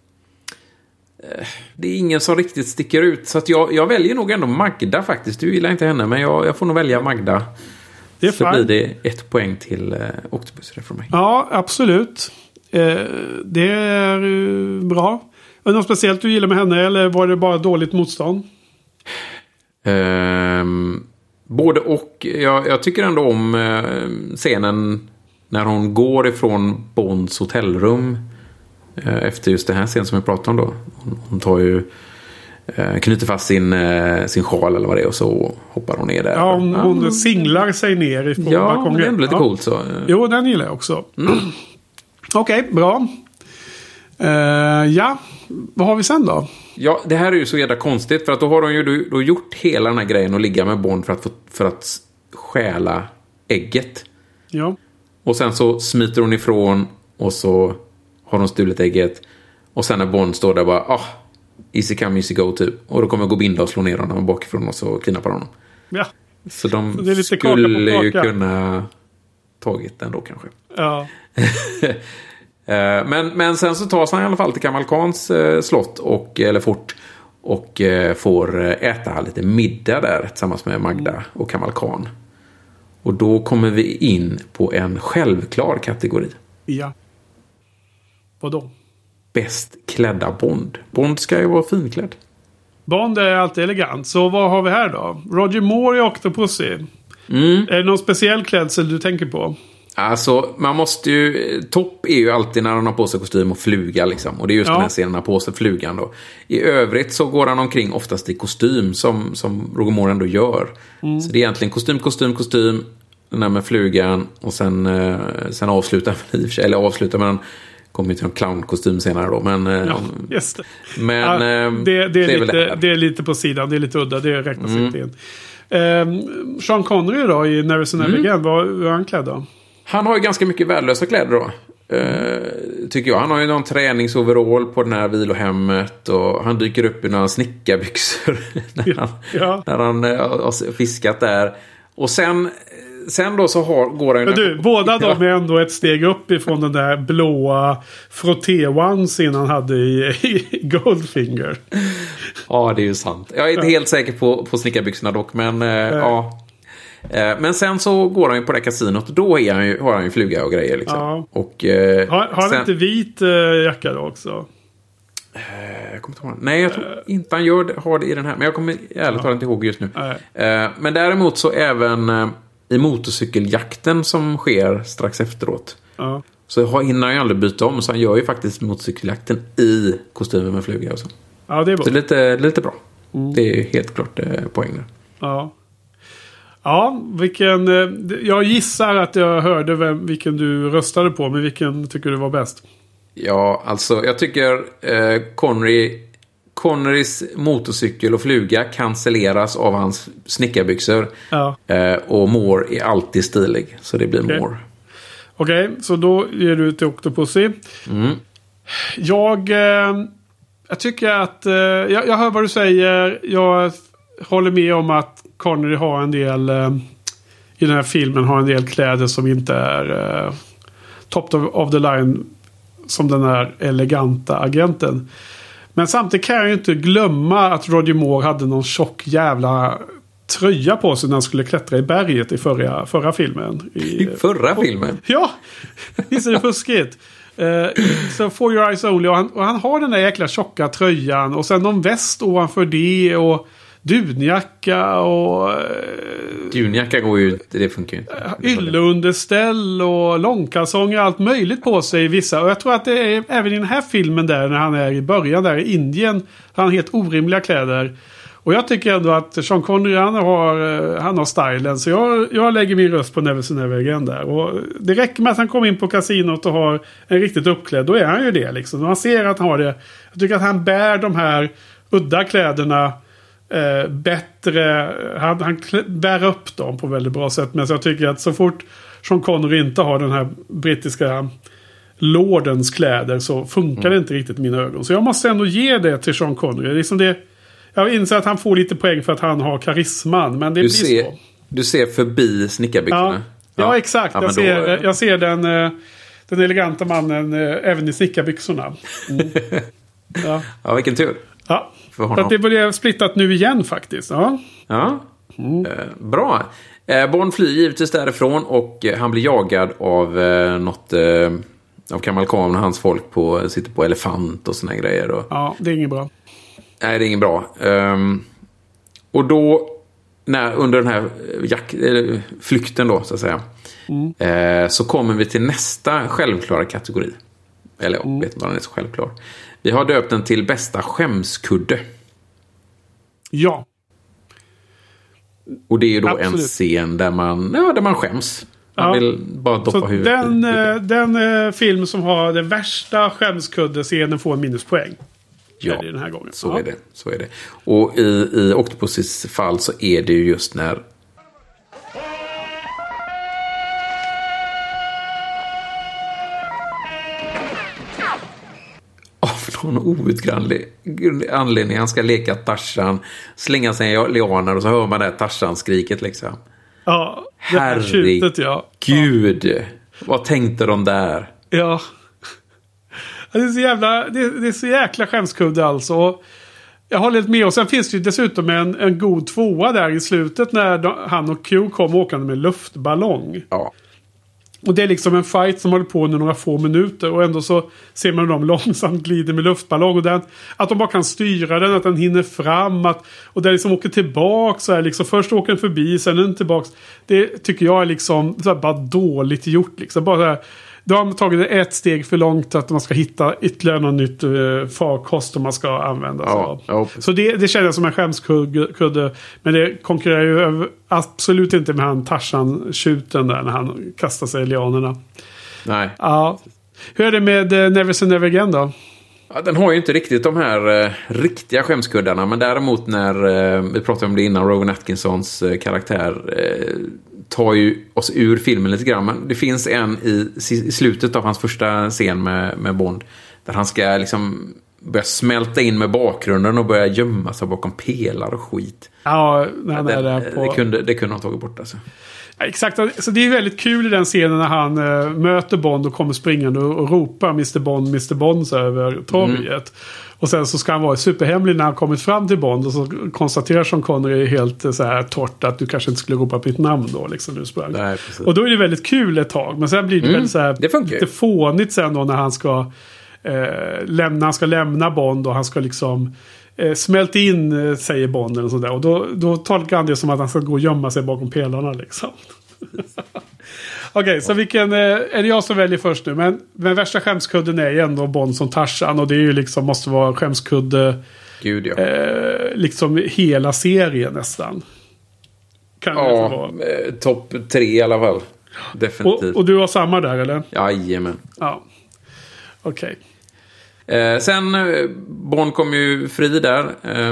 det är ingen som riktigt sticker ut. Så att jag, jag väljer nog ändå Magda faktiskt. Du gillar inte henne, men jag, jag får nog välja Magda. Det är så fine. Blir det ett poäng till uh, Octopus för mig. Ja, absolut. Uh, det är uh, bra. Är det något speciellt du gillar med henne eller var det bara dåligt motstånd? Uh, både och. Jag, jag tycker ändå om uh, scenen när hon går ifrån Bonds hotellrum uh, efter just det här scenen som vi pratade om då. Hon, hon tar ju uh, knyter fast sin, uh, sin sjal eller vad det är och så hoppar hon ner där. Ja, hon, hon uh, singlar sig ner ifrån ja, balkongen. Ja, det är lite ja. coolt så. Uh. Jo, den gillar jag också. Mm. Okej, okay, bra. Uh, ja, vad har vi sen då? Ja, det här är ju så jävla konstigt för att då har de ju då, då gjort hela den här grejen och ligga med Bond för att, för att stjäla ägget. Ja. Och sen så smiter hon ifrån och så har de stulit ägget. Och sen när Bond står där bara, ah, easy come, easy go typ. Och då kommer Gobinda och slå ner honom bakifrån och så kidnappar honom. Ja. Så de så det är lite skulle på ju kunna tagit den då kanske. Ja. men, men sen så tar han i alla fall till Kamal Khans eh, slott och, eller fort och eh, får äta lite middag där tillsammans med Magda mm. och Kamal Khan. Och då kommer vi in på en självklar kategori. Ja. Vadå? Bäst klädda Bond. Bond ska ju vara finklädd. Bond är alltid elegant. Så vad har vi här då? Roger Moore i Octopussy. Mm. Är det någon speciell klädsel du tänker på? Alltså, man måste ju... Topp är ju alltid när han har på sig kostym och fluga liksom. Och det är just ja. den här scenen på sig flugan då. I övrigt så går han omkring oftast i kostym som, som Roger Moore ändå gör. Mm. Så det är egentligen kostym, kostym, kostym. Den här med flugan. Och sen, eh, sen avslutar man i och för sig. Eller avslutar man... Kommer ju till en clownkostym senare då. Men, ja, just det. Men, ja, det, det, är det, är lite, det, det är lite på sidan. Det är lite udda. Det räknas mm. inte in. Um, Sean Connery då i Never Say Never Again. Vad är han klädd då? Han har ju ganska mycket värdelösa kläder då. Uh, tycker jag. Han har ju någon träningsoverall på den här vilohemmet. Och han dyker upp i några snickarbyxor. när han, ja. när han uh, har fiskat där. Och sen... Sen då så har, går han ju... Men du, båda de är ändå ett steg upp ifrån den där blåa frotté-onesin han hade i, i Goldfinger. Ja, det är ju sant. Jag är inte ja. helt säker på, på snickarbyxorna dock, men äh, ja. Äh, men sen så går han ju på det kasinot och då är han ju, har han ju fluga och grejer liksom. Ja. Och, äh, har har sen, han inte vit äh, jacka då också? Äh, jag kommer inte ihåg. Nej, jag tror äh. inte han gör det, har det i den här. Men jag kommer ärligt talat inte ihåg just nu. Äh, men däremot så även... Äh, i motorcykeljakten som sker strax efteråt. Ja. Så hinner han ju aldrig byta om. Så han gör ju faktiskt motorcykeljakten i kostymen med fluga och så. Ja, det är bra. Så det är lite, lite bra. Mm. Det är helt klart eh, poäng där. Ja. Ja, vilken... Eh, jag gissar att jag hörde vem, vilken du röstade på. Men vilken tycker du var bäst? Ja, alltså jag tycker eh, Connery... Connerys motorcykel och fluga cancelleras av hans snickarbyxor. Ja. Eh, och Moore är alltid stilig. Så det blir okay. Moore. Okej, okay, så då ger du till Octopussy. Mm. Jag, eh, jag tycker att... Eh, jag, jag hör vad du säger. Jag håller med om att Connery har en del... Eh, i den här filmen har en del kläder som inte är eh, top of the line som den här eleganta agenten. Men samtidigt kan jag ju inte glömma att Roger Moore hade någon tjock jävla tröja på sig när han skulle klättra i berget i förra, förra filmen. I, I förra och, filmen? Ja, visst är det fuskigt. Uh, så For Your Eyes Only och han, och han har den där jäkla tjocka tröjan och sen någon väst ovanför det och dunjacka och... Uh, dunjacka går ju inte, det funkar ju inte. Uh, ylleunderställ och långkalsonger, allt möjligt på sig i vissa. Och jag tror att det är även i den här filmen där när han är i början där i Indien har han helt orimliga kläder. Och jag tycker ändå att Sean Connery han har, han har stylen. Så jag, jag lägger min röst på Never Say Never Again där. Och det räcker med att han kommer in på kasinot och har en riktigt uppklädd. Då är han ju det liksom. Man ser att han har det. Jag tycker att han bär de här udda kläderna eh, bättre. Han, han bär upp dem på väldigt bra sätt. Men så jag tycker att så fort Sean Connery inte har den här brittiska lordens kläder så funkar mm. det inte riktigt i mina ögon. Så jag måste ändå ge det till Sean Connery. Liksom det... Jag inser att han får lite poäng för att han har karisman. Men det du blir ser, så. Du ser förbi snickarbyxorna. Ja, ja, exakt. Ja, jag, ser, då... jag ser den, den eleganta mannen även i snickarbyxorna. Mm. Ja. Ja, vilken tur. Ja, för att det blev splittat nu igen faktiskt. Ja, ja. Mm. Eh, bra. Eh, Bond flyr givetvis därifrån och eh, han blir jagad av eh, något... Eh, av Kamal Khan och hans folk på, sitter på elefant och såna grejer. Och... Ja, det är inget bra. Nej, det är inget bra. Um, och då, när, under den här jak- eller, flykten då, så att säga, mm. eh, så kommer vi till nästa självklara kategori. Eller mm. jag vet inte vad den är så självklar. Vi har döpt den till bästa skämskudde. Ja. Och det är ju då absolut. En scen där man, ja, där man skäms. Man ja. Vill bara doppa så huvudet. Den, den eh, film som har den värsta skämskudde-scenen får en minuspoäng. Ja, den här gången. Så, ja. är det, så är det. Och i, i Octopussys fall så är det ju just när någon outgrundlig anledning han ska leka Tarzan, slänga sig i lianer och så hör man det här Tarzan-skriket liksom. Ja, det här tjutet, ja. Gud, ja. Vad tänkte de där? Ja. Det är så jävla, det, det är så jäkla skämskudde alltså. Jag håller lite med. Och sen finns det ju dessutom en, en god tvåa där i slutet när de, han och Q kom åkande med luftballong. Ja. Och det är liksom en fight som håller på under några få minuter. Och ändå så ser man dem långsamt glider med luftballong. Och den, att de bara kan styra den. Att den hinner fram. Att, och den liksom åker tillbaka. Så här, liksom, först åker den förbi. Sen den tillbaka. Det tycker jag är liksom så här, bara dåligt gjort. Liksom. Bara så här, då har man tagit ett steg för långt. Att man ska hitta ytterligare något nytt uh, farkost. Som man ska använda. Ja, så ja. så det, det känns som en skämskudde. Men det konkurrerar ju absolut inte med han Tarzan-tjuten där. När han kastar sig i lianerna. Nej. Ja. Hur är det med uh, Never Say Never Again då? Ja, den har ju inte riktigt de här uh, riktiga skämskuddarna. Men däremot när uh, vi pratade om det innan, Rowan Atkinsons uh, karaktär uh, tar ju oss ur filmen lite grann. Men det finns en i, i slutet av hans första scen med, med Bond. Där han ska liksom börja smälta in med bakgrunden och börja gömma sig bakom pelare och skit. Ja, när han det, är där på... det, kunde, det kunde han tagit bort alltså. Ja, exakt, så det är väldigt kul i den scenen när han äh, möter Bond och kommer springande och, och ropar mister Bond, mister Bond så över torget. Mm. Och sen så ska han vara superhemlig när han kommit fram till Bond och så konstaterar Sean Connery helt så här torrt att du kanske inte skulle ropa på mitt namn då liksom du sprang. Nej, och då är det väldigt kul ett tag, men sen blir det mm. väldigt så här det lite fånigt sen då när han ska eh, lämna, han ska lämna Bond och han ska liksom eh, smälta in, säger Bond eller sådär. Och då, då tolkar han det som att han ska gå och gömma sig bakom pelarna liksom. Okej, okay, så vilken är det jag som väljer först nu? Men den värsta skämskudden är ju ändå Bond som Tarzan. Och det är ju liksom, måste vara skämskudde Gud, ja. eh, liksom hela serien nästan. Kan ja, vara. Eh, topp tre i alla fall. Definitivt. Och, och du har samma där, eller? Jajamän. Ja, okej. Okay. Eh, sen, Bond kom ju fri där. Eh,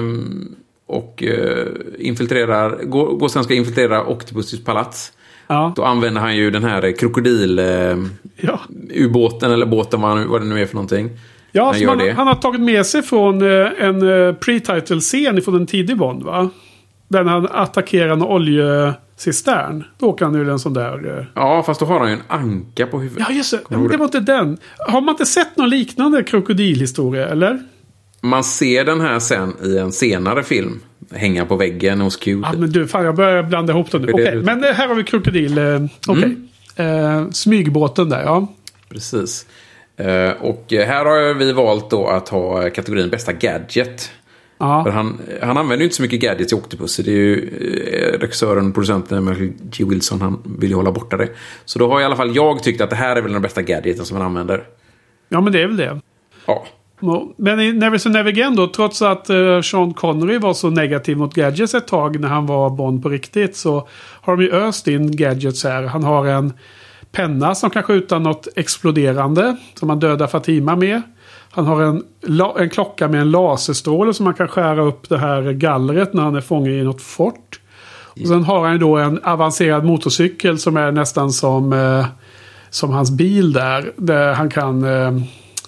och eh, infiltrerar, går, går sen ska infiltrera Octopus's palats. Ja. Då använder han ju den här krokodil eh, ja. ubåten eller båten, vad, vad det nu är för någonting. Ja, han, han, han har tagit med sig från eh, en eh, pre-title-scen från en tidig Bond, va? Där han attackerar en oljecistern. Då åker han ju en sån där... Eh... Ja, fast då har han ju en anka på huvudet. Ja, just det. Men det var inte den. Har man inte sett någon liknande krokodilhistoria, eller? Man ser den här sen i en senare film. Hänga på väggen hos Q. Ja, men du, fan, jag börjar blanda ihop dem nu. Okej, okay, men här har vi krokodil. Eh, Okej. Okay. Mm. Eh, smygbåten där, ja. Precis. Eh, och här har vi valt då att ha kategorin bästa gadget. Ja. För han, han använder ju inte så mycket gadgets i Octopus. Det är ju eh, regissören, producenten Michael G. Wilson, han vill ju hålla borta det. Så då har i alla fall jag tyckt att det här är väl den bästa gadgeten som han använder. Ja, men det är väl det. Ja. Men i Never Say Never Again då, trots att uh, Sean Connery var så negativ mot gadgets ett tag när han var Bond på riktigt, så har de ju öst in gadgets här. Han har en penna som kan skjuta något exploderande som man dödar Fatima med. Han har en, en klocka med en laserstråle som man kan skära upp det här gallret när han är fången i något fort. Och sen har han då en avancerad motorcykel som är nästan som, uh, som hans bil där. Där han kan... Uh,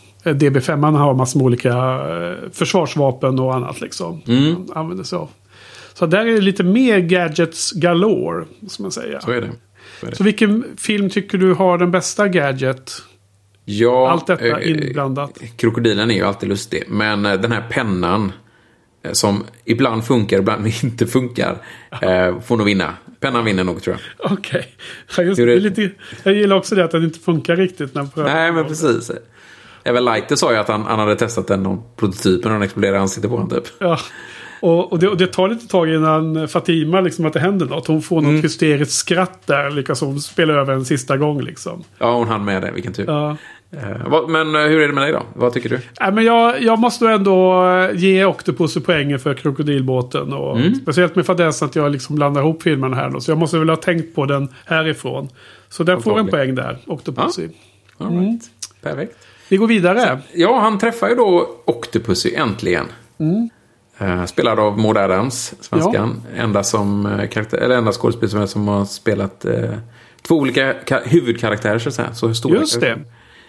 D B fem har massor med olika eh, försvarsvapen och annat liksom. Mm. Han använder sig av. Så där är det lite mer gadgets galore, som man säger. Så är det. Så, är det. Så vilken film tycker du har den bästa gadget? Ja, allt detta eh, inblandat. Krokodilen är ju alltid lustig. Men eh, den här pennan eh, som ibland funkar, ibland inte funkar, eh, får nog vinna. Pennan vinner nog, tror jag. Okej. Okay. Jag gillar också det att den inte funkar riktigt. När Nej, men precis. Även Lighter sa ju att han, han hade testat den någon prototypen och den exploderade ansiktet på honom typ. Ja, och, och, det, och det tar lite tag innan Fatima liksom att det händer något. Hon får något mm. hysteriskt skratt där, lyckas hon spela över en sista gång liksom. Ja, hon hann med det, vilken tur. Ja. Uh, men uh, hur är det med dig då? Vad tycker du? Nej, men jag, jag måste ändå ge Octopus poängen för krokodilbåten. Och mm. speciellt med fadäsen att jag liksom blandar ihop filmen här då. Så jag måste väl ha tänkt på den härifrån. Så den får en poäng där, Octopus. Ja. All right. Mm. Perfekt. Vi går vidare. Så, ja, han träffar ju då Octopussy äntligen. Mm. Uh, spelad av Maud Adams, svenskan. Ja. Enda, som, karaktär, eller enda skådespelare som har spelat uh, två olika ka- huvudkaraktärer så att säga. Så stora Just det.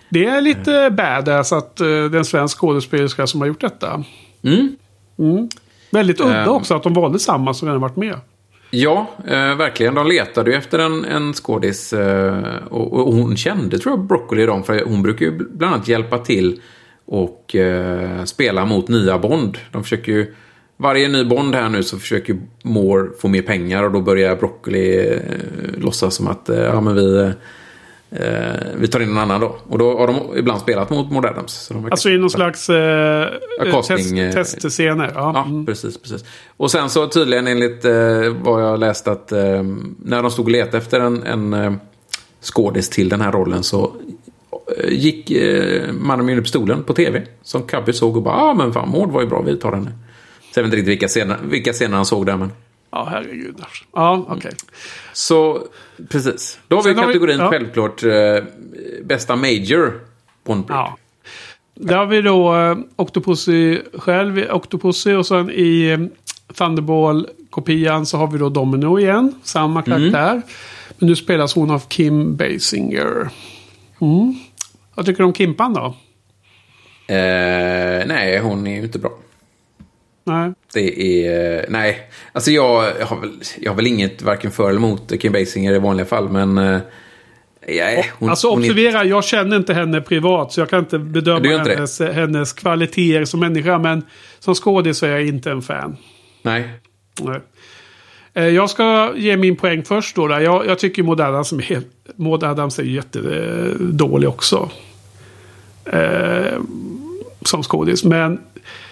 Det är lite badass att uh, den svenska skådespelerska som har gjort detta. Mm. Mm. Väldigt udda um, också att de valde samma som redan varit med. Ja, eh, verkligen. De letade ju efter en, en skådis eh, och, och hon kände, tror jag, Broccoli dem, för hon brukar ju bland annat hjälpa till och eh, spela mot nya Bond. De försöker ju, varje ny Bond här nu så försöker Moore få mer pengar och då börjar Broccoli eh, låtsas som att eh, ja men vi eh, vi tar in en annan då. Och då har de ibland spelat mot Maud Adams. Så de alltså i någon slags eh, casting, test, testscener. Ja, ja mm. precis, precis. Och sen så tydligen enligt eh, vad jag läst att eh, när de stod och letade efter en, en eh, skådis till den här rollen så eh, gick eh, mannen med pistolen på tv som Cubby såg och bara, ja ah, men fan, Maud var ju bra, vi tar henne. Så jag vet inte riktigt vilka scener, vilka scener han såg där, men ja, herregud. Ja, okej. Okay. Så, precis. Då har vi Sen kategorin har vi, ja. självklart eh, bästa major Bond-break. Ja. Där har vi då eh, Octopussy själv, Octopussy, och sen i eh, Thunderball-kopian så har vi då Domino igen. Samma karaktär. Mm. Men nu spelas hon av Kim Basinger. Mm. Vad tycker du om Kimpan då? Eh, nej, hon är ju inte bra. Nej. Det är... Nej. Alltså jag, jag, har väl, jag har väl inget varken för eller emot Kim Basinger i vanliga fall, men... Eh, ja, hon, alltså hon observera, är... jag känner inte henne privat så jag kan inte bedöma inte hennes, hennes kvaliteter som människa, men som skådis så är jag inte en fan. Nej. Nej. Eh, jag ska ge min poäng först då. Där. Jag, jag tycker Maud Adams är, helt, Maud Adams är jättedålig också. Eh, som skådis, men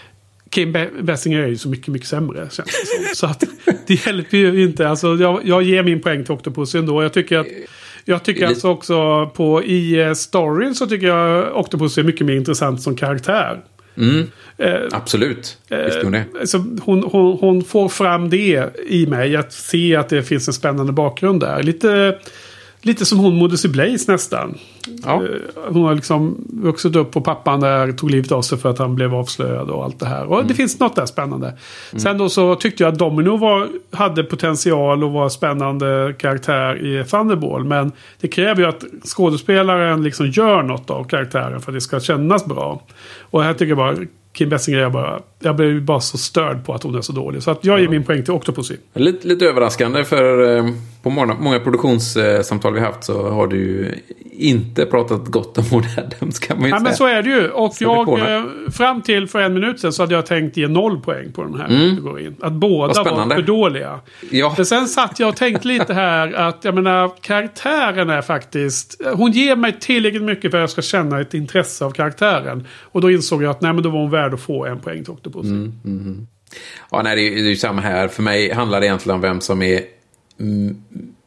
Kim Basinger är ju så mycket, mycket sämre, känns det som. Så att det hjälper ju inte. Alltså, jag, jag ger min poäng till Octopussy ändå. Jag tycker att jag tycker alltså också på i storyn så tycker jag Octopussy är mycket mer intressant som karaktär. Mm. Eh, Absolut. Visst hon det. Eh, så hon, hon, hon får fram det i mig. Att se att det finns en spännande bakgrund där. Lite... Lite som hon Modesty Blaze nästan. Ja. Hon har liksom vuxit upp och pappan där tog livet av sig för att han blev avslöjad och allt det här. Och mm. det finns något där spännande. Mm. Sen då så tyckte jag att Domino var, hade potential och var spännande karaktär i Thunderball. Men det kräver ju att skådespelaren liksom gör något av karaktären för att det ska kännas bra. Och här tycker jag bara... Kim Basinger är bara... Jag blev ju bara så störd på att hon är så dålig. Så att jag ger ja. min poäng till Octopussy. Lite, lite överraskande för eh, på många, många produktionssamtal vi haft så har du ju inte pratat gott om Maud Adams, kan man ju ja, säga. Men så är det ju. Och så jag, eh, fram till för en minut sedan så hade jag tänkt ge noll poäng på den här mm. kategorin. Att båda var för dåliga. Ja. Men sen satt jag och tänkte lite här att jag menar, karaktären är faktiskt... Hon ger mig tillräckligt mycket för att jag ska känna ett intresse av karaktären. Och då insåg jag att nej, men då var hon värd att få en poäng till Octopussy. Mm, mm, mm. Ja, nej, det är, det är ju samma här. För mig handlar det egentligen om vem som är m-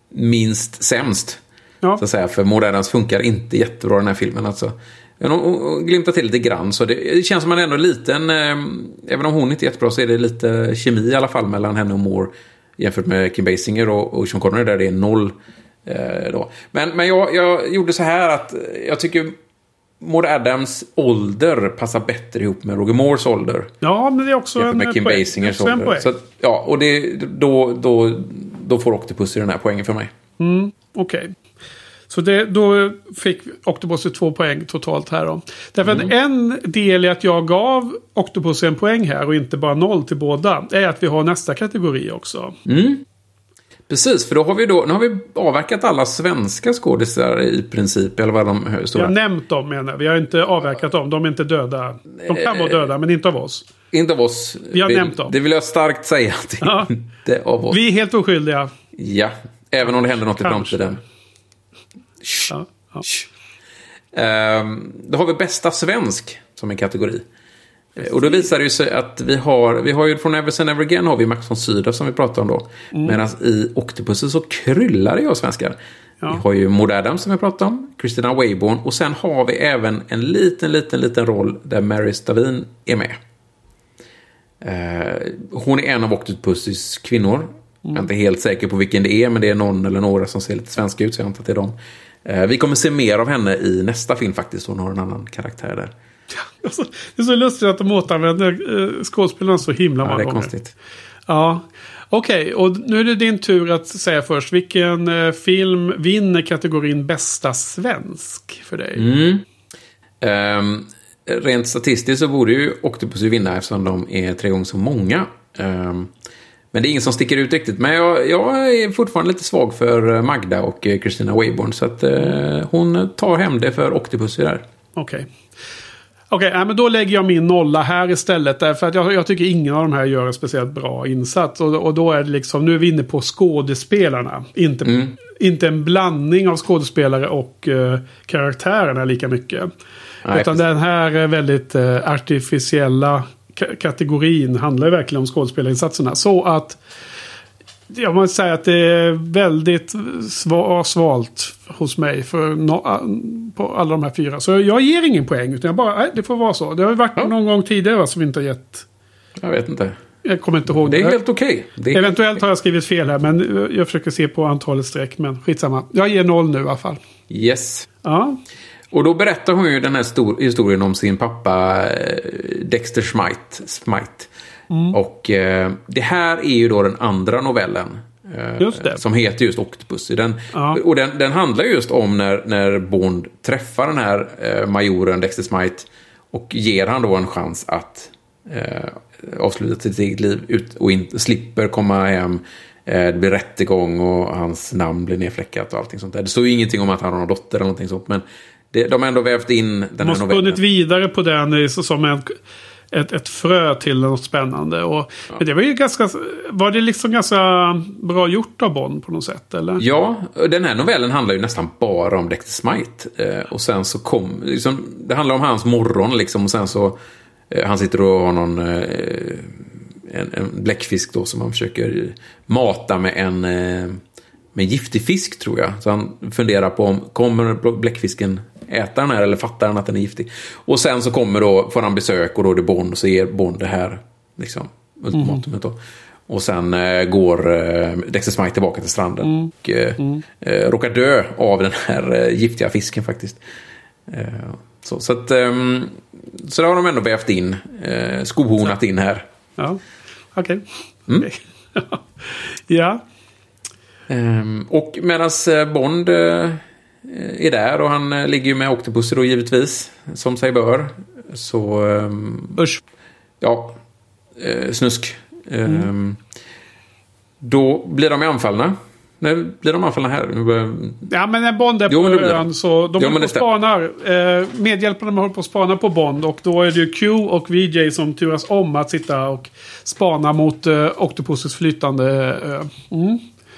minst sämst. Ja. Så att säga. För Maud Adams funkar inte jättebra den här filmen. Alltså. Jag glimtar till lite grann. Så det, det känns som att man ändå är liten. Eh, även om hon inte är jättebra så är det lite kemi i alla fall mellan henne och Moore. Jämfört med Kim Basinger och, och Sean Connery där det är noll. Eh, då. Men, men jag, jag gjorde så här att jag tycker... Maud Adams ålder passar bättre ihop med Roger Moores ålder. Ja, men det är också en med Kim poäng. Basingers ålder. Så, ja, och det, då, då, då får Octopussy den här poängen för mig. Mm, okej. Okay. Så det, då fick Octopussy två poäng totalt här då. Därför mm. att en del i att jag gav Octopussy en poäng här och inte bara noll till båda är att vi har nästa kategori också. Mm. Precis, för då har vi då, nu har vi avverkat alla svenska skådisar i princip, eller vad de stora. Vi har nämnt dem, menar vi har inte avverkat dem, de är inte döda. De kan vara döda, men inte av oss. Inte av oss. Vi har vi, nämnt dem. Det vill jag starkt säga, att ja. inte av oss. Vi är helt oskyldiga. Ja, även om det händer något Kanske. i framtiden. Ja, ja. Um, då har vi bästa svensk som en kategori. Precis. Och då visar det ju sig att vi har, vi har ju från Never Say Never Again har vi Max von Sydow som vi pratade om då. Mm. Medan i Octopussy så kryllar det av svenskar. Ja. Vi har ju Maud Adams som vi pratade om, Christina Wayborn, och sen har vi även en liten, liten, liten roll där Mary Stavin är med. Uh, hon är en av Octopussys kvinnor. Mm. Jag är inte helt säker på vilken det är, men det är någon eller några som ser lite svenska ut, så jag antar att det är dem. Uh, vi kommer se mer av henne i nästa film faktiskt, hon har en annan karaktär där. Alltså, det är så lustigt att de återanvänder uh, skådespelarna så himla många gånger. gånger. Ja, det är konstigt. Ja, okej. Okay, och nu är det din tur att säga först. Vilken uh, film vinner kategorin bästa svensk för dig? Mm. Um, rent statistiskt så borde ju Octopus vinna eftersom de är tre gånger så många. Um, men det är ingen som sticker ut riktigt. Men jag, jag är fortfarande lite svag för Magda och Christina Wayborn. Så att uh, hon tar hem det för Octopus där. Okej. Okay. Okej, okay, men då lägger jag min nolla här istället. Därför att jag, jag tycker ingen av de här gör en speciellt bra insats. Och, och då är det liksom, nu är vi inne på skådespelarna. Inte, mm. inte en blandning av skådespelare och uh, karaktärerna lika mycket. Nej, utan den här väldigt uh, artificiella k- kategorin handlar ju verkligen om skådespelarinsatserna. Så att jag måste säga att det är väldigt sva- svalt hos mig för no- på alla de här fyra. Så jag ger ingen poäng utan jag bara, nej, det får vara så. Det har ju varit ja. någon gång tidigare va, som inte har gett. Jag vet inte. Jag kommer inte ihåg. Det är helt okej. Okay. Eventuellt har jag skrivit fel här men jag försöker se på antalet streck. Men skitsamma. Jag ger noll nu i alla fall. Yes. Ja. Och då berättar hon ju den här stor- historien om sin pappa Dexter Smite. Smite. Mm. Och eh, det här är ju då den andra novellen. Eh, just det. Som heter just Octopus. Den, ja. Och den, den handlar just om när, när Bond träffar den här eh, majoren Dexter Smite. Och ger han då en chans att eh, avsluta sitt eget liv ut och inte slipper komma hem. Eh, det blir rättegång och hans namn blir nedfläckat och allting sånt där. Det står ju ingenting om att han har en dotter eller någonting sånt. Men det, de har ändå vävt in den här novellen. Måste funnit vidare på den som en... Ett, ett frö till något spännande. Och, ja. Men det var ju ganska... Var det liksom ganska bra gjort av Bond på något sätt, eller? Ja, den här novellen handlar ju nästan bara om Dexter Smite. Eh, och sen så kom... Liksom, det handlar om hans morgon liksom. Och sen så... Eh, han sitter och har någon... Eh, en, en bläckfisk då som han försöker mata med en... Eh, med giftig fisk, tror jag. Så han funderar på om... Kommer bläckfisken... äta den här eller fattar han att den är giftig. Och sen så kommer då, får han besök och då är det Bond och så ger Bond det här liksom, ultimatumet då. Och sen eh, går eh, Dexter Smite tillbaka till stranden mm. och eh, mm. eh, råkar dö av den här eh, giftiga fisken faktiskt. Eh, så så att eh, så där har de ändå vävt in eh, skohornat in här. Ja, okej. Okay. Mm. Okay. Ja. Eh, och medan Bond eh, är där och han ligger ju med Octopus då givetvis som sig bör så um, Usch. Ja eh, snusk mm. um, då blir de anfallna. När blir de anfallna här? Ja, men när Bond är på jo, ön så de håller på och spanar eh, medhjälparna håller på att spana på Bond och då är det ju Q och V J som turas om att sitta och spana mot eh, Octopus's flytande ö. Mm.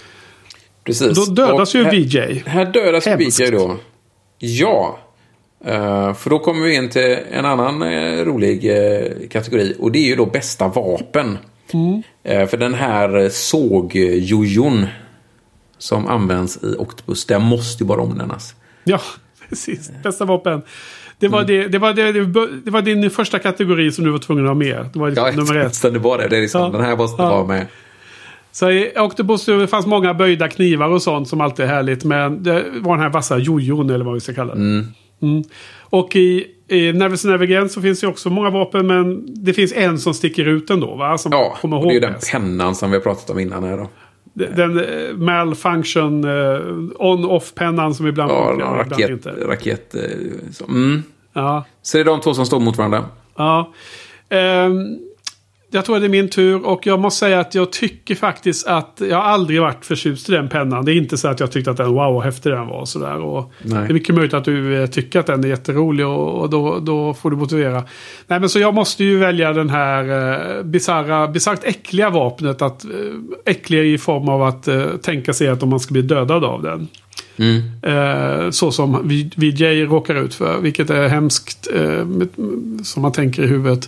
Precis. Då dödas och ju här, V J. Här dödas ju V J då. Ja. Uh, för då kommer vi in till en annan uh, rolig uh, kategori. Och det är ju då bästa vapen. Mm. Uh, för den här sågjojon som används i Octopus, det måste ju bara omnämnas. Ja, precis. Bästa vapen. Det var, mm. det, det, var det, det var din första kategori som du var tvungen att ha med. Det var liksom ja, nummer ett. Det var det. Det är liksom, ja. Den här måste ja. vara med. Så i Octopus det fanns många böjda knivar och sånt som alltid är härligt. Men det var den här vassa jojon eller vad vi ska kalla det. Mm. Mm. Och i, i Never Say Never Again så finns det också många vapen. Men det finns en som sticker ut ändå va? Som ja, kommer och ihåg det är ju den mest. pennan som vi har pratat om innan här då. Den uh, malfunction uh, on-off-pennan som ibland ja, funkar, raket, ibland inte. raket uh, så, mm. Ja. Så det är de två som står mot varandra. Ja. Um, jag tror att det är min tur och jag måste säga att jag tycker faktiskt att jag har aldrig varit förtjust i den pennan. Det är inte så att jag tyckte att den wow vad häftig den var och sådär. Och det är mycket möjligt att du tycker att den är jätterolig och, och då, då får du motivera. Nej men så jag måste ju välja den här eh, bizarra, bizarrt äckliga vapnet. Att, eh, äckliga i form av att eh, tänka sig att om man ska bli dödad av den. Mm. Eh, så som V J råkar ut för. Vilket är hemskt eh, med, som man tänker i huvudet.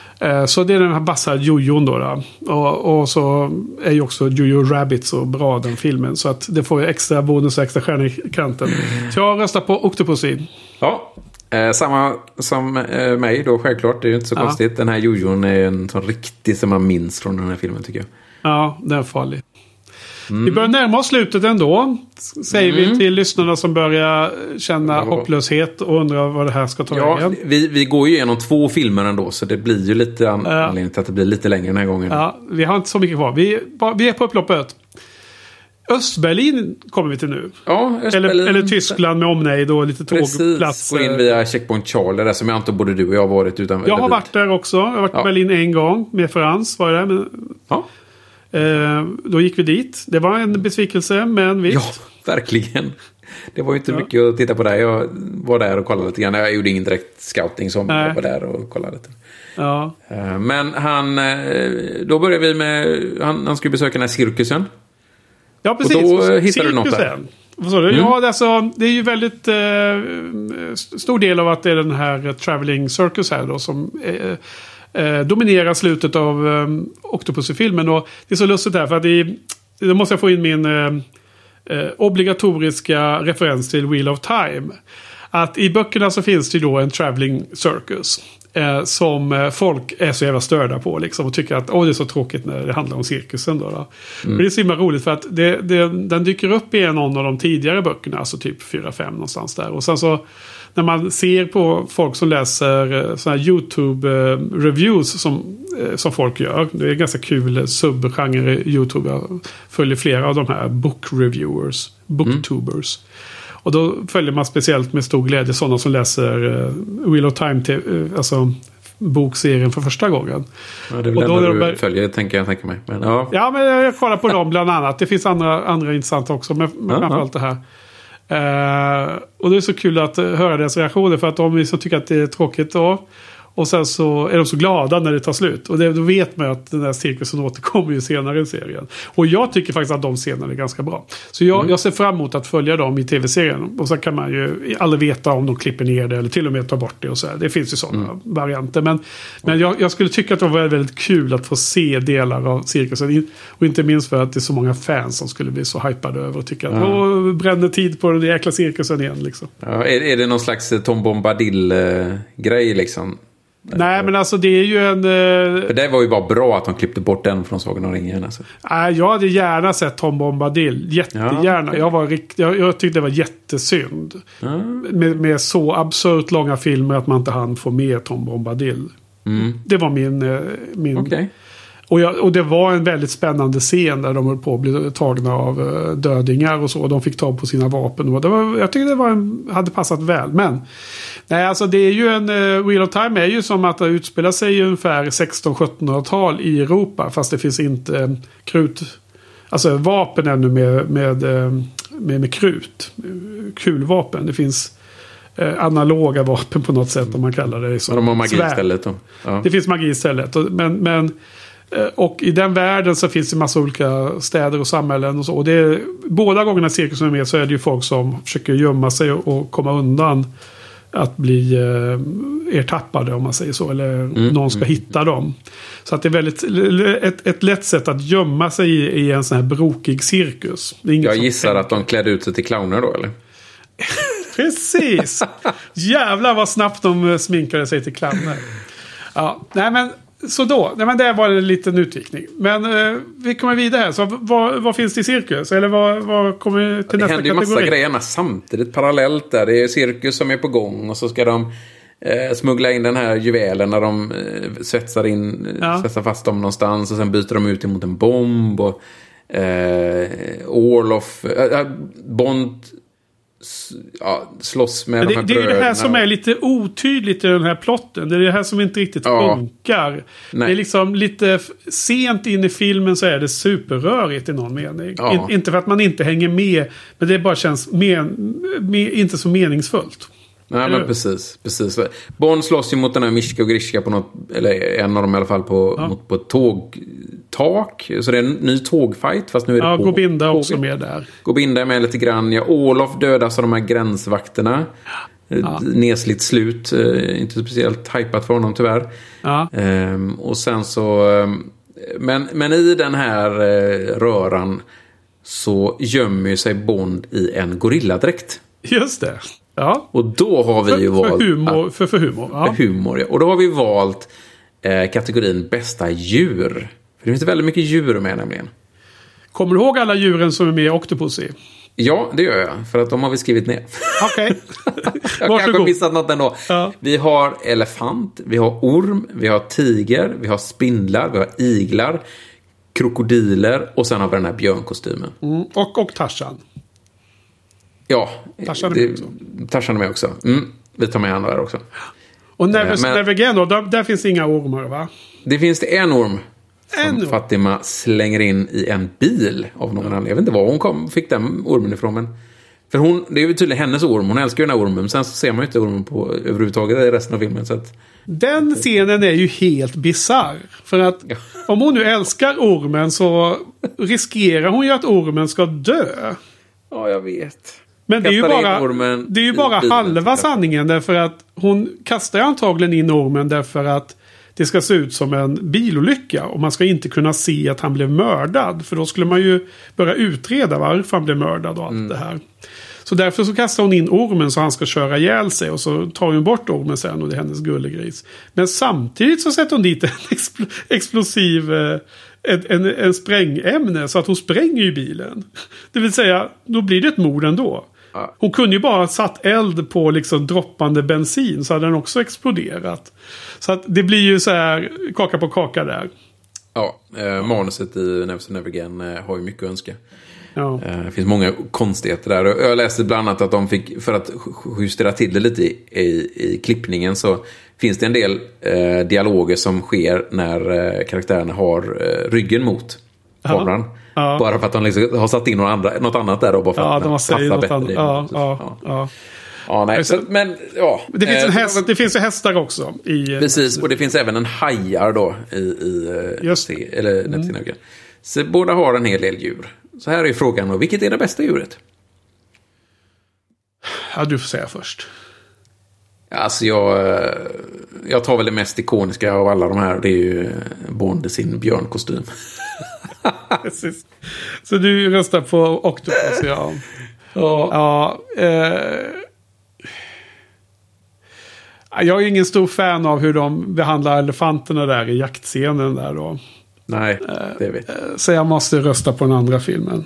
Så det är den här vassa jojon då. då. Och, och så är ju också Jojo Rabbit så bra den filmen. Så att det får ju extra bonus och extra stjärnor i kanten. Så jag röstar på Octopussy. Ja, eh, samma som eh, mig då självklart. Det är ju inte så ja. konstigt. Den här jojon är en sån riktig som man minns från den här filmen tycker jag. Ja, den är farlig. Mm. Vi börjar närma oss slutet ändå. Säger mm. vi till lyssnarna som börjar känna ja. hopplöshet och undrar vad det här ska ta ja, vägen. Vi, vi går ju igenom två filmer ändå så det blir ju lite an- uh, anledning till att det blir lite längre den här gången. Ja, vi har inte så mycket kvar. Vi, vi är på upploppet. Östberlin kommer vi till nu. Ja, Östberlin. Eller, eller Tyskland med omnejd och lite tågplatser. Precis, gå in via Checkpoint Charlie där som jag inte både du och jag har varit. Utan jag har varit där också. Jag har varit ja. i Berlin en gång med Frans. Var jag där. Men, ja. eh, då gick vi dit. Det var en besvikelse, men visst. Ja, verkligen. Det var ju inte ja. mycket att titta på där. Jag var där och kollade lite grann. Jag gjorde ingen direkt scouting som jag var där och kollade lite. Ja. Men han, då började vi med, han, han skulle besöka den här cirkusen. Ja, precis. Och då hittade du något där. Vad sa du? Mm. Ja, alltså, det är ju väldigt eh, stor del av att det är den här Traveling Circus här då som eh, eh, dominerar slutet av eh, Octopussy-filmen. Och det är så lustigt här för att i, då måste jag få in min eh, eh, obligatoriska referens till Wheel of Time. Att i böckerna så finns det då en Traveling Circus. Eh, som eh, folk är så jävla störda på liksom, och tycker att åh, det är så tråkigt när det handlar om cirkusen då. då. Mm. Men det är så himla roligt för att det, det, den dyker upp i någon av de tidigare böckerna, alltså typ fyra fem någonstans där. Och sen så när man ser på folk som läser eh, såna här YouTube-reviews eh, som, eh, som folk gör. Det är ganska kul subgenre i YouTube. Jag följer flera av de här book-reviewers, booktubers. Mm. Och då följer man speciellt med stor glädje sådana som läser uh, Wheel of Time, till, uh, alltså bokserien för första gången. Ja, det är väl och då du bör... följer, tänker jag tänka mig. Men, ja. ja, men jag kollar på dem bland annat. Det finns andra, andra intressanta också, men ja, framförallt ja. det här. Uh, och det är så kul att uh, höra deras reaktioner, för att de som tycker att det är tråkigt då. Och sen så är de så glada när det tar slut. Och det, då vet man att den här cirkusen återkommer ju senare i serien. Och jag tycker faktiskt att de scenerna är ganska bra. Så jag, mm. jag ser fram emot att följa dem i tv-serien. Och så kan man ju aldrig veta om de klipper ner det eller till och med tar bort det och så här. Det finns ju sådana mm. varianter. Men, men jag, jag skulle tycka att det var väldigt, väldigt kul att få se delar av cirkusen. Och inte minst för att det är så många fans som skulle bli så hypade över och tycka att mm. åh, bränner tid på den jäkla cirkusen igen liksom. Ja, är, är det någon slags Tom Bombadil-grej liksom? Nej, men alltså det är ju en... Uh... För det var ju bara bra att de klippte bort den från Sagan om ringen. Alltså. Nej, jag hade gärna sett Tom Bombadil. Jättegärna. Ja. Jag, var rikt... jag, jag tyckte det var jättesynd. Mm. Med, med så absurt långa filmer att man inte hann få med Tom Bombadil. Mm. Det var min... Uh, min... Okay. Och, jag, och det var en väldigt spännande scen där de höll på att bli tagna av uh, dödingar och så. Och de fick ta på sina vapen. Och det var, jag tyckte det var en, hade passat väl. Men nej, alltså det är ju en... Uh, Wheel of Time är ju som att det utspelar sig i ungefär sexton-sjuttonhundratal i Europa. Fast det finns inte uh, krut... Alltså vapen ännu med, med, uh, med, med krut. Kulvapen. Det finns... Eh, analoga vapen på något sätt om man kallar det så. De har magi istället då. Ja. Det finns magi istället. Men, men, eh, och i den världen så finns det massa olika städer och samhällen och så. Och det är, båda gångerna cirkusen är med så är det ju folk som försöker gömma sig och, och komma undan att bli eh, ertappade om man säger så. Eller mm, någon ska mm. hitta dem. Så att det är väldigt ett, ett lätt sätt att gömma sig i, i en sån här brokig cirkus. Det är Jag gissar tänker. Att de klädde ut sig till clowner då eller? Precis! Jävlar vad snabbt de sminkade sig till clowner. Ja, nej men så då, nej men det var en liten utvikning. Men eh, vi kommer vidare här. Så vad, vad finns det i cirkus? Eller vad, vad kommer till nästa kategori? Det händer ju massa grejerna samtidigt, parallellt där. Det är cirkus som är på gång och så ska de eh, smuggla in den här juvelen när de eh, svetsar in, ja. svetsar fast dem någonstans och sen byter de ut emot en bomb och eh, Orloff, eh, Bond ja, slåss med det, de här det är ju det här som är lite otydligt i den här plotten. Det är det här som inte riktigt ja. funkar. Nej. Det är liksom lite sent in i filmen så är det superrörigt i någon mening. Ja. In, inte för att man inte hänger med, men det bara känns men, med, inte så meningsfullt. Nej, men precis, precis. Bond slåss ju mot den här Mishka och Grishka på något, eller en av dem i alla fall på, ja. mot, på ett tågtak. Så det är en ny tågfight, fast nu är det ja, på Gobinda tåget. Också med där. Gobinda är med lite grann. Ja, Olof dödas av de här gränsvakterna. Ja. Nedslitt slut. Inte speciellt hypat för honom tyvärr. Ja. Ehm, och sen så... Men, men i den här röran så gömmer sig Bond i en gorilladräkt. Just det. Ja. Och då har vi för, ju valt... För humor. För, för humor, ja. För humor, ja. Och då har vi valt eh, kategorin bästa djur. För det finns väldigt mycket djur med nämligen. Kommer du ihåg alla djuren som är med i Octopussy? Ja, det gör jag. För att de har vi skrivit ner. Okej. Okay. jag kanske missat något ändå. Ja. Vi har elefant, vi har orm, vi har tiger, vi har spindlar, vi har iglar, krokodiler och sen har vi den här björnkostymen. Mm. Och, och Tarzan. Ja, Tarzan är det, med också. Tarzan är med också. Mm, vi tar med andra där också. Och Never, Men- Never Again då, där, där finns inga ormar va? Det finns det en orm En som orm? Fatima slänger in i en bil av någon anledning. Jag vet inte var hon kom, fick den ormen ifrån. Men för hon, det är ju tydligen hennes orm. Hon älskar ju den här ormen. Sen så ser man ju inte ormen på överhuvudtaget i resten av filmen. Så att, Den scenen är ju helt bizarr. För att Ja. om hon nu älskar ormen så riskerar hon ju att ormen ska dö. ja, jag vet. Men det är ju Kastar in bara, ormen det är ju i bara bilen. halva sanningen. Därför att hon kastar ju antagligen in ormen därför att det ska se ut som en bilolycka. Och man ska inte kunna se att han blev mördad. För då skulle man ju börja utreda varför han blev mördad och allt Mm. det här. Så därför så kastar hon in ormen så han ska köra ihjäl sig. Och så tar hon bort ormen sen och det är hennes gullegris. Men samtidigt så sätter hon dit en expl- explosiv... Eh, en, en, en sprängämne så att hon spränger ju bilen. Det vill säga, då blir det ett mord ändå. Ja. Hon kunde ju bara ha satt eld på liksom droppande bensin så hade den också exploderat. Så att det blir ju så här kaka på kaka där. Ja, eh, manuset i Never Never Again eh, har ju mycket att önska. Ja. Eh, det finns många konstigheter där. Och jag läste bland annat att de fick, för att justera till det lite i, i, i klippningen så finns det en del eh, dialoger som sker när eh, karaktärerna har eh, ryggen mot kameran. Ja. Bara för att de liksom har satt in något, andra, något annat där. Och bara för Ja, att de har passa sagt något bättre annat. i Ja, manuset. ja, ja. Ja, nej. Så, men, ja. Det finns, en Eh, häst, det finns ju hästar också. I, Precis, och det finns även en hajar då i, i eh, Just se, eller mm. Never. Så båda har en hel del djur. Så här är frågan då, vilket är det bästa djuret? Ja, du får säga först. Alltså jag, eh, jag tar väl det mest ikoniska av alla de här. Det är ju Bond i sin björnkostym. Precis. Så du röstar på Octopus, ja. Ja. Ja, eh, jag är ingen stor fan av hur de behandlar elefanterna där i jaktscenen där då. Nej, det vet jag. Så jag måste rösta på den andra filmen.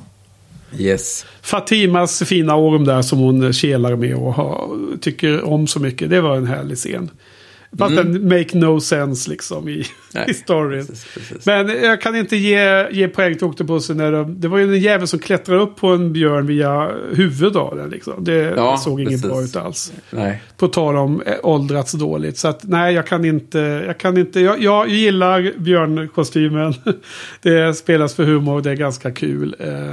Yes. Fatimas fina orm där som hon kelar med och har, tycker om så mycket. Det var en härlig scen. Fast Mm. den make no sense liksom i, Nej, i storyn. precis, precis. Men jag kan inte ge, ge poäng till Octopusen. När de, det var ju en jävel som klättrade upp på en björn via huvudet av den. Liksom. Det, Ja, det såg inget precis. bra ut alls. Nej. På tal om eh, åldrats dåligt. Så att nej, jag kan inte. Jag, kan inte, jag, jag gillar björnkostymen. Det spelas för humor. Det är ganska kul. Eh,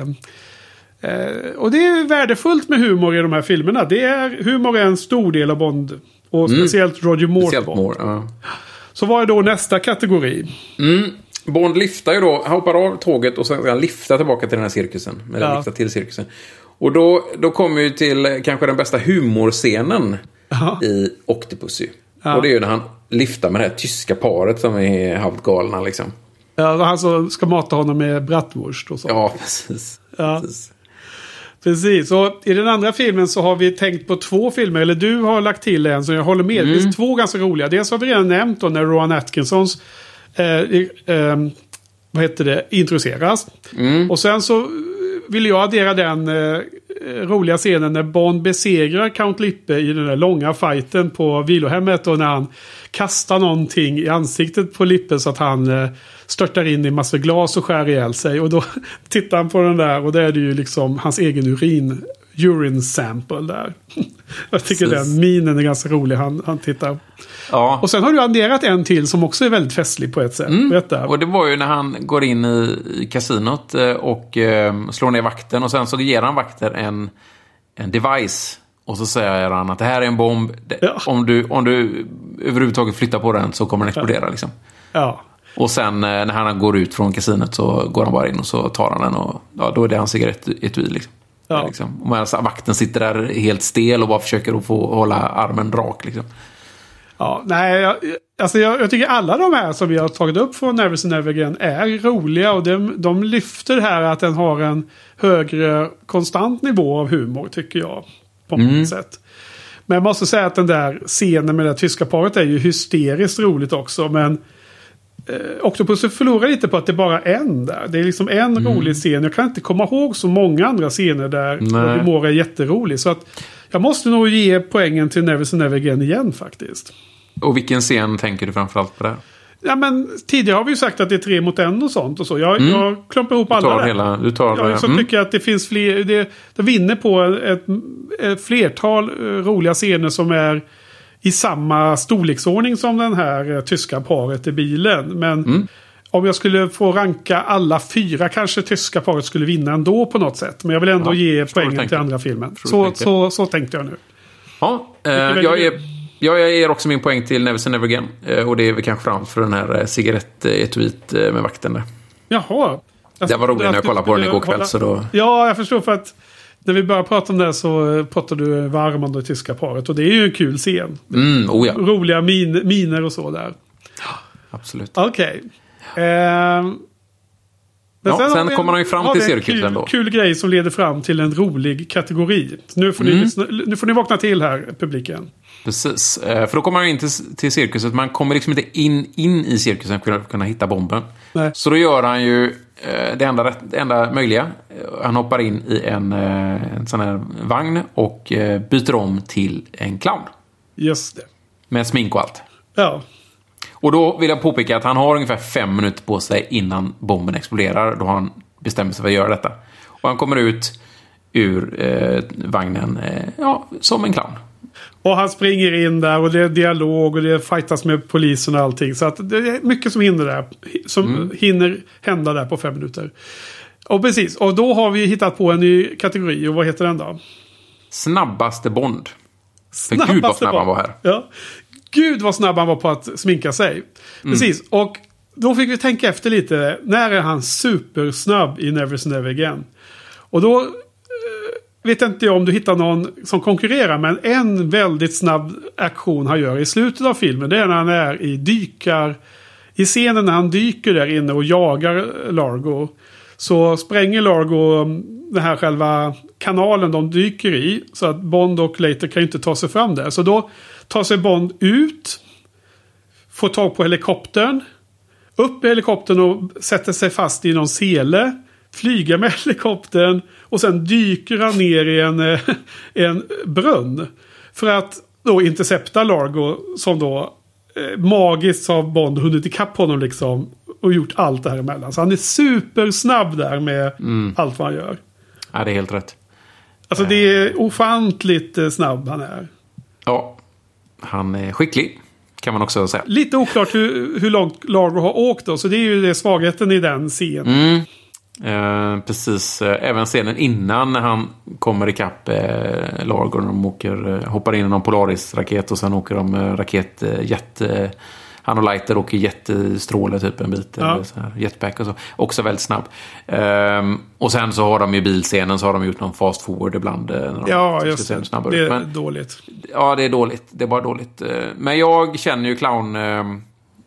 eh, och det är värdefullt med humor i de här filmerna. Det är, humor är en stor del av Bond. Och Mm. speciellt Roger Moore. Speciellt Bond. Moore, ja. Så vad är då nästa kategori? Mm. Bond lyfter ju då, han hoppar av tåget och sen ska han lyfta tillbaka till den här cirkusen. Eller Ja. lyfta till cirkusen. Och då, då kommer vi till kanske den bästa humorscenen Ja. i Octopussy. Ja. Och det är ju när han lyfter med det här tyska paret som är halvt galna liksom. Ja, han som ska mata honom med bratwurst och så. Ja, precis. Ja. precis. Precis, och i den andra filmen så har vi tänkt på två filmer. Eller du har lagt till en så jag håller med. Det finns två ganska roliga. Dels har vi redan nämnt då när Rowan Atkinsons eh, eh, vad heter det, introduceras. Mm. Och sen så vill jag addera den eh, roliga scenen när Bond besegrar Count Lippe i den där långa fighten på vilohemmet. Och när han kastar någonting i ansiktet på Lippe så att han eh, störtar in i massor glas och skär ihjäl sig. Och då tittar han på den där och då är det ju liksom hans egen urin. Urine sample där. Jag tycker Precis. den minen är ganska rolig. Han, han tittar. Ja. Och sen har du adderat en till som också är väldigt festlig på ett sätt. Mm. Berätta. Och det var ju när han går in i, i kasinot eh, och eh, slår ner vakten. Och sen så ger han vakten en, en device. Och så säger han att det här är en bomb. Det, Ja. om, du, om du överhuvudtaget flyttar på den så kommer den explodera. Ja. Liksom. Ja. Och sen eh, när han går ut från kasinot så går han bara in och så tar han den. Och ja, då är det hans cigarettetui liksom. Ja. Liksom. Och medan vakten sitter där helt stel och bara försöker att få hålla armen rak liksom. Ja, nej, jag, alltså jag, jag tycker alla de här som vi har tagit upp från Never Never Again är roliga och de, de lyfter det här att den har en högre konstant nivå av humor tycker jag på något Mm. sätt. Men jag måste säga att den där scenen med det tyska paret är ju hysteriskt roligt också, men eh, Octopus förlorar lite på att det bara är en där. Det är liksom en Mm. rolig scen. Jag kan inte komma ihåg så många andra scener där Roger Moore är jätterolig. Så att jag måste nog ge poängen till Never Never Again igen faktiskt. Och vilken scen tänker du framförallt på där? Ja, men tidigare har vi ju sagt att det är tre mot en och sånt och så. Jag, mm. jag klumpar ihop alla tar där. Hela, du tar, jag så mm. tycker jag att det finns fler... Det, det vinner på ett, ett flertal roliga scener som är i samma storleksordning som den här tyska paret i bilen. Men mm. om jag skulle få ranka alla fyra kanske tyska paret skulle vinna ändå på något sätt. Men jag vill ändå ja, ge poängen till andra filmen. Så, så, så, så tänkte jag nu. Ja, eh, jag är... Ja, jag ger också min poäng till Never Say Never Again. Och det är väl kanske framför den här cigarettetuit med vakten där. Jaha. Det var roligt när jag kollade på den igår kväll. Så då... Ja, jag förstår för att när vi började prata om det så pratade du varm om det tyska paret. Och det är ju en kul scen. Mm, oh ja. Roliga min, miner och så där. Ja, absolut. Okej. Okay. Eh, ja, sen, sen kommer man ju fram till cirkusen då. Kul grej som leder fram till en rolig kategori. Nu får, mm. ni, nu får ni vakna till här, publiken. Precis, för då kommer man in till, till cirkuset. Man kommer liksom inte in, in i cirkusen för att kunna hitta bomben. Nej. Så då gör han ju det enda, det enda möjliga. Han hoppar in i en, en sån här vagn och byter om till en clown. Just det. Med smink och allt. Ja. Och då vill jag påpeka att han har ungefär fem minuter på sig innan bomben exploderar. Då han bestämmer sig för att göra detta. Och han kommer ut ur eh, vagnen eh, ja, som en clown. Och han springer in där och det är dialog och det fightas med polisen och allting. Så att det är mycket som hinner där. Som mm. hinner hända där på fem minuter. Och precis, och då har vi hittat på en ny kategori. Och vad heter den då? Snabbaste Bond. Snabbaste För gud vad snabb han var här. Ja. Gud vad snabb han var på att sminka sig. Mm. Precis, och då fick vi tänka efter lite. När är han supersnabb i Never Say Never Again? Och då eh, vet inte jag om du hittar någon som konkurrerar. Men en väldigt snabb aktion han gör i slutet av filmen. Det är när han är i dykar. I scenen när han dyker där inne och jagar Largo. Så spränger Largo den här själva kanalen de dyker i. Så att Bond och Leiter kan inte ta sig fram där. Så då tar sig Bond ut. Får tag på helikoptern. Upp i helikoptern och sätter sig fast i någon sele. Flyga med helikoptern. Och sen dyker han ner i en, en brunn. För att då intercepta Largo. Som då eh, magiskt har Bond hunnit ikapp honom liksom. Och gjort allt det här emellan. Så han är supersnabb där med mm. allt vad han gör. Ja, det är helt rätt. Alltså det är ofantligt snabb han är. Ja, han är skicklig. Kan man också säga. Lite oklart hur, hur långt Largo har åkt då. Så det är ju det svagheten i den scenen. Mm. Eh, precis. Även scenen innan när han kommer ikapp eh, Largo. När de åker, eh, hoppar in i någon Polaris-raket. Och sen åker de eh, raketjet... Eh, Han och Leiter åker jättestråle typ en bit. Ja. Eller så här, jetpack och så. Också väldigt snabb. Um, och sen så har de ju bilscenen så har de gjort någon fast forward ibland. När de ja, just det. Det är Men, dåligt. Ja, det är dåligt. Det är bara dåligt. Men jag känner ju clown... Uh,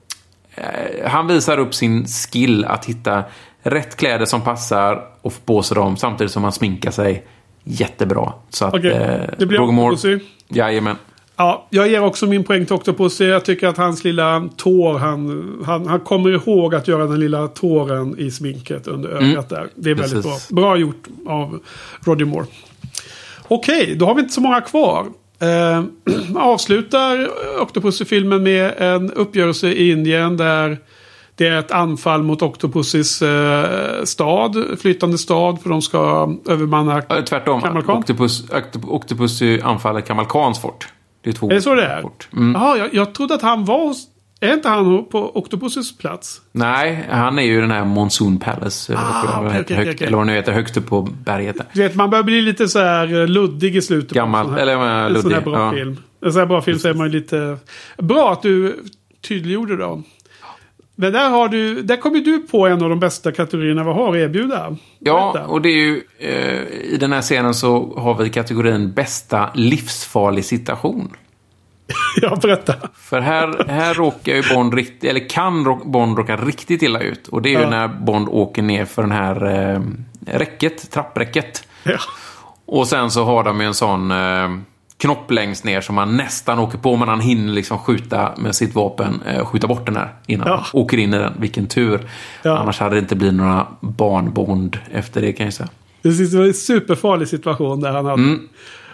han visar upp sin skill att hitta rätt kläder som passar och få på sig dem samtidigt som han sminkar sig jättebra. Så att... Okej, okay. Det blir Octopussy. Jajamän. Ja, jag ger också min poäng till Octopussy. Jag tycker att hans lilla tår, han, han, han kommer ihåg att göra den lilla tåren i sminket under ögat mm. där. Det är väldigt Precis. bra. Bra gjort av Roger Moore. Okej, okay, då har vi inte så många kvar. Eh, avslutar Octopussy-filmen med en uppgörelse i Indien där det är ett anfall mot Octopussys eh, stad, flytande stad, för de ska övermanna ja, tvärtom. Kamal Khan. Octopus, Octopussy anfaller Kamal Khans fort. Det är två. Är det så det är? Mm. Jaha, jag, jag trodde att han var... Är inte han på Octopussys plats? Nej, han är ju den här Monsoon Palace. Ah, okay, okay, högt, okay. Eller vad nu heter, högst upp på berget. Där. Du vet, man börjar bli lite så här luddig i slutet. Gammal, på en eller här, luddig. En sån här bra ja. film. En sån här bra film så är man ju lite... Bra att du tydliggjorde då. Men där har du... Där kommer du på en av de bästa kategorierna vi har att erbjuda. Ja, Berätta. Och det är ju... Eh, i den här scenen så har vi kategorin bästa livsfarlig situation. Ja, berätta. För här, här råkar ju Bond riktigt, eller kan Bond råka riktigt illa ut. Och det är ju ja. när Bond åker ner för den här eh, räcket, trappräcket. Ja. Och sen så har de ju en sån eh, knopp längst ner som man nästan åker på, men han hinner liksom skjuta med sitt vapen, eh, skjuta bort den här innan ja. han åker in i den. Vilken tur. Ja. Annars hade det inte blivit några barnbond efter det, kan jag säga. Det är en superfarlig situation där han hade. Mm.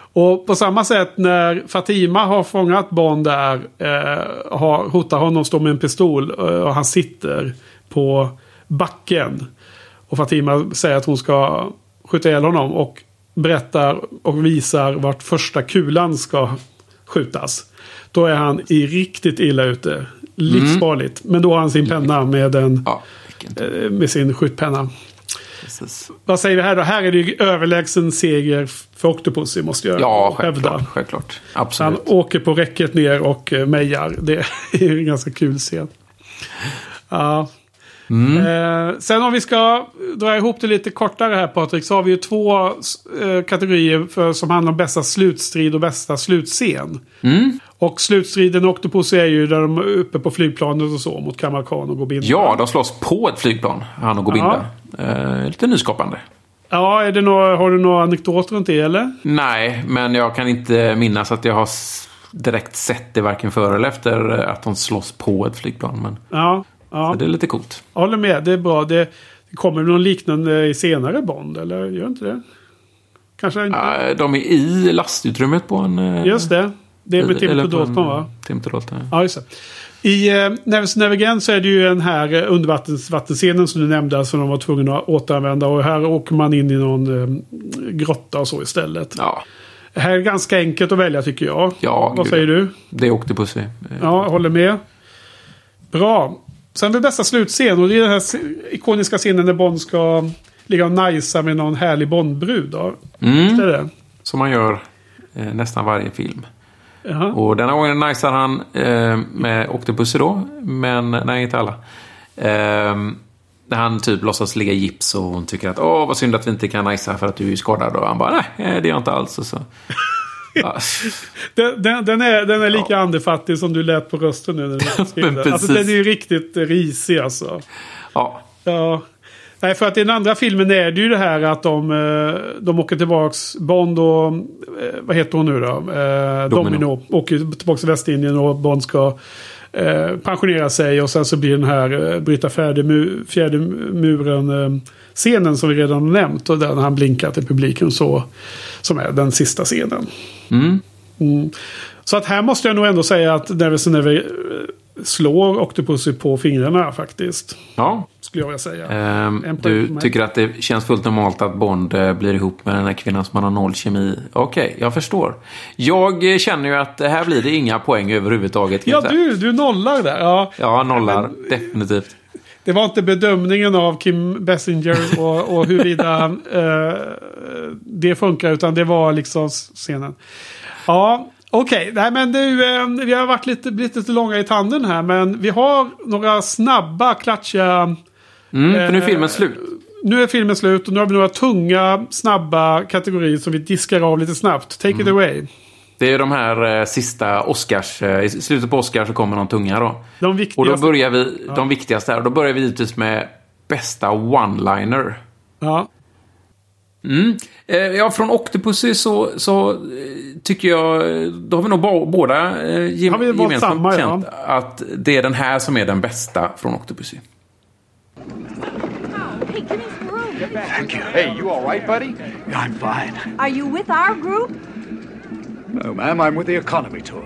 Och på samma sätt när Fatima har fångat Bond där, eh, har, hotar honom, står med en pistol eh, och han sitter på backen. Och Fatima säger att hon ska skjuta ihjäl honom och berättar och visar vart första kulan ska skjutas. Då är han i riktigt illa ute. Livsfarligt. Mm. Men då har han sin penna med, en, ja, eh, med sin skjutpenna. Precis. Vad säger vi här då? Här är det ju överlägsen seger för Octopussy, måste jag ja, hävda. Självklart, självklart. Absolut. Han åker på räcket ner och uh, mejar. Det är en ganska kul scen. Ja. Mm. Eh, sen om vi ska dra ihop det lite kortare här, Patrik, så har vi ju två eh, kategorier för, som handlar om bästa slutstrid och bästa slutscen. Mm. Och slutstriden i Octopussy är ju där de är uppe på flygplanet och så mot Kamal Khan och Gobinda. Ja, de slåss på ett flygplan, han och Gobinda. Ja. Eh, lite nyskapande. Ja, är det nå- har du några anekdoter runt det, eller? Nej, men jag kan inte minnas att jag har direkt sett det varken före eller efter att de slåss på ett flygplan. Men... Ja. Ja. Så det är lite coolt. Jag håller med, det är bra. Det, det kommer någon liknande i senare Bond, eller gör inte det? Kanske inte. Ja, de är i lastutrymmet på en... Just det. Det är med Timothy Dalton, va? Timothy Dalton, ja. Ja, just det. I uh, Never Never Again så är det ju den här uh, undervattensscenen som du nämnde som de var tvungna att återanvända. Och här åker man in i någon uh, grotta och så istället. Ja. Det här är ganska enkelt att välja, tycker jag. Ja, vad gud. säger du? Det åkte på sig. Ja, jag håller med. Bra. Sen det bästa slutscen, och det är den här ikoniska scenen när Bond ska ligga och najsa med någon härlig Bondbrud. Då. Mm. Det är det. Som man gör eh, nästan varje film. Jaha. Och denna gången najsar han eh, med Octopussy då. Men nej, inte alla. Eh, när han typ låtsas ligga i gips och hon tycker att åh, vad synd att vi inte kan najsa för att du är skadad. Och han bara, nej, det är jag inte alls. Och så... Ja. Den, den, den, är, den är lika ja. andefattig som du lät på rösten nu. När du alltså, den är ju riktigt risig alltså. Ja. Ja. Nej, för att i den andra filmen är det ju det här att de, de åker tillbaks. Bond och, vad heter hon nu då? Eh, Domino. Domino åker tillbaks till Västindien och Bond ska eh, pensionera sig. Och sen så blir den här eh, bryta färdig mu, fjärde muren eh, scenen som vi redan har nämnt. Och där han blinkar till publiken så, som är den sista scenen. Mm. Mm. Så att här måste jag nog ändå säga att Never Never slår Octopussy på fingrarna faktiskt. Ja. Skulle jag vilja säga. Ehm, du tycker att det känns fullt normalt att Bond blir ihop med den här kvinnan som man har noll kemi. Okej, okay, jag förstår. Jag känner ju att här blir det inga poäng överhuvudtaget. Ja, du, du nollar där. Ja, ja nollar. Men, definitivt. Det var inte bedömningen av Kim Basinger och, och huruvida eh, det funkar, utan det var liksom scenen. Ja, okej. Okay. Nej, men du, eh, vi har varit lite, blivit lite långa i tanden här, men vi har några snabba, klatschiga... Mm, för nu är filmen slut. Nu är filmen slut och nu har vi några tunga, snabba kategorier som vi diskar av lite snabbt. Take mm. it away. Det är de här eh, sista Oscars. Eh, I slutet på Oscar så kommer de tunga då. De viktigaste. Och då börjar vi, ja. de viktigaste här. Och då börjar vi givetvis med bästa one-liner. Ja. Mm. Eh, ja, från Octopussy så, så eh, tycker jag, då har vi nog ba- båda eh, gem- har vi gemensamt samma, känt ja. att det är den här som är den bästa från Octopussy. Thank you. Hey, you all right, buddy? Yeah, I'm fine. Are you with our group? No, ma'am, I'm with the economy tour.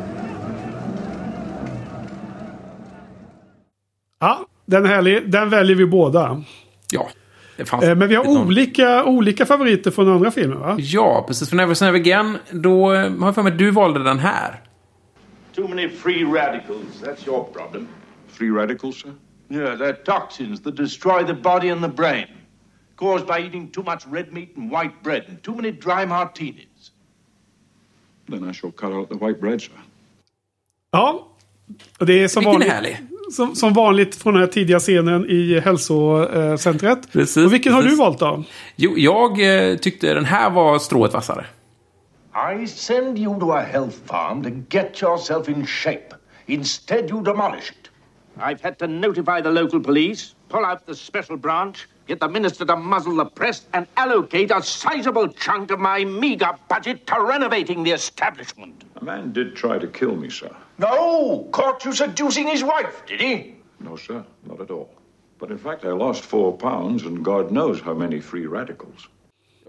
Ja, den är härlig. Den väljer vi båda. Ja. Det fanns eh, men vi har någon... olika, olika favoriter från andra filmer, va? Ja, precis. För Never Never Again, då har jag för mig att du valde den här. Too many free radicals, that's your problem. Free radicals, sir? Yeah, they're toxins that destroy the body and the brain. Caused by eating too much red meat and white bread and too many dry martinis. Then I shall cut out the white bread, sir. Ja, och det är som vilken vanligt, härlig. som, som vanligt från den här tidiga scenen i hälsocentret. Precis, och vilken precis. har du valt då? Jo, jag eh, tyckte den här var strået vassare. I send you to a health farm to get yourself in shape. Instead you demolish it. I've had to notify the local police, pull out the special branch, get the minister to muzzle the press, and allocate a sizable chunk of my meager budget to renovating the establishment. A man did try to kill me, sir. No! Caught you seducing his wife, did he? No, sir, not at all. But in fact, I lost four pounds and God knows how many free radicals.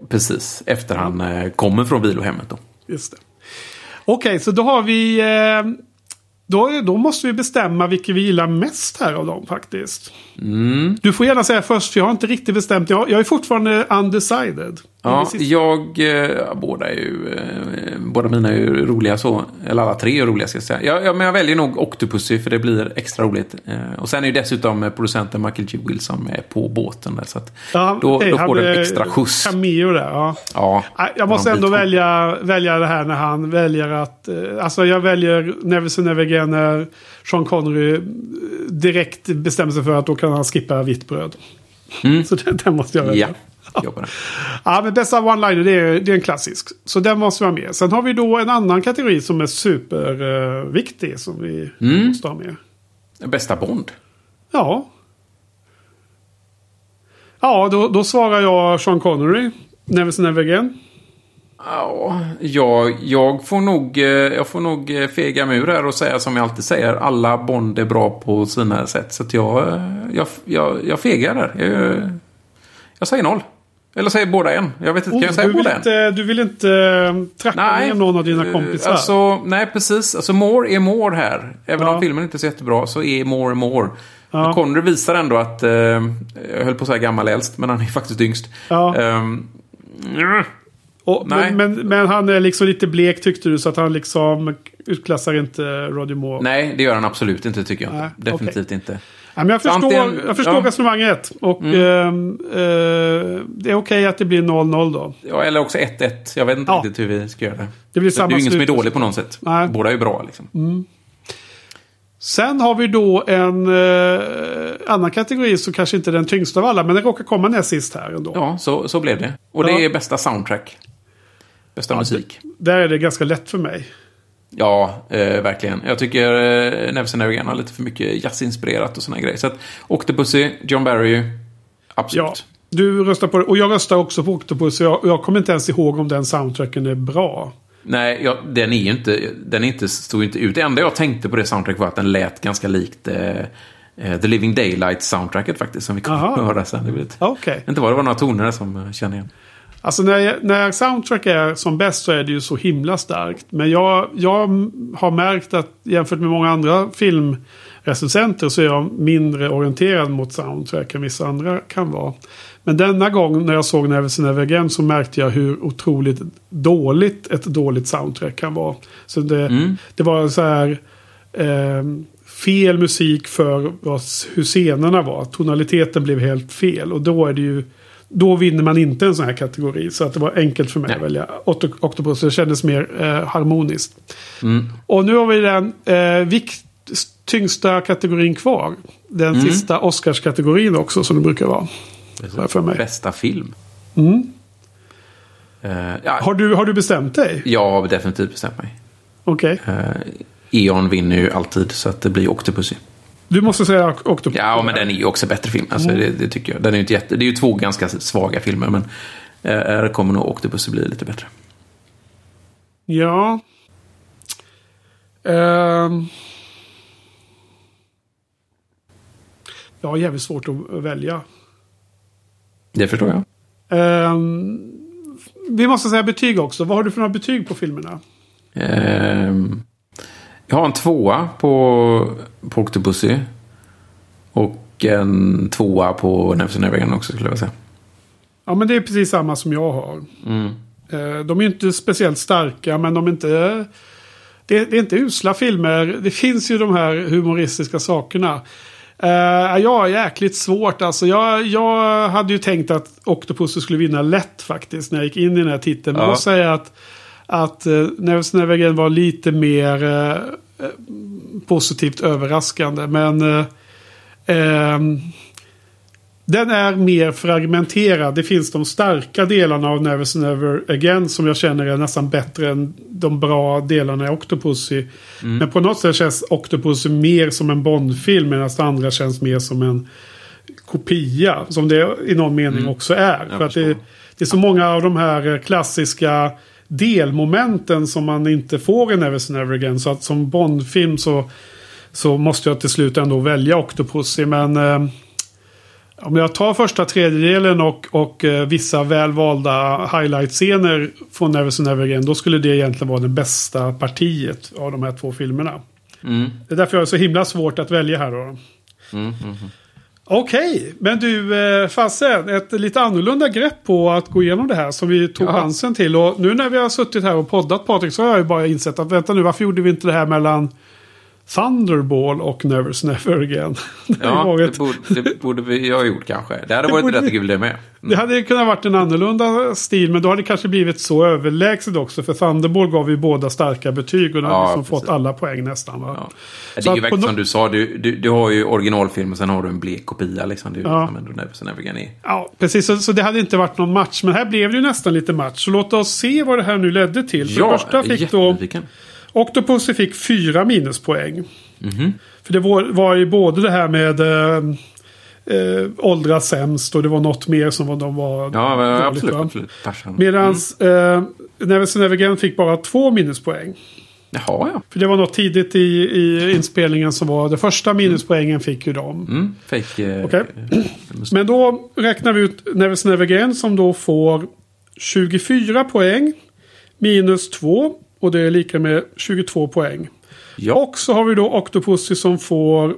Precis, efter han eh, kommer från vilohemmet då. Just det. Okej, okay, så då har vi... Eh, då, då måste vi bestämma vilka vi gillar mest här av dem faktiskt. Mm. Du får gärna säga först, för jag har inte riktigt bestämt. Jag, jag är fortfarande undecided. Ja, jag... Eh, båda är ju... Eh, båda mina är ju roliga så. Eller alla tre är roliga ska jag säga. Jag, jag, men jag väljer nog Octopussy för det blir extra roligt. Eh, och sen är ju dessutom producenten Michael G. Wilson med på båten där. Så att ja, då, okay, då får den extra skjuts. Cameo där, ja. Ja. Jag måste ändå välja, välja det här när han väljer att... Eh, alltså jag väljer Never Say Never Again när Sean Connery direkt bestämmer sig för att då kan han skippa vitt bröd. Mm. Så den, den måste jag välja. Ja, jobbar. Ja, men bästa one-liner, det är, det är en klassisk. Så den måste vara med. Sen har vi då en annan kategori som är superviktig uh, som vi mm. måste ha med. Bästa Bond? Ja. Ja, då, då svarar jag Sean Connery. Never Say Never Again. Ja, jag, jag får nog jag får nog fega mig ur här och säga som jag alltid säger. Alla Bond är bra på sina sätt. Så att jag, jag, jag, jag fegar där. Jag, jag säger noll. Eller säger båda en. Jag vet inte, oh, kan jag säga du båda inte, en? Du vill inte uh, tracka ner någon av dina kompisar? Alltså, nej, precis. Alltså, more är more här. Även ja. om filmen inte är så jättebra så är more more. Ja. Connery visar ändå att uh, jag höll på att säga gammal äldst, men han är faktiskt yngst. Ja. Um, mm. Och, men, men, men han är liksom lite blek tyckte du, så att han liksom utklassar inte Roger Moore. Nej, det gör han absolut inte tycker jag. Nej, definitivt okay. inte. Ja, men jag förstår, antingen, jag förstår ja. resonemanget. Och mm. eh, eh, det är okej okay att det blir noll noll då. Ja, eller också ett ett. Jag vet inte ja. riktigt hur vi ska göra det. Det blir samma det är ju ingen slut. som är dålig på något sätt. Nej. Båda är ju bra liksom. Mm. Sen har vi då en eh, annan kategori som kanske inte är den tyngsta av alla, men den råkar komma näst sist här ändå. Ja, så, så blev det. Och det ja. är bästa soundtrack. Bästa ja, musik. Där är det ganska lätt för mig. Ja, eh, verkligen. Jag tycker eh, Never Say Never Again har lite för mycket jazzinspirerat och såna grejer. Så att Octopussy, John Barry, absolut. Ja, du röstar på det. Och jag röstar också på Octopussy. Jag, jag kommer inte ens ihåg om den soundtracken är bra. Nej, ja, den är ju inte, den är inte, stod inte ut. Det enda jag tänkte på det soundtrack var att den lät ganska likt eh, The Living Daylights soundtracket faktiskt. Som vi kommer att höra sen. Det vet. Okay. Inte var det var några toner som jag känner igen. Alltså när, när soundtrack är som bäst så är det ju så himla starkt. Men jag, jag har märkt att jämfört med många andra filmrecensenter så är jag mindre orienterad mot soundtrack än vissa andra kan vara. Men denna gång när jag såg Never Say Never Again så märkte jag hur otroligt dåligt ett dåligt soundtrack kan vara. Så det, mm. det var så här eh, fel musik för vad, hur scenerna var. Tonaliteten blev helt fel och då är det ju Då vinner man inte en sån här kategori. Så att det var enkelt för mig Nej. att välja Octopus. Det kändes mer eh, harmoniskt. Mm. Och nu har vi den eh, vikt, tyngsta kategorin kvar. Den mm. sista Oscars-kategorin också som det brukar vara. Det för mig. Bästa film. Mm. Uh, ja. har, du, har du bestämt dig? Jag har definitivt bestämt mig. Okej. Okay. Uh, Eon vinner ju alltid så att det blir Octopussy. Du måste säga Octopus. Ja, men den är ju också bättre film. Alltså, mm. det, det tycker jag. Den är ju inte jätte, det är ju två ganska svaga filmer, men här eh, kommer nog Octopus bli lite bättre. Ja. Um. Ja, jävligt svårt att välja. Det förstår jag. Um. Vi måste säga betyg också. Vad har du för några betyg på filmerna? Um. Jag har en tvåa på, på Octopussy. Och en tvåa på Never Say Never Again också skulle jag säga. Ja, men det är precis samma som jag har. Mm. De är ju inte speciellt starka, men de är inte... Det, det är inte usla filmer. Det finns ju de här humoristiska sakerna. Uh, ja, jäkligt svårt. Alltså, jag, jag hade ju tänkt att Octopussy skulle vinna lätt faktiskt när jag gick in i den här titeln. Men ja. jag måste säga att att uh, Never Say Never Again var lite mer uh, positivt överraskande. Men uh, um, den är mer fragmenterad. Det finns de starka delarna av Never Say Never Again som jag känner är nästan bättre än de bra delarna i Octopussy. Mm. Men på något sätt känns Octopussy mer som en Bond-film medan det andra känns mer som en kopia. Som det i någon mening mm. också är. Jag För att det, det är så många av de här klassiska delmomenten som man inte får i Never Say Never Again. Så att som Bond-film så, så måste jag till slut ändå välja Octopussy. Men... Eh, Om jag tar första tredjedelen och, och eh, vissa välvalda highlight-scener från Never Say Never Again, då skulle det egentligen vara det bästa partiet av de här två filmerna. Mm. Det är därför jag är så himla svårt att välja här då. Mm, mm, mm. Okej, okay, men du eh, Fasse, ett lite annorlunda grepp på att gå igenom det här som vi tog ja. chansen till. Och nu när vi har suttit här och poddat, Patrik, så har jag ju bara insett att vänta nu, varför gjorde vi inte det här mellan Thunderball och Never Say Never Again? Det, ja, varit... det, borde, det borde vi ha gjort kanske. Det hade det varit rätt kul det med. Mm. Det hade kunnat varit en annorlunda stil, men då hade det kanske blivit så överlägset också. För Thunderball gav vi båda starka betyg och då ja, har liksom fått alla poäng nästan. Va? Ja. Det är ju verkligen som du sa, du, du, du har ju originalfilm och sen har du en blek kopia. Liksom. Du, ja. liksom, Never Say Never Again är. Ja, precis. Så, så det hade inte varit någon match. Men här blev det ju nästan lite match. Så låt oss se vad det här nu ledde till. För ja, första fick då Octopussy fick fyra minuspoäng. Mm-hmm. För det var, var ju både det här med äh, äh, åldras sämst och det var något mer som var, de var ja, men, dåligt, absolut, va? absolut. Medans mm. äh, Never Say Never Again fick bara två minuspoäng. Jaha, ja. För det var något tidigt i, i inspelningen som var det första minuspoängen fick ju de. Mm, fake, eh, okay. Men då räknar vi ut Never Say Never Again som då får tjugofyra poäng minus två och det är lika med tjugotvå poäng. Ja. Och så har vi då Octopussy som får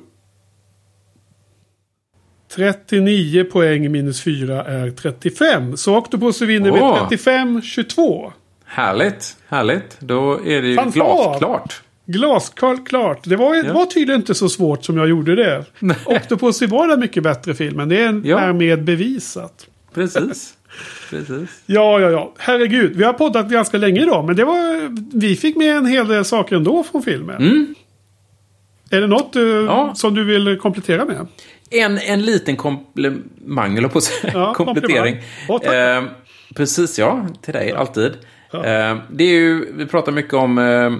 trettionio poäng minus fyra är trettiofem. Så Octopussy vinner oh. med trettiofem tjugotvå. Härligt, härligt. Då är det ju Fanfar. glasklart. Glasklart, klart. Det var, ja. det var tydligen inte så svårt som jag gjorde det. Octopussy var den mycket bättre filmen. Det är ja. härmed bevisat. Precis. Precis. Ja, ja, ja. Herregud. Vi har poddat ganska länge idag. Men det var, vi fick med en hel del saker ändå från filmen. Mm. Är det något uh, ja. som du vill komplettera med? En, en liten komplimang, eller på att säga. Ja, komplettering. Eh, precis, ja. Till dig, ja. alltid. Ja. Eh, det är ju, vi pratar mycket om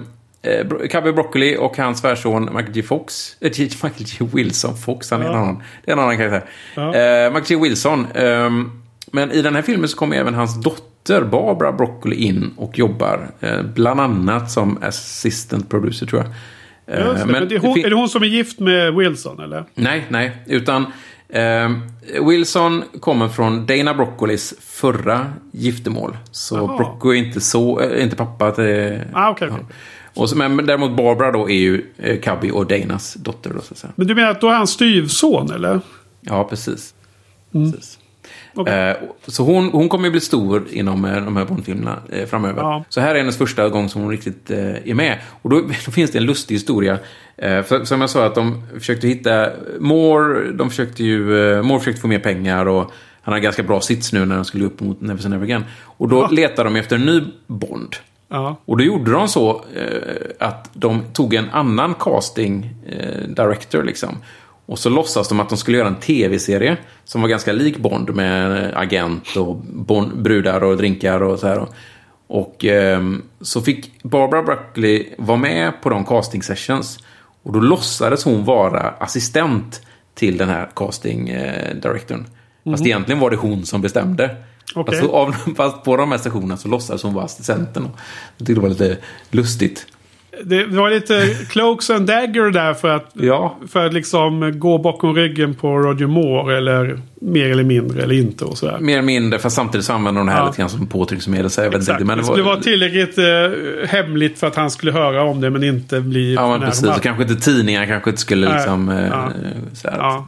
eh, Cubby Broccoli och hans svärson Michael J. Fox. Eh, Michael J. Wilson Fox, han är, ja. en, annan, det är en annan karaktär. Ja. Eh, Michael J. Wilson. Eh, men i den här filmen så kommer även hans dotter Barbara Broccoli in och jobbar. Eh, bland annat som assistant producer, tror jag. Just det, men men det är, hon, är det hon som är gift med Wilson, eller? Nej, nej. Utan eh, Wilson kommer från Dana Broccolis förra giftermål. Så Aha. Brocco är inte, så, äh, inte pappa till... Ah, okay, ja. okay. Och så, men däremot Barbara då är ju eh, Cubby och Danas dotter. Då, så att säga. Men du menar att då är han styvson, eller? Ja, precis. Mm. precis. Okay. Eh, så hon, hon kommer ju bli stor inom eh, de här Bondfilmerna eh, framöver. Ja. Så här är hennes första gång som hon riktigt eh, är med. Och då, då finns det en lustig historia. Eh, för, som jag sa, att de försökte hitta Moore, de försökte ju eh, Moore försökte få mer pengar och han har ganska bra sits nu när de skulle upp mot Never Say Never Again. Och då ja. letade de efter en ny Bond. Ja. Och då gjorde de så eh, att de tog en annan casting eh, director liksom. Och så låtsas de att de skulle göra en tv-serie som var ganska lik Bond med agent och Bond, brudar och drinkar och så här. Och eh, så fick Barbara Broccoli vara med på de casting sessions. Och då låtsades hon vara assistent till den här casting eh, directorn. Fast mm. egentligen var det hon som bestämde. Okay. Alltså, av, fast på de här stationerna så låtsades hon vara assistenten. Jag tyckte det var lite lustigt. Det var lite cloaks and dagger där för att, ja. för att liksom gå bakom ryggen på Roger Moore eller mer eller mindre eller inte och sådär. Mer eller mindre, fast samtidigt så använder hon det här ja. lite grann som påtrycksmedel. Så jag vet inte, men det, det skulle var... vara tillräckligt eh, hemligt för att han skulle höra om det men inte bli... Ja, men precis. Och kanske inte tidningar kanske inte skulle liksom... Eh, ja. Så här, ja.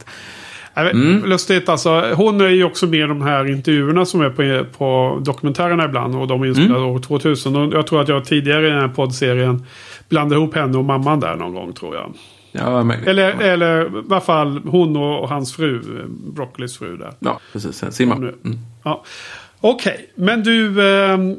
Mm. Lustigt alltså. Hon är ju också med i de här intervjuerna som är på, på dokumentärerna ibland. Och de är inspelade mm. år tvåtusen. Och jag tror att jag tidigare i den här poddserien blandade ihop henne och mamman där någon gång, tror jag. Ja, men, eller, ja. eller i alla fall hon och, och hans fru, Broccolis fru där. Ja, precis. Simma. Mm. Ja. Okej, okay. Men du eh, eh,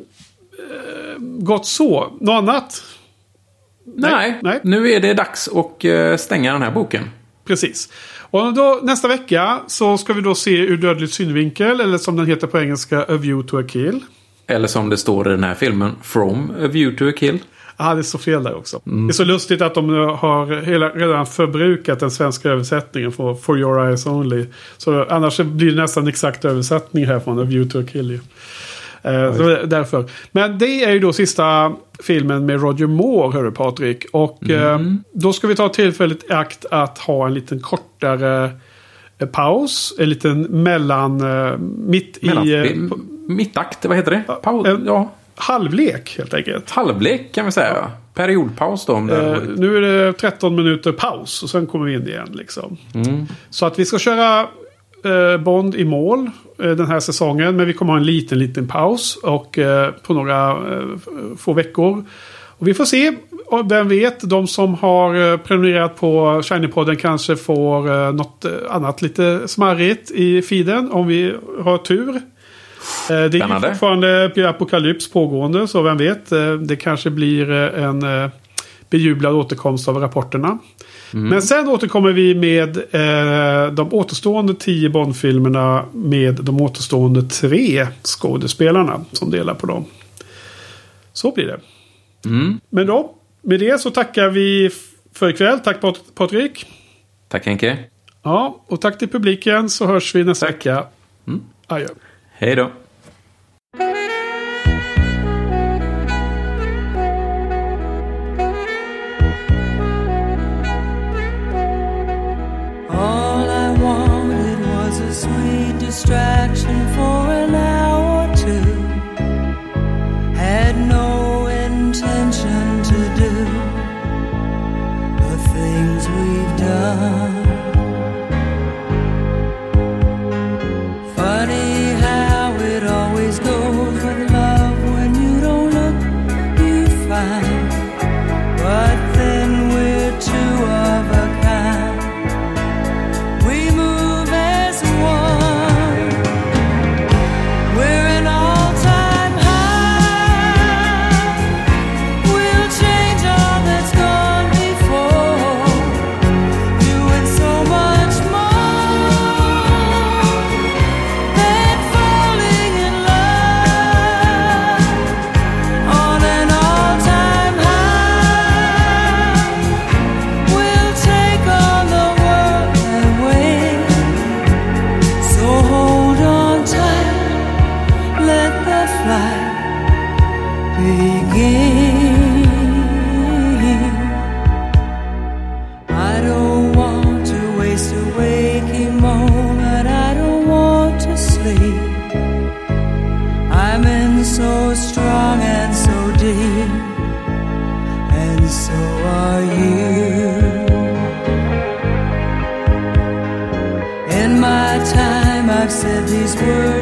gott så. Något annat? Nej. Nej. Nej, nu är det dags att eh, stänga den här boken. Precis. Och då, nästa vecka så ska vi då se ur dödlig synvinkel, eller som den heter på engelska, A View to a Kill. Eller som det står i den här filmen, From A View to a Kill. Ja, ah, det är så fel där också. Mm. Det är så lustigt att de har hela, redan förbrukat den svenska översättningen för For Your Eyes Only. Så annars blir det nästan exakt översättning här från A View to a Kill. Eh, så därför. Men det är ju då sista filmen med Roger Moore, hörru Patrik. Och mm. eh, då ska vi ta tillfället i akt att ha en liten kortare eh, paus. En liten mellan... Eh, mitt Mellan, i... Eh, mittakt, vad heter det? Paus, eh, ja. Halvlek helt enkelt. Halvlek kan vi säga. Ja. Periodpaus då. Om det eh, nu är det tretton minuter paus. Och sen kommer vi in igen liksom. Mm. Så att vi ska köra eh, Bond i mål eh, den här säsongen. Men vi kommer ha en liten, liten paus. Och eh, på några eh, få veckor. Och vi får se. Och vem vet, de som har prenumererat på Shiny-podden kanske får eh, något annat lite smarrigt i feeden om vi har tur. Eh, det är ju fortfarande apokalyps pågående, så vem vet, eh, det kanske blir eh, en eh, bejublad återkomst av rapporterna. Mm. Men sen återkommer vi med eh, de återstående tio Bond-filmerna med de återstående tre skådespelarna som delar på dem. Så blir det. Mm. Men då, med det så tackar vi för ikväll. Tack Patrik. Tack Henke. Ja, och tack till publiken, så hörs vi nästa tack. vecka. Mm. Adjö. Hej då. All I wanted was a sweet distraction for an hour or two. Had no intention to do the things we've done. Funny how it always goes with love. When you don't look, you find. But then we're two of a kind. We move as one. We're an all-time high. We'll change all that's gone before, doing so much more than falling in love. On an all-time high, we'll take on the world and win. So hold on tight, let the flight begin. I don't want to waste a waking moment. I don't want to sleep. I'm in so strong and so deep, and so are you. In my time I've said these words